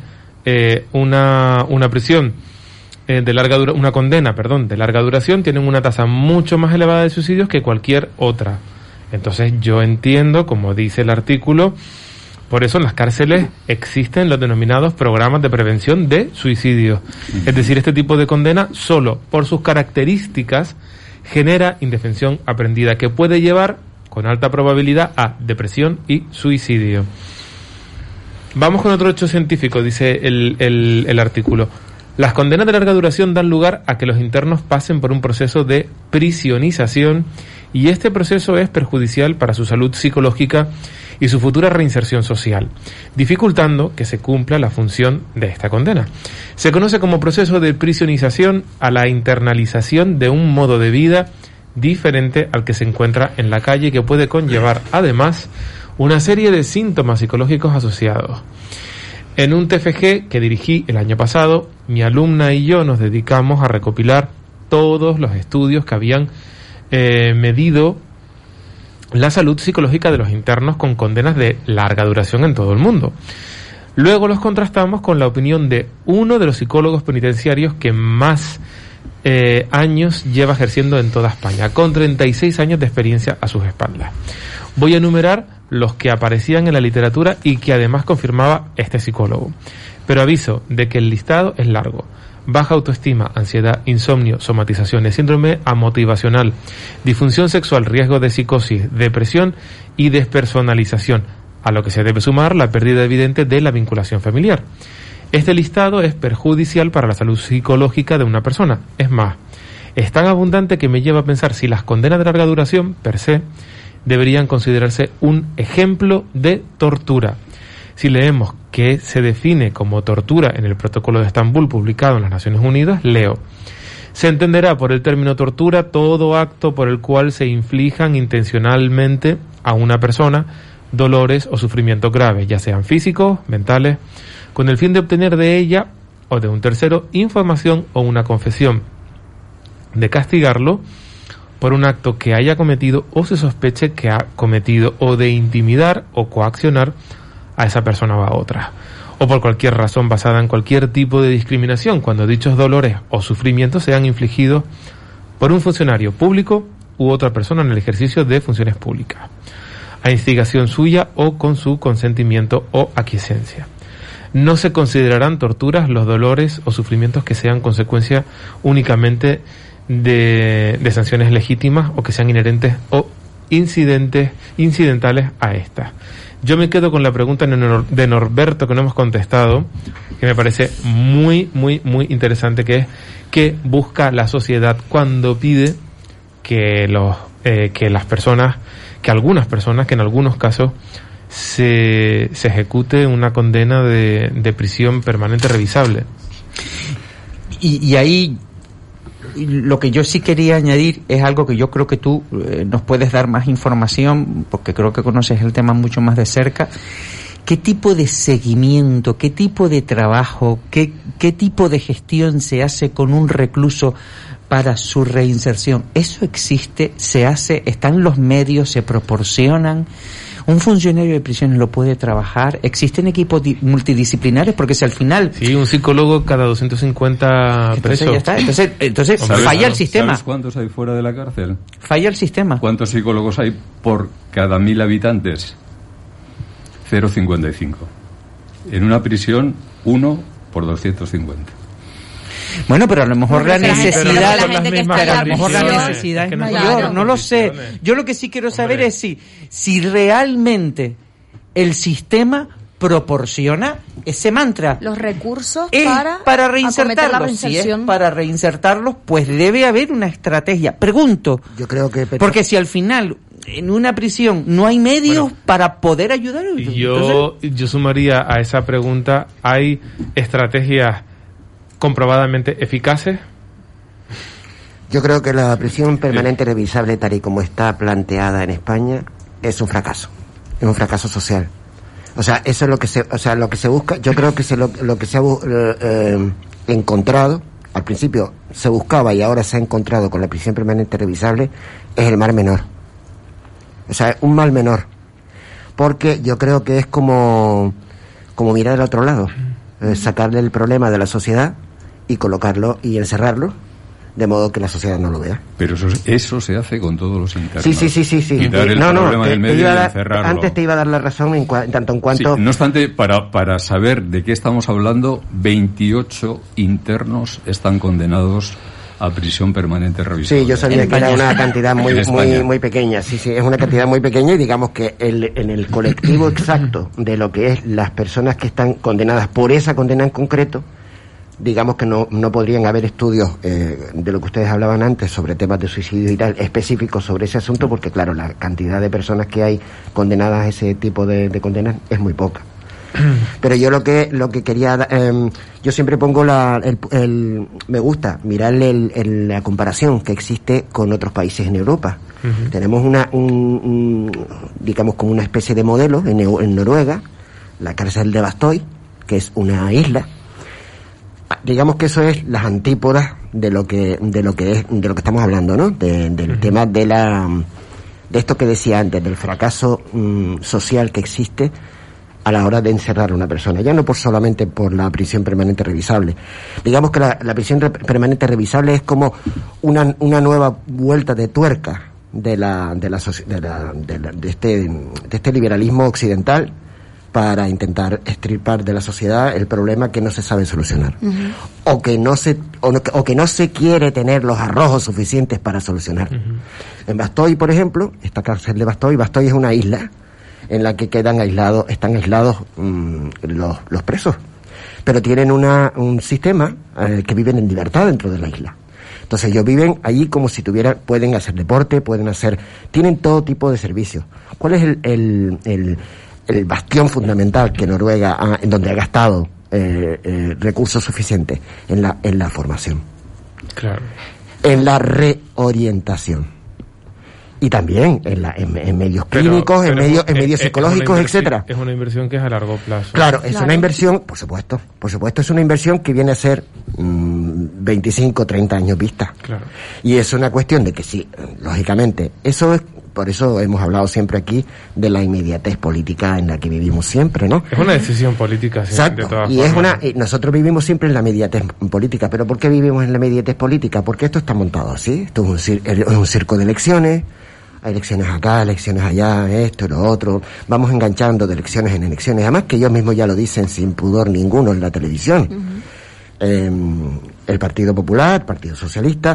una prisión de larga duración, una condena, de larga duración, tienen una tasa mucho más elevada de suicidios que cualquier otra. Entonces yo entiendo, como dice el artículo, por eso en las cárceles existen los denominados programas de prevención de suicidio. Es decir, este tipo de condena solo por sus características genera indefensión aprendida que puede llevar con alta probabilidad a depresión y suicidio. Vamos con otro hecho científico, dice el artículo. Las condenas de larga duración dan lugar a que los internos pasen por un proceso de prisionización, y este proceso es perjudicial para su salud psicológica y su futura reinserción social, dificultando que se cumpla la función de esta condena. Se conoce como proceso de prisionización a la internalización de un modo de vida diferente al que se encuentra en la calle, que puede conllevar además una serie de síntomas psicológicos asociados. En un TFG que dirigí el año pasado, mi alumna y yo nos dedicamos a recopilar todos los estudios que habían medido la salud psicológica de los internos con condenas de larga duración en todo el mundo. Luego los contrastamos con la opinión de uno de los psicólogos penitenciarios que más años lleva ejerciendo en toda España, con 36 años de experiencia a sus espaldas. Voy a enumerar los que aparecían en la literatura y que además confirmaba este psicólogo, pero aviso de que el listado es largo. Baja autoestima, ansiedad, insomnio, somatizaciones, síndrome amotivacional, disfunción sexual, riesgo de psicosis, depresión y despersonalización, a lo que se debe sumar la pérdida evidente de la vinculación familiar. Este listado es perjudicial para la salud psicológica de una persona. Es más, es tan abundante que me lleva a pensar si las condenas de larga duración, per se, deberían considerarse un ejemplo de tortura. Si leemos que se define como tortura en el Protocolo de Estambul publicado en las Naciones Unidas, leo: se entenderá por el término tortura todo acto por el cual se inflijan intencionalmente a una persona dolores o sufrimientos graves, ya sean físicos, mentales, con el fin de obtener de ella o de un tercero información o una confesión, de castigarlo por un acto que haya cometido o se sospeche que ha cometido, o de intimidar o coaccionar a esa persona o a otra, o por cualquier razón basada en cualquier tipo de discriminación, cuando dichos dolores o sufrimientos sean infligidos por un funcionario público u otra persona en el ejercicio de funciones públicas, a instigación suya o con su consentimiento o aquiescencia. No se considerarán torturas los dolores o sufrimientos que sean consecuencia únicamente de sanciones legítimas o que sean inherentes o incidentales a estas. Yo me quedo con la pregunta de Norberto que no hemos contestado, que me parece muy interesante, que es: ¿qué busca la sociedad cuando pide que algunas personas, que en algunos casos se ejecute una condena de prisión permanente revisable? Y ahí lo que yo sí quería añadir es algo que yo creo que tú nos puedes dar más información, porque creo que conoces el tema mucho más de cerca. ¿Qué tipo de seguimiento, qué tipo de trabajo, qué tipo de gestión se hace con un recluso para su reinserción? ¿Eso existe? ¿Se hace? ¿Están los medios? ¿Se proporcionan? ¿Un funcionario de prisiones lo puede trabajar? ¿Existen equipos multidisciplinares? Porque si al final... Sí, un psicólogo cada 250 presos. Ya está. Entonces falla el sistema. ¿Sabes cuántos hay fuera de la cárcel? Falla el sistema. ¿Cuántos psicólogos hay por cada 1.000 habitantes? 0,55. En una prisión, 1 por 250. Bueno, pero a lo mejor la necesidad es mayor, no lo sé. Yo lo que sí quiero saber es si realmente el sistema proporciona ese mantra. Los recursos para reinsertarlos. Si es para reinsertarlos, pues debe haber una estrategia. Pregunto. Yo creo que... Porque si al final en una prisión no hay medios para poder ayudar... Yo sumaría a esa pregunta: ¿hay estrategias comprobadamente eficaces? Yo creo que la prisión permanente revisable, tal y como está planteada en España, es un fracaso social. O sea, eso es lo que se busca. Yo creo que lo que se ha encontrado, al principio se buscaba y ahora se ha encontrado con la prisión permanente revisable, es el mal menor. O sea, un mal menor. Porque yo creo que es como mirar al otro lado, sacarle el problema de la sociedad y colocarlo y encerrarlo de modo que la sociedad no lo vea. Pero eso se hace con todos los internos. Sí. Quitar el problema del medio y encerrarlo. Antes te iba a dar la razón en tanto en cuanto... Sí, no obstante, para saber de qué estamos hablando, 28 internos están condenados a prisión permanente revisable. Sí, yo sabía que era una cantidad muy pequeña. Sí, es una cantidad muy pequeña, y digamos que en el colectivo exacto de lo que es las personas que están condenadas por esa condena en concreto, digamos que no podrían haber estudios de lo que ustedes hablaban antes sobre temas de suicidio y tal, específicos sobre ese asunto, porque claro, la cantidad de personas que hay condenadas a ese tipo de condenas es muy poca. Pero yo lo que quería, yo siempre pongo me gusta mirar la comparación que existe con otros países en Europa. Uh-huh. Tenemos digamos como una especie de modelo en Noruega, la cárcel de Bastøy, que es una isla. Digamos que eso es las antípodas de lo que estamos hablando, ¿no? Del uh-huh. tema de esto que decía antes, del fracaso social que existe a la hora de encerrar a una persona, ya no solamente por la prisión permanente revisable. Digamos que la prisión permanente revisable es como una nueva vuelta de tuerca de este liberalismo occidental para intentar extirpar de la sociedad el problema que no se sabe solucionar, uh-huh. o que no se quiere tener los arrojos suficientes para solucionar. Uh-huh. En Bastøy, por ejemplo, esta cárcel de Bastøy es una isla en la que están aislados los presos, pero tienen un sistema que viven en libertad dentro de la isla. Entonces ellos viven allí como si pueden hacer deporte, tienen todo tipo de servicios. ¿Cuál es el bastión fundamental que Noruega en donde ha gastado recursos suficientes? En la formación, claro, en la reorientación. Y también en medios clínicos, en medios psicológicos, etcétera. Es una inversión que es a largo plazo. Claro, es una inversión, por supuesto, es una inversión que viene a ser 25, 30 años vista. Claro. Y es una cuestión de que sí, lógicamente, por eso hemos hablado siempre aquí de la inmediatez política en la que vivimos siempre, ¿no? Es una decisión política, sí. Exacto. De todas formas. Nosotros vivimos siempre en la inmediatez política. ¿Pero por qué vivimos en la inmediatez política? Porque esto está montado así. Esto es un circo de elecciones. Hay elecciones acá, elecciones allá, esto, lo otro. Vamos enganchando de elecciones en elecciones. Además que ellos mismos ya lo dicen sin pudor ninguno en la televisión. Uh-huh. El Partido Popular, el Partido Socialista,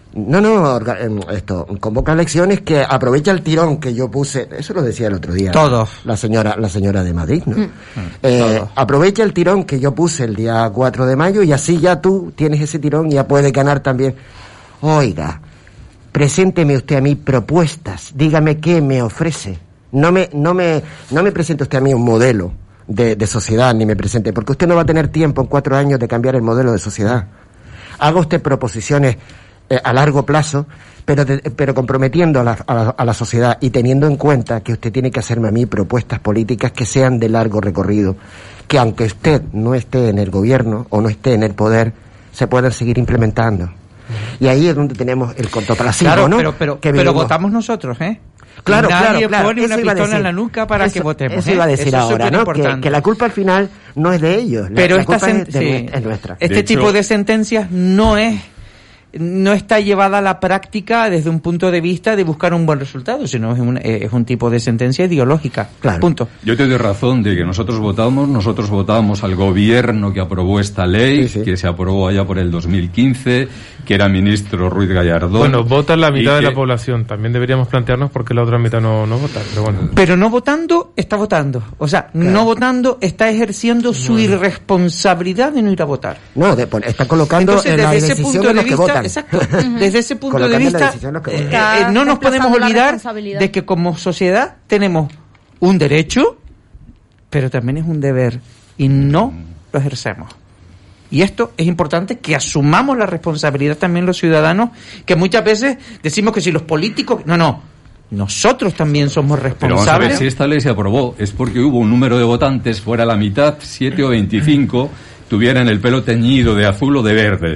convoca elecciones que aprovecha el tirón que yo puse. Eso lo decía el otro día. Todos. La señora de Madrid, ¿no? Aprovecha el tirón que yo puse el día 4 de mayo y así ya tú tienes ese tirón y ya puedes ganar también. Oiga, presénteme usted a mí propuestas, dígame qué me ofrece. No me presente usted a mí un modelo de sociedad, ni me presente, porque usted no va a tener tiempo en 4 años de cambiar el modelo de sociedad. Haga usted proposiciones a largo plazo, pero comprometiendo a la sociedad y teniendo en cuenta que usted tiene que hacerme a mí propuestas políticas que sean de largo recorrido, que aunque usted no esté en el gobierno o no esté en el poder, se puedan seguir implementando. Y ahí es donde tenemos el cortoplacismo, claro, ¿no? Pero votamos nosotros, ¿eh? Claro, nadie claro. pone una pistola en la nuca para que votemos. Eso iba a decir ahora, ¿no? Que la culpa al final no es de ellos. Pero la culpa es nuestra. Este tipo de sentencias no está llevada a la práctica desde un punto de vista de buscar un buen resultado, sino es un tipo de sentencia ideológica. Claro. Punto. Yo te doy razón de que nosotros votábamos al gobierno que aprobó esta ley, sí. Que se aprobó allá por el 2015, que era ministro Ruiz Gallardón. Bueno, vota la mitad de la población. También deberíamos plantearnos por qué la otra mitad no vota. Pero bueno. Pero no votando, está votando. O sea, claro. No votando, está ejerciendo su irresponsabilidad de no ir a votar. No, está colocando entonces, en la decisión de los que votan. Exacto. Desde ese punto de vista, no nos podemos olvidar de que como sociedad tenemos un derecho, pero también es un deber, y no lo ejercemos. Y esto es importante, que asumamos la responsabilidad también los ciudadanos, que muchas veces decimos que si los políticos... No. Nosotros también somos responsables. Pero vamos a ver, si esta ley se aprobó es porque hubo un número de votantes, fuera la mitad, 7 o 25, tuvieran el pelo teñido de azul o de verde.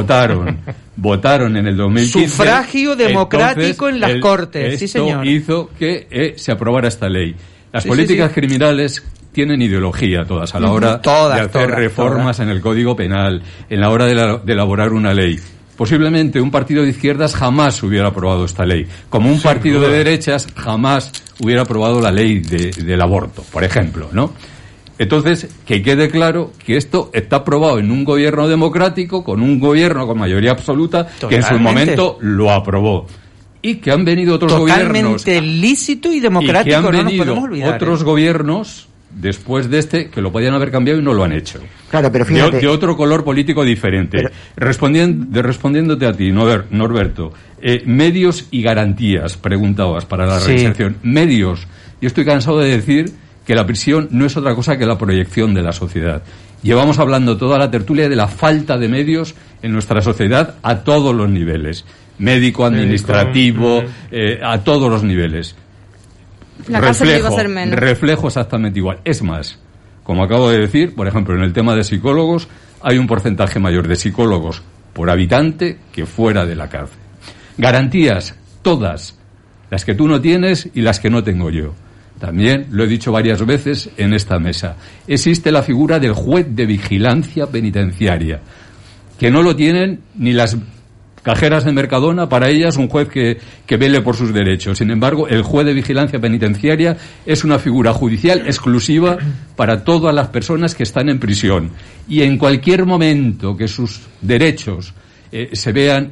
Votaron en el 2015. Sufragio democrático. Entonces, en las Cortes, sí señor. Hizo que se aprobara esta ley. Las políticas criminales tienen ideología todas a la hora de hacer reformas en el Código Penal, en la hora de elaborar una ley. Posiblemente un partido de izquierdas jamás hubiera aprobado esta ley, como un partido de derechas jamás hubiera aprobado la ley del aborto, por ejemplo, ¿no? Entonces, que quede claro que esto está aprobado en un gobierno democrático, con un gobierno con mayoría absoluta, que en su momento lo aprobó. Y que han venido otros gobiernos... Totalmente lícito y democrático, y que han no venido nos podemos olvidar. Otros gobiernos después de que lo podían haber cambiado y no lo han hecho. Claro, pero fíjate... De otro color político diferente. Respondiéndote a ti, Norberto, medios y garantías, preguntabas, para la reinserción. Medios. Yo estoy cansado de decir que la prisión no es otra cosa que la proyección de la sociedad. Llevamos hablando toda la tertulia de la falta de medios en nuestra sociedad a todos los niveles. Médico, administrativo, a todos los niveles. La cárcel iba a ser menos. Reflejo exactamente igual. Es más, como acabo de decir, por ejemplo, en el tema de psicólogos, hay un porcentaje mayor de psicólogos por habitante que fuera de la cárcel. Garantías, todas, las que tú no tienes y las que no tengo yo. También lo he dicho varias veces en esta mesa. Existe la figura del juez de vigilancia penitenciaria, que no lo tienen ni las cajeras de Mercadona. Para ellas un juez que vele por sus derechos. Sin embargo, el juez de vigilancia penitenciaria es una figura judicial exclusiva para todas las personas que están en prisión. Y en cualquier momento que sus derechos se vean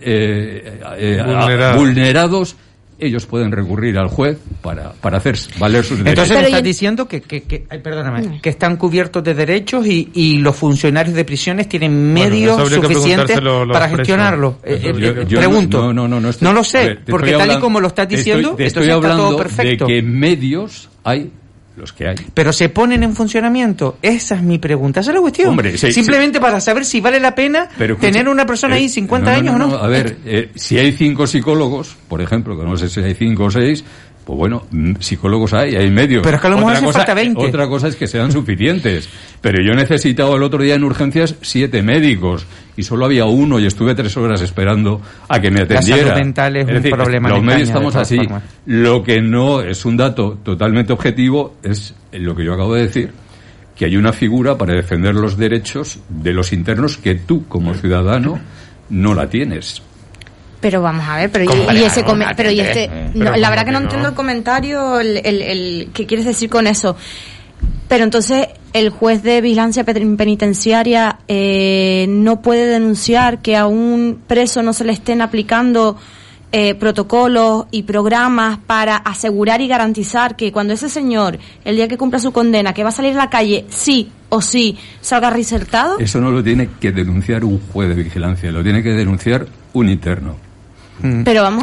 vulnerados, ellos pueden recurrir al juez para hacer valer sus derechos. Entonces me estás diciendo que están cubiertos de derechos y los funcionarios de prisiones tienen medios suficientes para gestionarlo. Pregunto. No lo sé, porque tal y como lo estás diciendo, estoy hablando está todo perfecto. De que medios hay los que hay. Pero se ponen en funcionamiento. Esa es mi pregunta. Esa es la cuestión. Hombre, simplemente para saber si vale la pena tener una persona ahí 50 años o no. A ver, si hay 5 psicólogos, por ejemplo, que no sé si hay 5 o 6, pues bueno, psicólogos hay medios. Pero es que a lo mejor hace falta 20. Otra cosa es que sean suficientes. Pero yo he necesitado el otro día en urgencias 7 médicos y solo había uno y estuve 3 horas esperando a que me atendiera. La salud mental es un problema. Los medios estamos así. Formas. Lo que no es un dato totalmente objetivo es lo que yo acabo de decir, que hay una figura para defender los derechos de los internos que tú, como ciudadano, no la tienes. Pero vamos a ver, la verdad que no entiendo el comentario, el ¿qué quieres decir con eso? Pero entonces el juez de vigilancia penitenciaria no puede denunciar que a un preso no se le estén aplicando protocolos y programas para asegurar y garantizar que cuando ese señor, el día que cumpla su condena, que va a salir a la calle, sí o sí, salga reinsertado. Eso no lo tiene que denunciar un juez de vigilancia, lo tiene que denunciar un interno. Pero vamos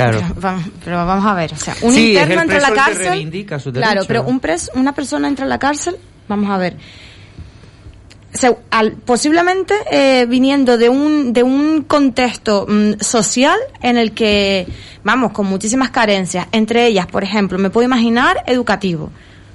a ver, o sea, un interno entra a la cárcel, claro, pero una persona entra a la cárcel, vamos a ver, posiblemente viniendo de un contexto social en el que vamos con muchísimas carencias, entre ellas, por ejemplo, me puedo imaginar educativo.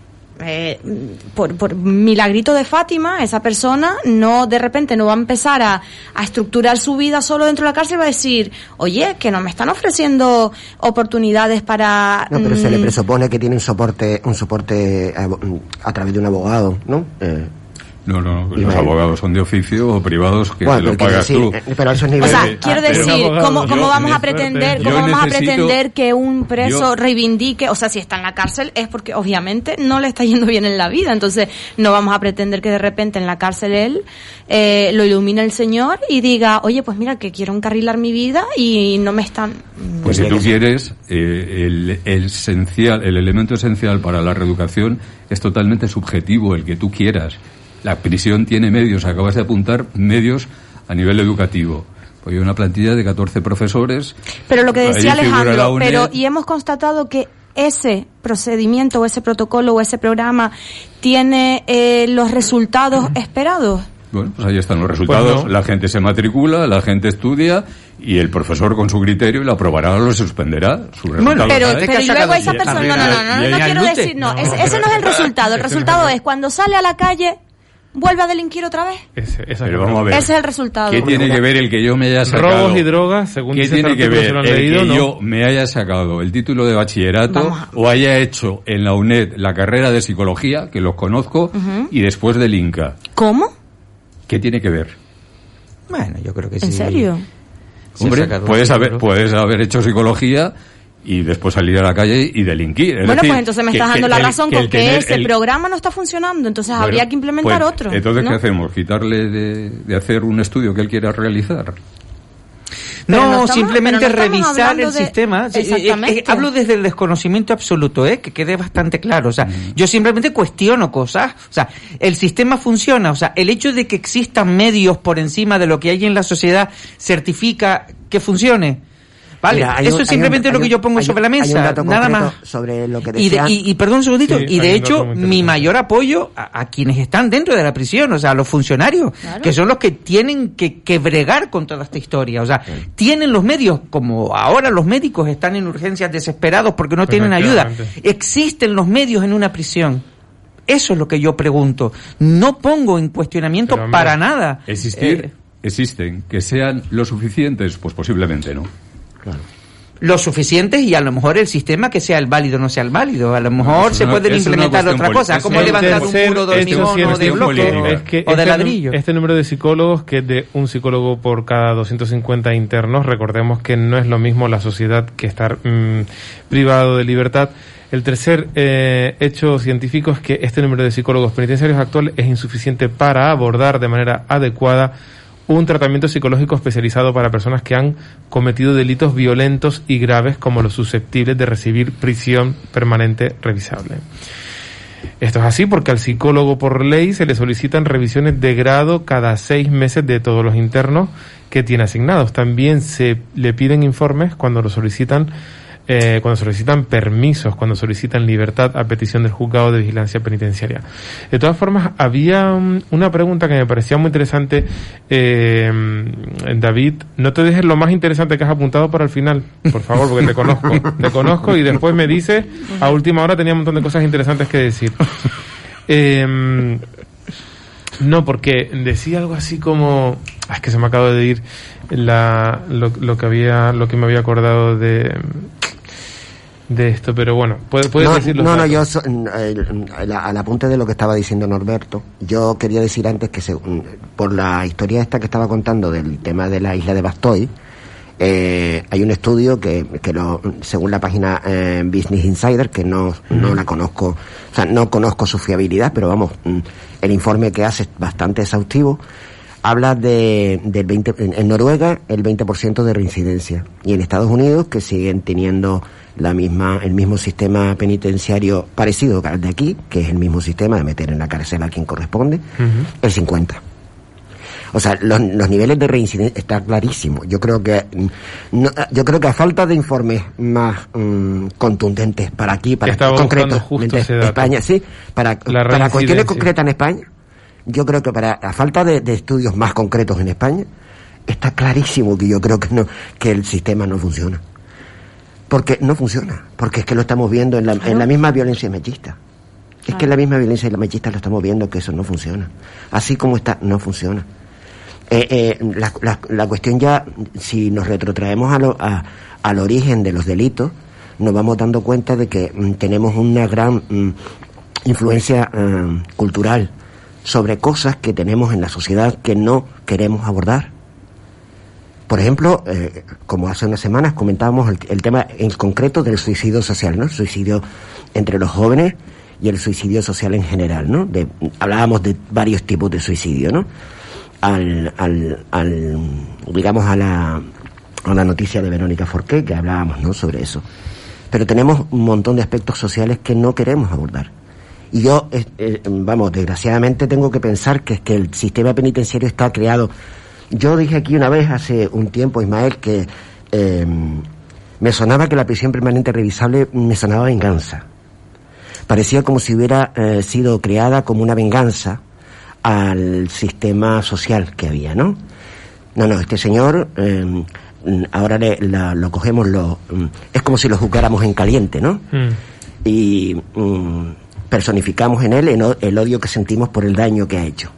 Por milagrito de Fátima, esa persona de repente no va a empezar a estructurar su vida solo dentro de la cárcel y va a decir, oye, que no me están ofreciendo oportunidades para... No, pero se le presupone que tiene un soporte a través de un abogado, ¿no? No, los abogados son de oficio o privados que te lo pagas tú. Pero a esos niveles... O sea, quiero decir, ¿cómo vamos a pretender que un preso reivindique? O sea, si está en la cárcel es porque obviamente no le está yendo bien en la vida. Entonces, no vamos a pretender que de repente en la cárcel él lo ilumine el Señor y diga, oye, pues mira, que quiero encarrilar mi vida y no me están... Pues si tú quieres, el elemento esencial para la reeducación es totalmente subjetivo, el que tú quieras. La prisión tiene medios, acabas de apuntar, medios a nivel educativo. Pues hay una plantilla de 14 profesores. Pero lo que decía Alejandro, y hemos constatado que ese procedimiento o ese protocolo o ese programa tiene los resultados esperados. Bueno, pues ahí están los resultados. Pues no. La gente se matricula, la gente estudia y el profesor con su criterio lo aprobará o lo suspenderá. Su resultado. Pero y luego esa persona, no quiero decir, ese no es el resultado. El resultado es cuando sale a la calle, vuelve a delinquir otra vez. Pero vamos a ver. Ese es el resultado. ¿Qué tiene que ver el que yo me haya sacado? Robos y drogas, según ¿Qué tiene que ver el que yo me haya sacado el título de bachillerato o haya hecho en la UNED la carrera de psicología, que los conozco, y después del Inca? ¿Cómo? ¿Qué tiene que ver? Bueno, yo creo que sí. ¿En serio? Hombre, puedes haber hecho psicología y después salir a la calle y delinquir. Bueno, decir, pues entonces me estás dando la razón con que ese programa no está funcionando, entonces habría que implementar otro. Entonces, ¿no? ¿qué hacemos? ¿Quitarle de hacer un estudio que él quiera realizar? No, simplemente revisar el sistema. Exactamente. Hablo desde el desconocimiento absoluto, que quede bastante claro. O sea, yo simplemente cuestiono cosas. O sea, el sistema funciona. O sea, el hecho de que existan medios por encima de lo que hay en la sociedad certifica que funcione. Vale, mira, eso es simplemente lo que yo pongo sobre la mesa, nada más. Sobre lo que y perdón un segundito, sí, y de hecho mi mayor apoyo a quienes están dentro de la prisión, o sea, a los funcionarios, claro, que son los que tienen que bregar con toda esta historia, o sea, tienen los medios, como ahora los médicos están en urgencias desesperados porque no tienen ayuda, existen los medios en una prisión. Eso es lo que yo pregunto, no pongo en cuestionamiento para nada. Existen, que sean lo suficientes, pues posiblemente no. Claro. Lo suficientes, y a lo mejor el sistema que sea el válido no sea el válido, a lo mejor se pueden implementar otra cosa, como levantar un muro de hormigón o de bloque o de ladrillo. Este número de psicólogos, que es de un psicólogo por cada 250 internos, recordemos que no es lo mismo la sociedad que estar privado de libertad. El tercer hecho científico es que este número de psicólogos penitenciarios actual es insuficiente para abordar de manera adecuada un tratamiento psicológico especializado para personas que han cometido delitos violentos y graves, como los susceptibles de recibir prisión permanente revisable. Esto es así porque al psicólogo por ley se le solicitan revisiones de grado cada 6 meses de todos los internos que tiene asignados. También se le piden informes cuando lo solicitan, cuando solicitan permisos, cuando solicitan libertad a petición del juzgado de vigilancia penitenciaria. De todas formas, había una pregunta que me parecía muy interesante. David, no te dejes lo más interesante que has apuntado para el final, por favor, porque te conozco y después me dices, a última hora tenía un montón de cosas interesantes que decir. No, porque decía algo así como, es que se me acaba de ir lo que me había acordado de esto, pero bueno, puedes decirlo. No, yo al apunte de lo que estaba diciendo Norberto, yo quería decir antes que por la historia esta que estaba contando del tema de la isla de Bastoy, hay un estudio que según la página Business Insider, que no la conozco, o sea, no conozco su fiabilidad, pero vamos, el informe que hace es bastante exhaustivo. Habla del 20, en Noruega el 20% de reincidencia, y en Estados Unidos, que siguen teniendo el mismo sistema penitenciario parecido al de aquí, que es el mismo sistema de meter en la cárcel a quien corresponde, el 50%. O sea, los niveles de reincidencia está clarísimo. Yo creo que a falta de informes más contundentes para aquí, para concretos, España, sí, para cuestiones concretas en España. Yo creo que a falta de estudios más concretos en España, está clarísimo que yo creo que el sistema no funciona. Porque no funciona. Porque es que lo estamos viendo en la misma violencia machista. Es que en la misma violencia machista lo estamos viendo, que eso no funciona. Así como está, no funciona. La cuestión ya, si nos retrotraemos al origen de los delitos, nos vamos dando cuenta de que tenemos una gran influencia cultural sobre cosas que tenemos en la sociedad que no queremos abordar. Por ejemplo, como hace unas semanas comentábamos el tema en concreto del suicidio social, ¿no? El suicidio entre los jóvenes y el suicidio social en general, ¿no? Hablábamos de varios tipos de suicidio, ¿no? Digamos a la noticia de Verónica Forqué, que hablábamos, ¿no? Sobre eso. Pero tenemos un montón de aspectos sociales que no queremos abordar. Y yo, desgraciadamente tengo que pensar que es que el sistema penitenciario está creado. Yo dije aquí una vez, hace un tiempo, Ismael, que me sonaba que la prisión permanente revisable me sonaba venganza. Parecía como si hubiera sido creada como una venganza al sistema social que había, ¿no? No, este señor, ahora lo cogemos, es como si lo juzgáramos en caliente, ¿no? Y personificamos en él el odio que sentimos por el daño que ha hecho.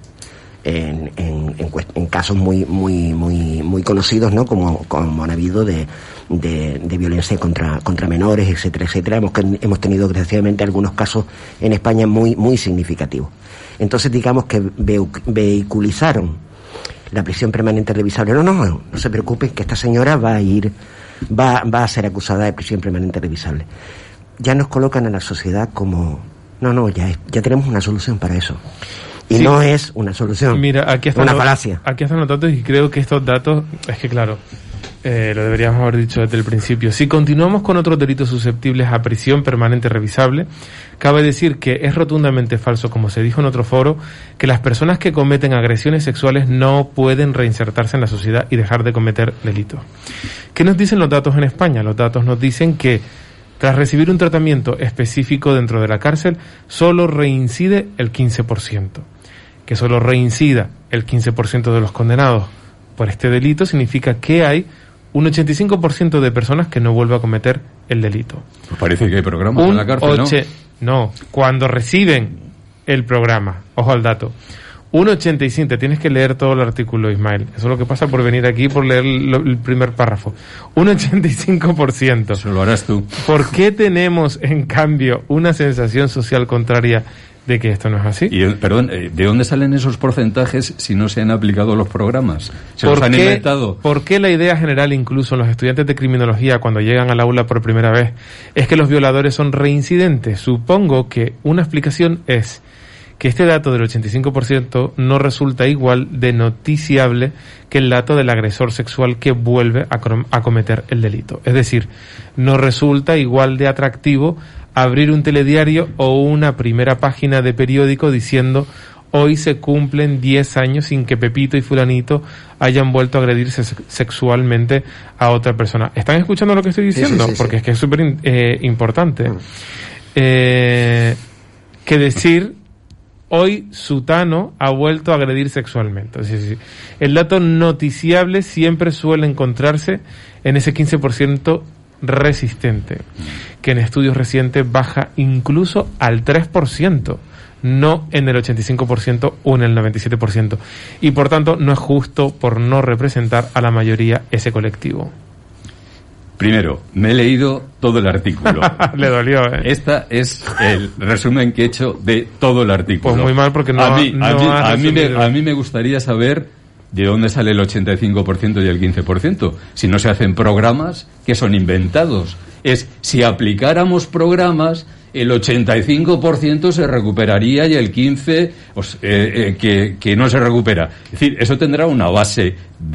En casos muy conocidos, ¿no? Como han habido de violencia contra menores, etcétera. Hemos tenido desgraciadamente algunos casos en España muy significativos. Entonces, digamos que vehiculizaron la prisión permanente revisable. No se preocupen, que esta señora va a ser acusada de prisión permanente revisable. Ya nos colocan a la sociedad como ya tenemos una solución para eso. Y sí, no es una solución. Mira, aquí una falacia. Aquí están los datos, y creo que estos datos, es que claro, lo deberíamos haber dicho desde el principio. Si continuamos con otros delitos susceptibles a prisión permanente revisable, cabe decir que es rotundamente falso, como se dijo en otro foro, que las personas que cometen agresiones sexuales no pueden reinsertarse en la sociedad y dejar de cometer delitos. ¿Qué nos dicen los datos en España? Los datos nos dicen que tras recibir un tratamiento específico dentro de la cárcel, solo reincide el 15%. Que solo reincida el 15% de los condenados por este delito significa que hay un 85% de personas que no vuelve a cometer el delito. Pues parece que hay programas en la cárcel, ¿no? Cuando reciben el programa, ojo al dato, un 85%, te tienes que leer todo el artículo, Ismael, eso es lo que pasa por venir aquí, por leer el primer párrafo, un 85%. Eso lo harás tú. ¿Por qué tenemos, en cambio, una sensación social contraria de que esto no es así? Y, perdón, ¿de dónde salen esos porcentajes si no se han aplicado los programas? ¿Se los han inventado? ¿Por qué la idea general, incluso en los estudiantes de criminología, cuando llegan al aula por primera vez, es que los violadores son reincidentes? Supongo que una explicación es que este dato del 85% no resulta igual de noticiable que el dato del agresor sexual que vuelve a cometer el delito. Es decir, no resulta igual de atractivo abrir un telediario o una primera página de periódico diciendo: hoy se cumplen 10 años sin que Pepito y Fulanito hayan vuelto a agredirse sexualmente a otra persona. ¿Están escuchando lo que estoy diciendo? Sí. Porque es que es súper importante. Que decir: hoy Sutano ha vuelto a agredir sexualmente. Sí. El dato noticiable siempre suele encontrarse en ese 15% resistente, que en estudios recientes baja incluso al 3%, no en el 85% o en el 97%, y por tanto no es justo por no representar a la mayoría ese colectivo. Primero, me he leído todo el artículo. Le dolió, ¿eh? Esta es el resumen que he hecho de todo el artículo. Pues muy mal, porque a mí me gustaría saber ¿de dónde sale el 85% y el 15%? Si no se hacen programas que son inventados. Si aplicáramos programas, el 85% se recuperaría y el 15% que no se recupera. Es decir, eso tendrá una base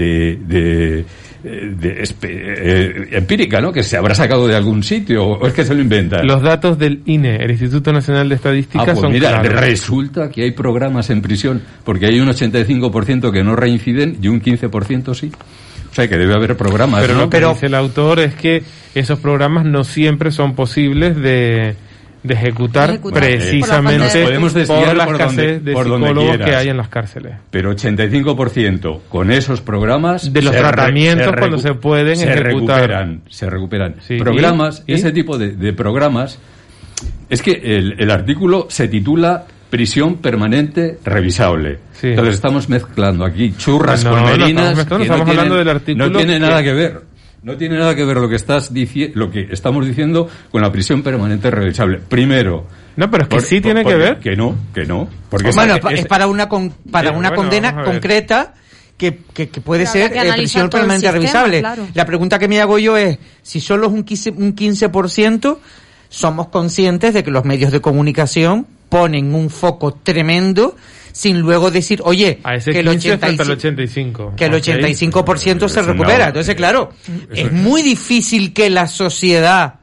empírica, ¿no? Que se habrá sacado de algún sitio, o es que se lo inventan. Los datos del INE, el Instituto Nacional de Estadística, son claros. Resulta que hay programas en prisión, porque hay un 85% que no reinciden y un 15% sí. O sea, que debe haber programas. Pero ¿no? Lo que dice el autor es que esos programas no siempre son posibles de ejecutar precisamente por la escasez de psicólogos que hay en las cárceles. Pero 85% con esos programas de los tratamientos cuando se pueden ejecutar. Se recuperan. Sí. Programas, ese tipo de programas. Es que el artículo se titula Prisión permanente revisable. Sí. Entonces estamos mezclando aquí churras con merinas. Estamos hablando del artículo. No tiene nada que ver. No tiene nada que ver lo que estamos diciendo con la prisión permanente revisable. Primero. No, pero es que sí tiene que ver. Que no. Porque es para una condena concreta que puede ser prisión permanente revisable. Claro. La pregunta que me hago yo es, si solo es un 15%, somos conscientes de que los medios de comunicación ponen un foco tremendo sin luego decir, oye, que el 85%, que el 85% se recupera. Entonces, claro, es muy difícil que la sociedad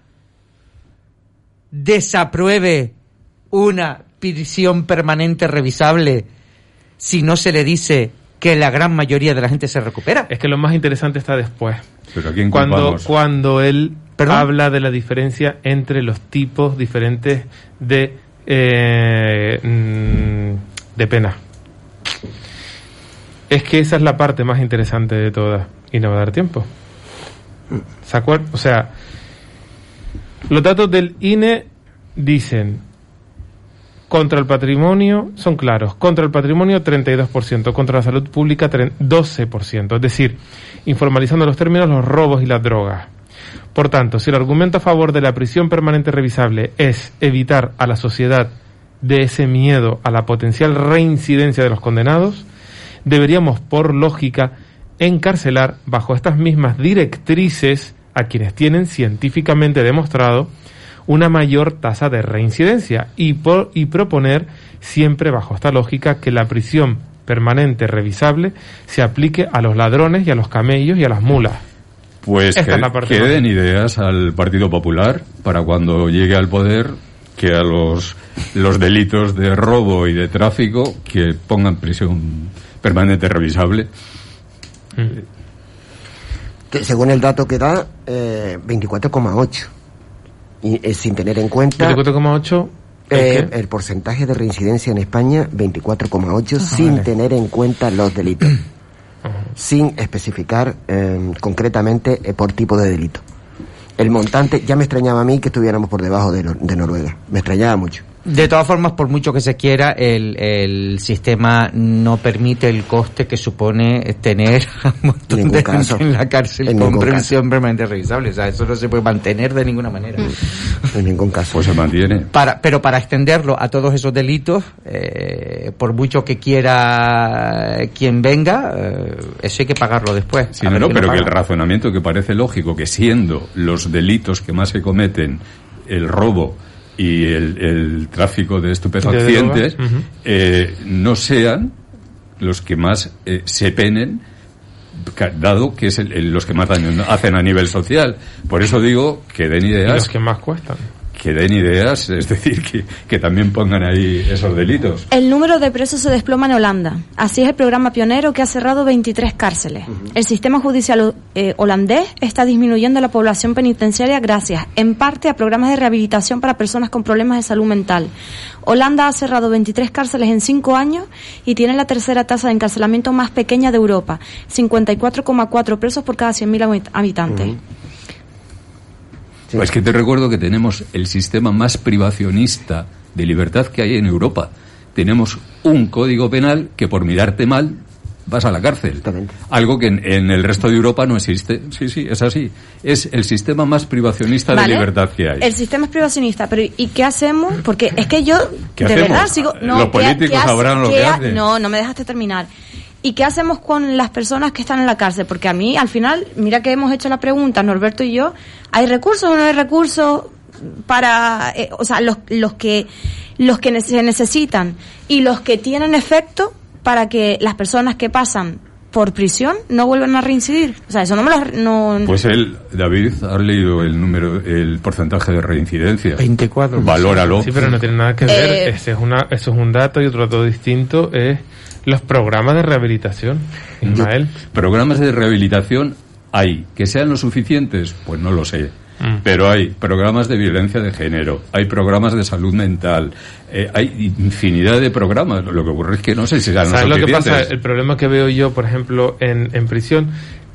desapruebe una prisión permanente revisable si no se le dice que la gran mayoría de la gente se recupera. Es que lo más interesante está después. ¿Pero a quién cuando él habla de la diferencia entre los tipos diferentes de pena. Es que esa es la parte más interesante de todas y no va a dar tiempo. ¿Se acuerdan? O sea, los datos del INE dicen: contra el patrimonio son claros, contra el patrimonio 32%, contra la salud pública 12%, es decir, informalizando los términos, los robos y las drogas. Por tanto, si el argumento a favor de la prisión permanente revisable es evitar a la sociedad de ese miedo a la potencial reincidencia de los condenados, deberíamos, por lógica, encarcelar bajo estas mismas directrices a quienes tienen científicamente demostrado una mayor tasa de reincidencia y proponer siempre bajo esta lógica que la prisión permanente revisable se aplique a los ladrones y a los camellos y a las mulas. Pues que den ideas al Partido Popular para cuando llegue al poder, que a los delitos de robo y de tráfico que pongan prisión permanente revisable. Según el dato que da, 24,8. Y sin tener en cuenta... 24,8... el porcentaje de reincidencia en España, 24,8, sin tener en cuenta los delitos. Sin especificar concretamente por tipo de delito. El montante, ya me extrañaba a mí que estuviéramos por debajo de Noruega. Me extrañaba mucho. De todas formas, por mucho que se quiera, el sistema no permite el coste que supone tener a un montón de gente en la cárcel con prisión permanente revisable. O sea, eso no se puede mantener de ninguna manera. En ningún caso. Pues se mantiene. Pero para extenderlo a todos esos delitos, por mucho que quiera quien venga, eso hay que pagarlo después. Sí, no, pero que el razonamiento que parece lógico, que siendo los delitos que más se cometen el robo y el tráfico de estupefacientes, no sean los que más se penen, dado que es los que más daño hacen a nivel social. Por eso digo que den ideas. Y los que más cuestan. Que den ideas, es decir, que también pongan ahí esos delitos. El número de presos se desploma en Holanda. Así es el programa pionero que ha cerrado 23 cárceles. El sistema judicial holandés está disminuyendo la población penitenciaria gracias, en parte, a programas de rehabilitación para personas con problemas de salud mental. Holanda ha cerrado 23 cárceles en 5 años y tiene la tercera tasa de encarcelamiento más pequeña de Europa, 54,4 presos por cada 100.000 habitantes. Pues que te recuerdo que tenemos el sistema más privacionista de libertad que hay en Europa. Tenemos un código penal que por mirarte mal vas a la cárcel. Algo que en el resto de Europa no existe. Sí, es así. Es el sistema más privacionista de libertad que hay. El sistema es privacionista, pero ¿y qué hacemos? Porque es que yo, ¿qué de hacemos? verdad, sigo... No, los políticos sabrán lo que hacen. No me dejaste terminar. ¿Y qué hacemos con las personas que están en la cárcel? Porque a mí, al final, mira que hemos hecho la pregunta, Norberto y yo, ¿hay recursos o no hay recursos para, los que se necesitan y los que tienen efecto para que las personas que pasan por prisión no vuelvan a reincidir? O sea, eso no me lo... Pues David, has leído el porcentaje de reincidencia. 24. Valóralo. Sí, pero no tiene nada que ver. Eso es un dato, y otro dato distinto es los programas de rehabilitación, Ismael. Programas de rehabilitación hay. ¿Que sean lo suficientes? Pues no lo sé. Pero hay programas de violencia de género, hay programas de salud mental, hay infinidad de programas. Lo que ocurre es que no sé si sean lo suficientes. ¿Sabes lo que pasa? El problema que veo yo, por ejemplo, en prisión,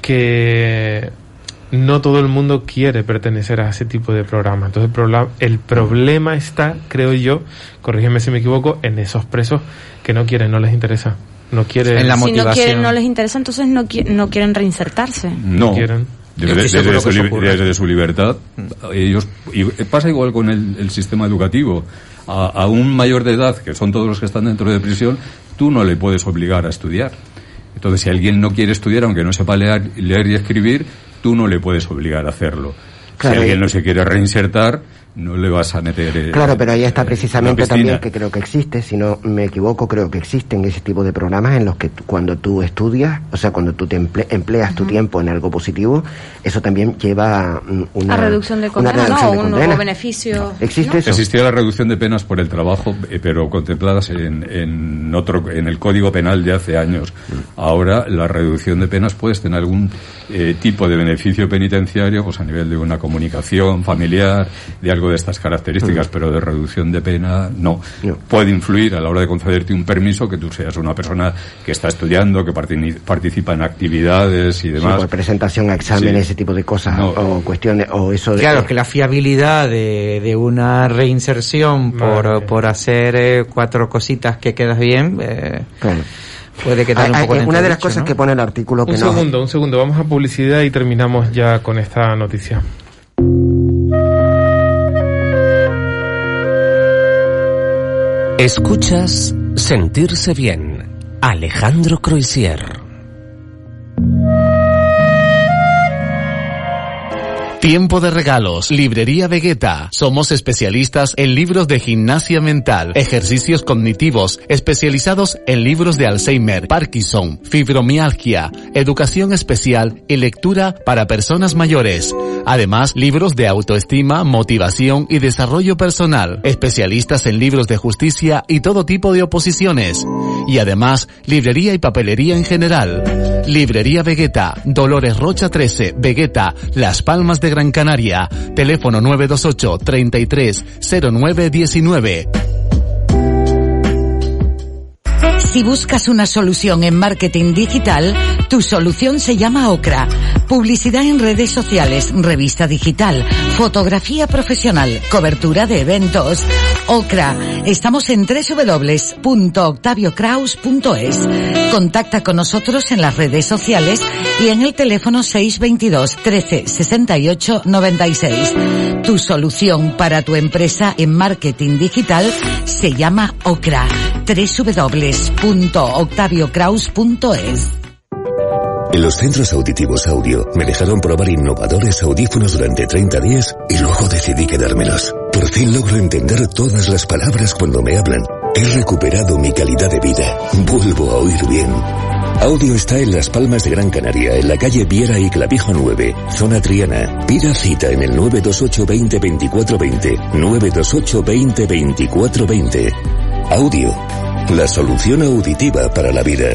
que no todo el mundo quiere pertenecer a ese tipo de programa. Entonces el problema está, creo yo, corrígeme si me equivoco, en esos presos que no quieren, no les interesa. No quieren. En la motivación. Si no quieren, no les interesa, entonces no quieren reinsertarse. No quieren. Desde su libertad, ellos, y pasa igual con el sistema educativo. A un mayor de edad, que son todos los que están dentro de prisión, tú no le puedes obligar a estudiar. Entonces, si alguien no quiere estudiar, aunque no sepa leer y escribir, tú no le puedes obligar a hacerlo. Claro, si alguien no se quiere reinsertar, no le vas a meter... Claro, pero ahí está precisamente también, que creo que existe, si no me equivoco, creo que existen ese tipo de programas en los que cuando tú estudias, o sea, cuando tú te empleas tu tiempo en algo positivo, eso también lleva a reducción de condena, un nuevo beneficio. ¿Existe eso? Existía la reducción de penas por el trabajo, pero contempladas en el Código Penal de hace años. Ahora, la reducción de penas puedes tener algún tipo de beneficio penitenciario, pues a nivel de una comunicación familiar, de algo de estas características, pero de reducción de pena no. Puede influir a la hora de concederte un permiso que tú seas una persona que está estudiando, que participa en actividades y demás. Sí, por presentación a exámenes, ese tipo de cosas, o cuestiones, o eso de... Claro, que la fiabilidad de una reinserción por hacer 4 cositas que quedas bien... Claro. Puede quedar un poco una de las cosas, ¿no?, que pone el artículo que un segundo, vamos a publicidad y terminamos ya con esta noticia. Escuchas Sentirse Bien, Alejandro Croisier. Tiempo de regalos. Librería Vegeta. Somos especialistas en libros de gimnasia mental, ejercicios cognitivos, especializados en libros de Alzheimer, Parkinson, fibromialgia, educación especial y lectura para personas mayores. Además, libros de autoestima, motivación y desarrollo personal, especialistas en libros de justicia y todo tipo de oposiciones. Y además, librería y papelería en general. Librería Vegeta, Dolores Rocha 13, Vegeta, Las Palmas de Gran Canaria. Teléfono 928 33 09 19. Si buscas una solución en marketing digital, tu solución se llama Ocra. Publicidad en redes sociales, revista digital, fotografía profesional, cobertura de eventos. Ocra. Estamos en www.octaviocraus.es. Contacta con nosotros en las redes sociales y en el teléfono 622 13 68 96. Tu solución para tu empresa en marketing digital se llama Ocra. www.octaviocraus.es. En los centros auditivos Audio me dejaron probar innovadores audífonos durante 30 días y luego decidí quedármelos. Por fin logro entender todas las palabras cuando me hablan. He recuperado mi calidad de vida. Vuelvo a oír bien. Audio está en Las Palmas de Gran Canaria, en la calle Viera y Clavijo 9, zona Triana. Pida cita en el 928 20 24 20, 928 20 24 20. Audio, la solución auditiva para la vida.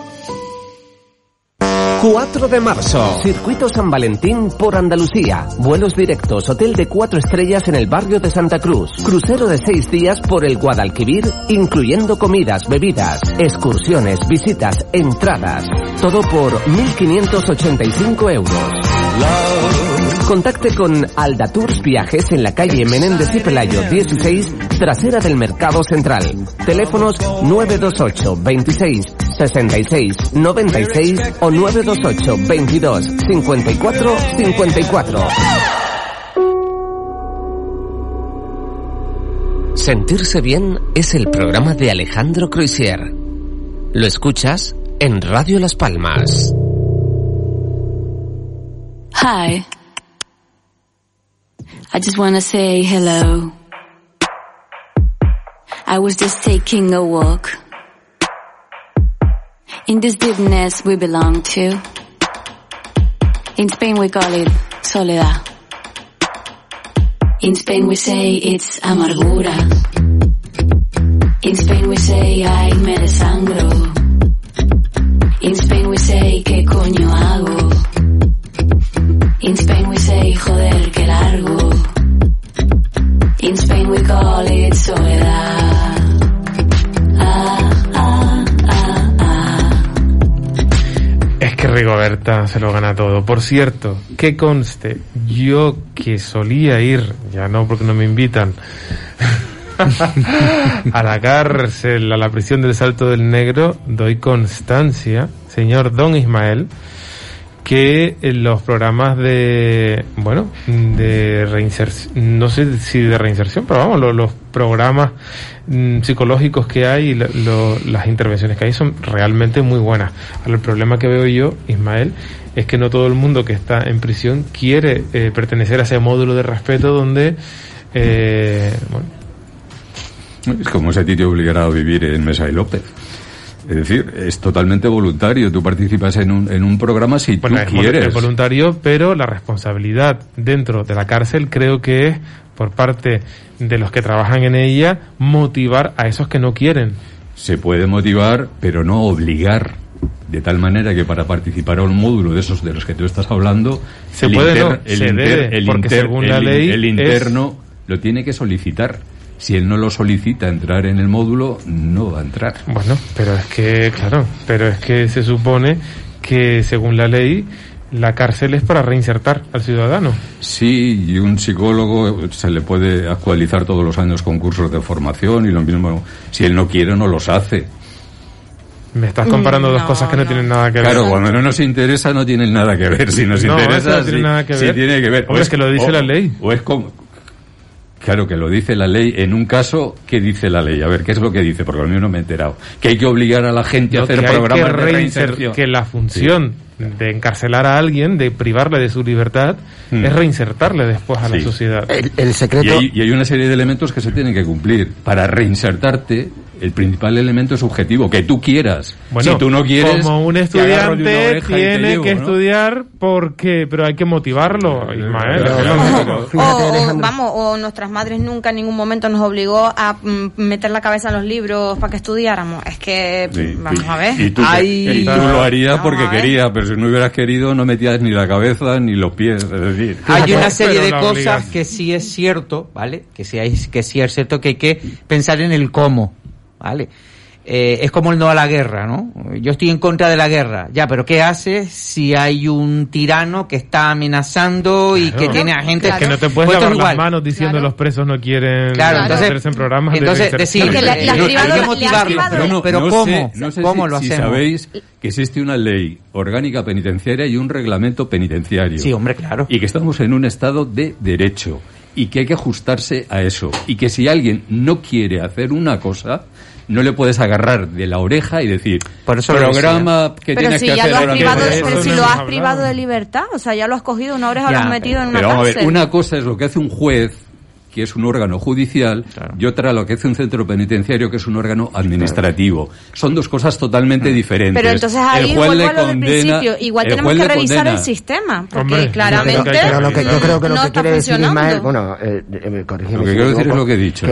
4 de marzo, Circuito San Valentín por Andalucía. Vuelos directos, hotel de 4 estrellas en el barrio de Santa Cruz. Crucero de 6 días por el Guadalquivir, incluyendo comidas, bebidas, excursiones, visitas, entradas. Todo por 1.585 euros. Contacte con Alda Tours Viajes en la calle Menéndez y Pelayo 16, trasera del Mercado Central. Teléfonos 928 26 66 96 o 928 22 54 54. Sentirse bien es el programa de Alejandro Croisier. Lo escuchas en Radio Las Palmas. Hi. I just wanna say hello. I was just taking a walk in this deepness we belong to. In Spain we call it soledad. In Spain we say it's amargura. In Spain we say ay me desangro. In Spain we say ¿qué coño hago? In Spain we say joder que largo. In Spain we call it soledad. Es que Rigoberta se lo gana todo. Por cierto, que conste, yo que solía ir, ya no porque no me invitan, a la cárcel, a la prisión del Salto del Negro, doy constancia, señor Don Ismael, que los programas de reinserción, no sé si de reinserción, pero vamos, los programas psicológicos que hay y las intervenciones que hay son realmente muy buenas. Ahora, el problema que veo yo, Ismael, es que no todo el mundo que está en prisión quiere pertenecer a ese módulo de respeto donde es como si a ti te obligara a vivir en Mesa y López. Es decir, es totalmente voluntario. Tú participas en un programa si tú quieres. Es voluntario, pero la responsabilidad dentro de la cárcel creo que es por parte de los que trabajan en ella motivar a esos que no quieren. Se puede motivar, pero no obligar. De tal manera que para participar a un módulo de esos de los que tú estás hablando, se debe, porque según la ley el interno lo tiene que solicitar. Si él no lo solicita entrar en el módulo, no va a entrar. Bueno, pero es que se supone que según la ley la cárcel es para reinsertar al ciudadano. Sí, y un psicólogo se le puede actualizar todos los años con cursos de formación y lo mismo, si él no quiere, no los hace. Me estás comparando dos cosas que no tienen nada que ver. Claro, cuando no nos interesa no tienen nada que ver. Si nos interesa, no tiene nada que ver. Sí tiene que ver. Hombre, es que lo dice la ley. O es como... Claro que lo dice la ley. En un caso, ¿qué dice la ley? A ver, ¿qué es lo que dice? Porque a mí no me he enterado. Que hay que obligar a la gente a hacer programas de reinserción. Que la función de encarcelar a alguien, de privarle de su libertad, es reinsertarle después a la sociedad. El secreto... Y hay una serie de elementos que se tienen que cumplir. Para reinsertarte, el principal elemento es subjetivo, que tú quieras. Bueno, si tú no quieres, como un estudiante tiene que estudiar porque, pero hay que motivarlo, Ismael. O nuestras madres nunca en ningún momento nos obligó a meter la cabeza en los libros para que estudiáramos. Es que, vamos a ver. Y tú lo harías porque querías, pero si no hubieras querido no metías ni la cabeza ni los pies, es decir. Hay una serie de cosas que sí es cierto, ¿vale? Que sí es cierto que hay que pensar en el cómo. ¿Vale? Es como el no a la guerra, ¿no? Yo estoy en contra de la guerra. Ya, pero ¿qué haces si hay un tirano que está amenazando y que tiene a gente... Es que no te puedes lavar las manos diciendo los presos no quieren meterse en programas entonces, de decir, hay que motivarlo. Pero ¿cómo? No sé ¿Cómo lo si hacemos? sabéis que existe una ley orgánica penitenciaria y un reglamento penitenciario. Sí, hombre, claro. Y que estamos en un estado de derecho. Y que hay que ajustarse a eso. Y que si alguien no quiere hacer una cosa... No le puedes agarrar de la oreja y decir, por eso programa que tienes que hacer ahora. Pero si lo has privado de libertad, o sea, ya lo has cogido una oreja, lo has metido en una cárcel. Pero vamos a ver, una cosa es lo que hace un juez, que es un órgano judicial, y otra lo que hace un centro penitenciario, que es un órgano administrativo. Son dos cosas totalmente diferentes. Pero entonces ahí vuelvo a lo del principio. Igual tenemos que revisar el sistema, porque claramente pero lo que yo creo que lo que quiere decir Ismael, corrígeme. Lo que quiero decir es lo que he dicho.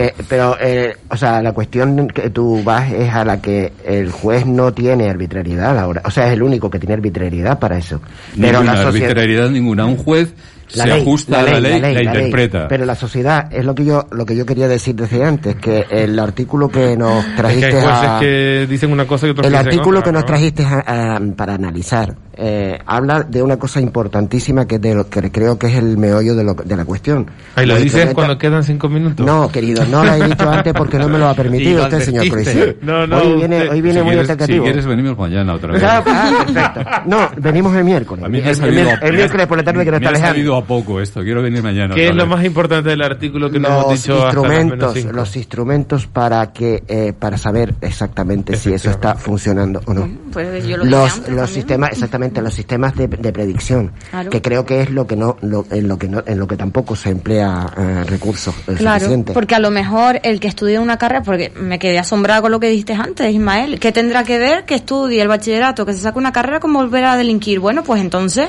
O sea, la cuestión que tú vas es a la que el juez no tiene arbitrariedad ahora. O sea, es el único que tiene arbitrariedad para eso. Pero ninguna arbitrariedad, ninguna. Un juez se ajusta a la ley, la interpreta. Pero la sociedad, es lo que yo quería decir desde antes, que el artículo que nos trajiste es que hay jueces que dicen una cosa y otros el artículo otra, que nos trajiste para analizar habla de una cosa importantísima que creo que es el meollo de la cuestión. Ahí lo dices cuando quedan 5 minutos. No, querido, no lo he dicho antes porque no me lo ha permitido usted, señor Cruiser. Hoy viene muy atacativo. Si quieres venimos mañana otra vez. Perfecto. No, venimos el miércoles. El miércoles por la tarde que no está lejano. A poco esto, quiero venir mañana. ¿Qué es lo más importante del artículo que nos hemos dicho los instrumentos para saber exactamente si eso está funcionando o no. Pues yo los sistemas, exactamente, los sistemas de predicción, que creo que es en lo que tampoco se emplea recursos suficientes. Porque a lo mejor el que estudia una carrera, porque me quedé asombrada con lo que dijiste antes, Ismael, ¿qué tendrá que ver que estudie el bachillerato, que se saque una carrera con volver a delinquir? Bueno, pues entonces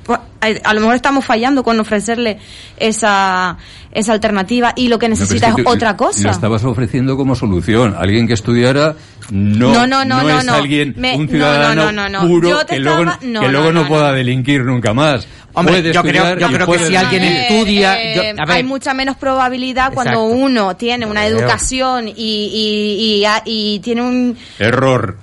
a lo mejor estamos fallando con ofrecerle esa alternativa y lo que necesita es otra cosa. Lo estabas ofreciendo como solución. Alguien que estudiara no es alguien, un ciudadano puro que luego no pueda delinquir nunca más. Hombre, yo creo que si alguien estudia... hay mucha menos probabilidad cuando uno tiene una educación y tiene un... Error.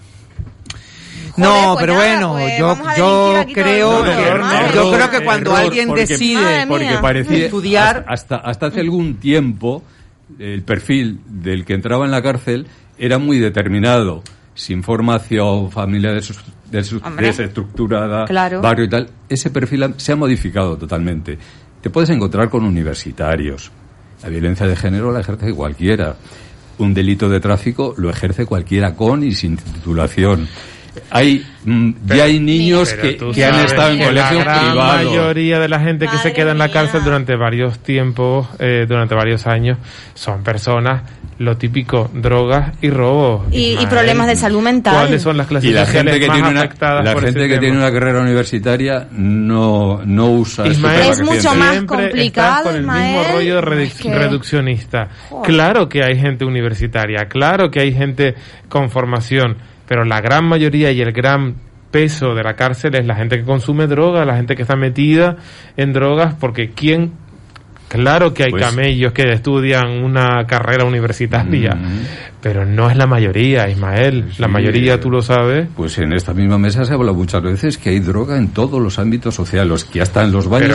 No, pero bueno, yo creo que cuando alguien decide estudiar... Hasta hace algún tiempo, el perfil del que entraba en la era muy determinado. Sin formación, familia desestructurada, barrio y tal. Ese perfil se ha modificado totalmente. Te puedes encontrar con universitarios. La violencia de género la ejerce cualquiera. Un delito de tráfico lo ejerce cualquiera con y sin titulación. Hay niños que han estado en colegios privados. La mayoría de la gente que se queda en la cárcel durante varios tiempos, durante varios años, son personas, lo típico, drogas y robos. Y problemas de salud mental. ¿Cuáles son las clasificaciones más afectadas por ese tema? La gente que tiene una carrera universitaria no usa... Ismael, es mucho más complicado, con el mismo rollo reduccionista. Claro que hay gente universitaria, claro que hay gente con formación, pero la gran mayoría y el gran peso de la cárcel es la gente que consume droga, la gente que está metida en drogas, porque claro que hay camellos que estudian una carrera universitaria, Pero no es la mayoría, Ismael. La mayoría, tú lo sabes. Pues en esta misma mesa se ha hablado muchas veces que hay droga en todos los ámbitos sociales, que hasta en los baños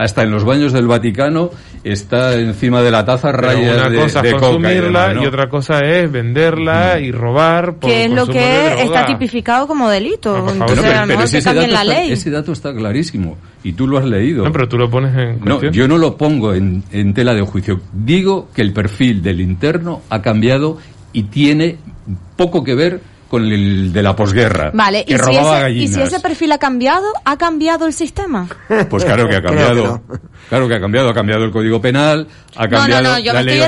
del Vaticano está encima de la taza rayas de cosa es consumirla y otra cosa es venderla y robar por que es lo que está tipificado como delito. Entonces, a lo mejor que cambien la ley. Ese dato está clarísimo y tú lo has leído. No, pero tú lo pones en cuestión. No, yo no lo pongo en tela de juicio. Digo que el perfil del interno ha cambiado y tiene poco que ver con el de la posguerra. Vale, que robaba gallinas. ¿Y si ese perfil ha cambiado el sistema? Pues claro que ha cambiado. Claro que ha cambiado el Código Penal, ha cambiado la ley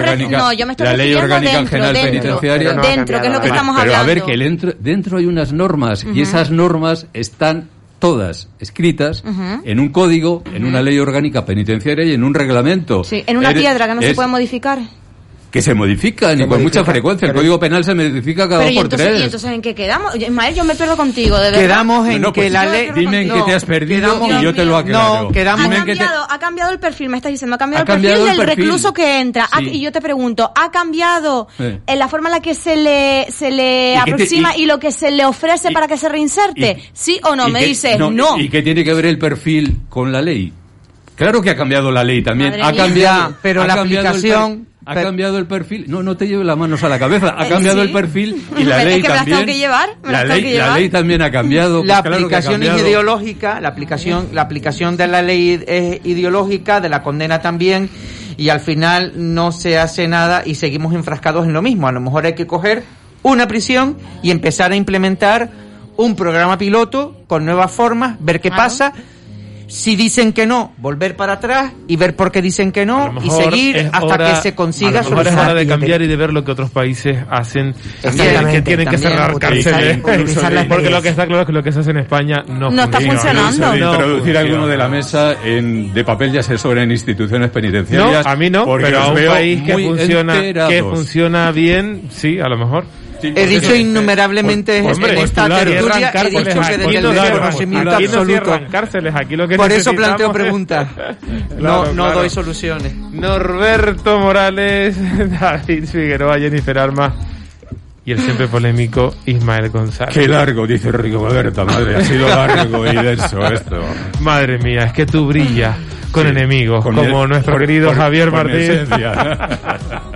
orgánica general penitenciaria. Dentro, que es lo que estamos hablando. Pero a ver, que dentro hay unas normas, y esas normas están todas escritas en un código, en una ley orgánica penitenciaria y en un reglamento. Sí, en una piedra que no se puede modificar. Que se modifican y con mucha frecuencia. El Código Penal se modifica cada 2 por 3. ¿Y entonces en qué quedamos? Ismael, yo me pierdo contigo, de verdad. Quedamos en que la ley... Dime en qué te has perdido y yo te lo aclaro. Ha cambiado el perfil, me estás diciendo. Ha cambiado el perfil del recluso que entra. Sí. Y yo te pregunto, ¿ha cambiado en la forma en la que se le aproxima y lo que se le ofrece para que se reinserte? ¿Sí o no? Me dices no. ¿Y qué tiene que ver el perfil con la ley? Claro que ha cambiado la ley también. Ha cambiado, pero la aplicación... Ha cambiado el perfil. No te lleves las manos a la cabeza. Ha cambiado el perfil y la ley también. La ley también ha cambiado. La aplicación es ideológica. La aplicación de la ley es ideológica, de la condena también. Y al final no se hace nada y seguimos enfrascados en lo mismo. A lo mejor hay que coger una prisión y empezar a implementar un programa piloto con nuevas formas, ver qué pasa. Si dicen que no, volver para atrás y ver por qué dicen que no y seguir hasta que se consiga solucionar. Es hora de cambiar y de ver lo que otros países hacen, que tienen que cerrar cárceles. Porque lo que está claro es que lo que se hace en España no está funcionando. Introducir alguno de la mesa de papel y asesor en instituciones penitenciarias. No, a mí no, pero a un país que funciona bien, sí, a lo mejor. He dicho innumerablemente en esta tertulia, he dicho que desde el desconocimiento absoluto. Por eso planteo preguntas. No doy soluciones. Norberto Morales, David Figueroa, Jennifer Armas y el siempre polémico Ismael González. Qué largo, dice Rigoberta, madre, ha sido largo y denso esto. Madre mía, es que tú brillas con enemigos, como nuestro querido Javier Martín.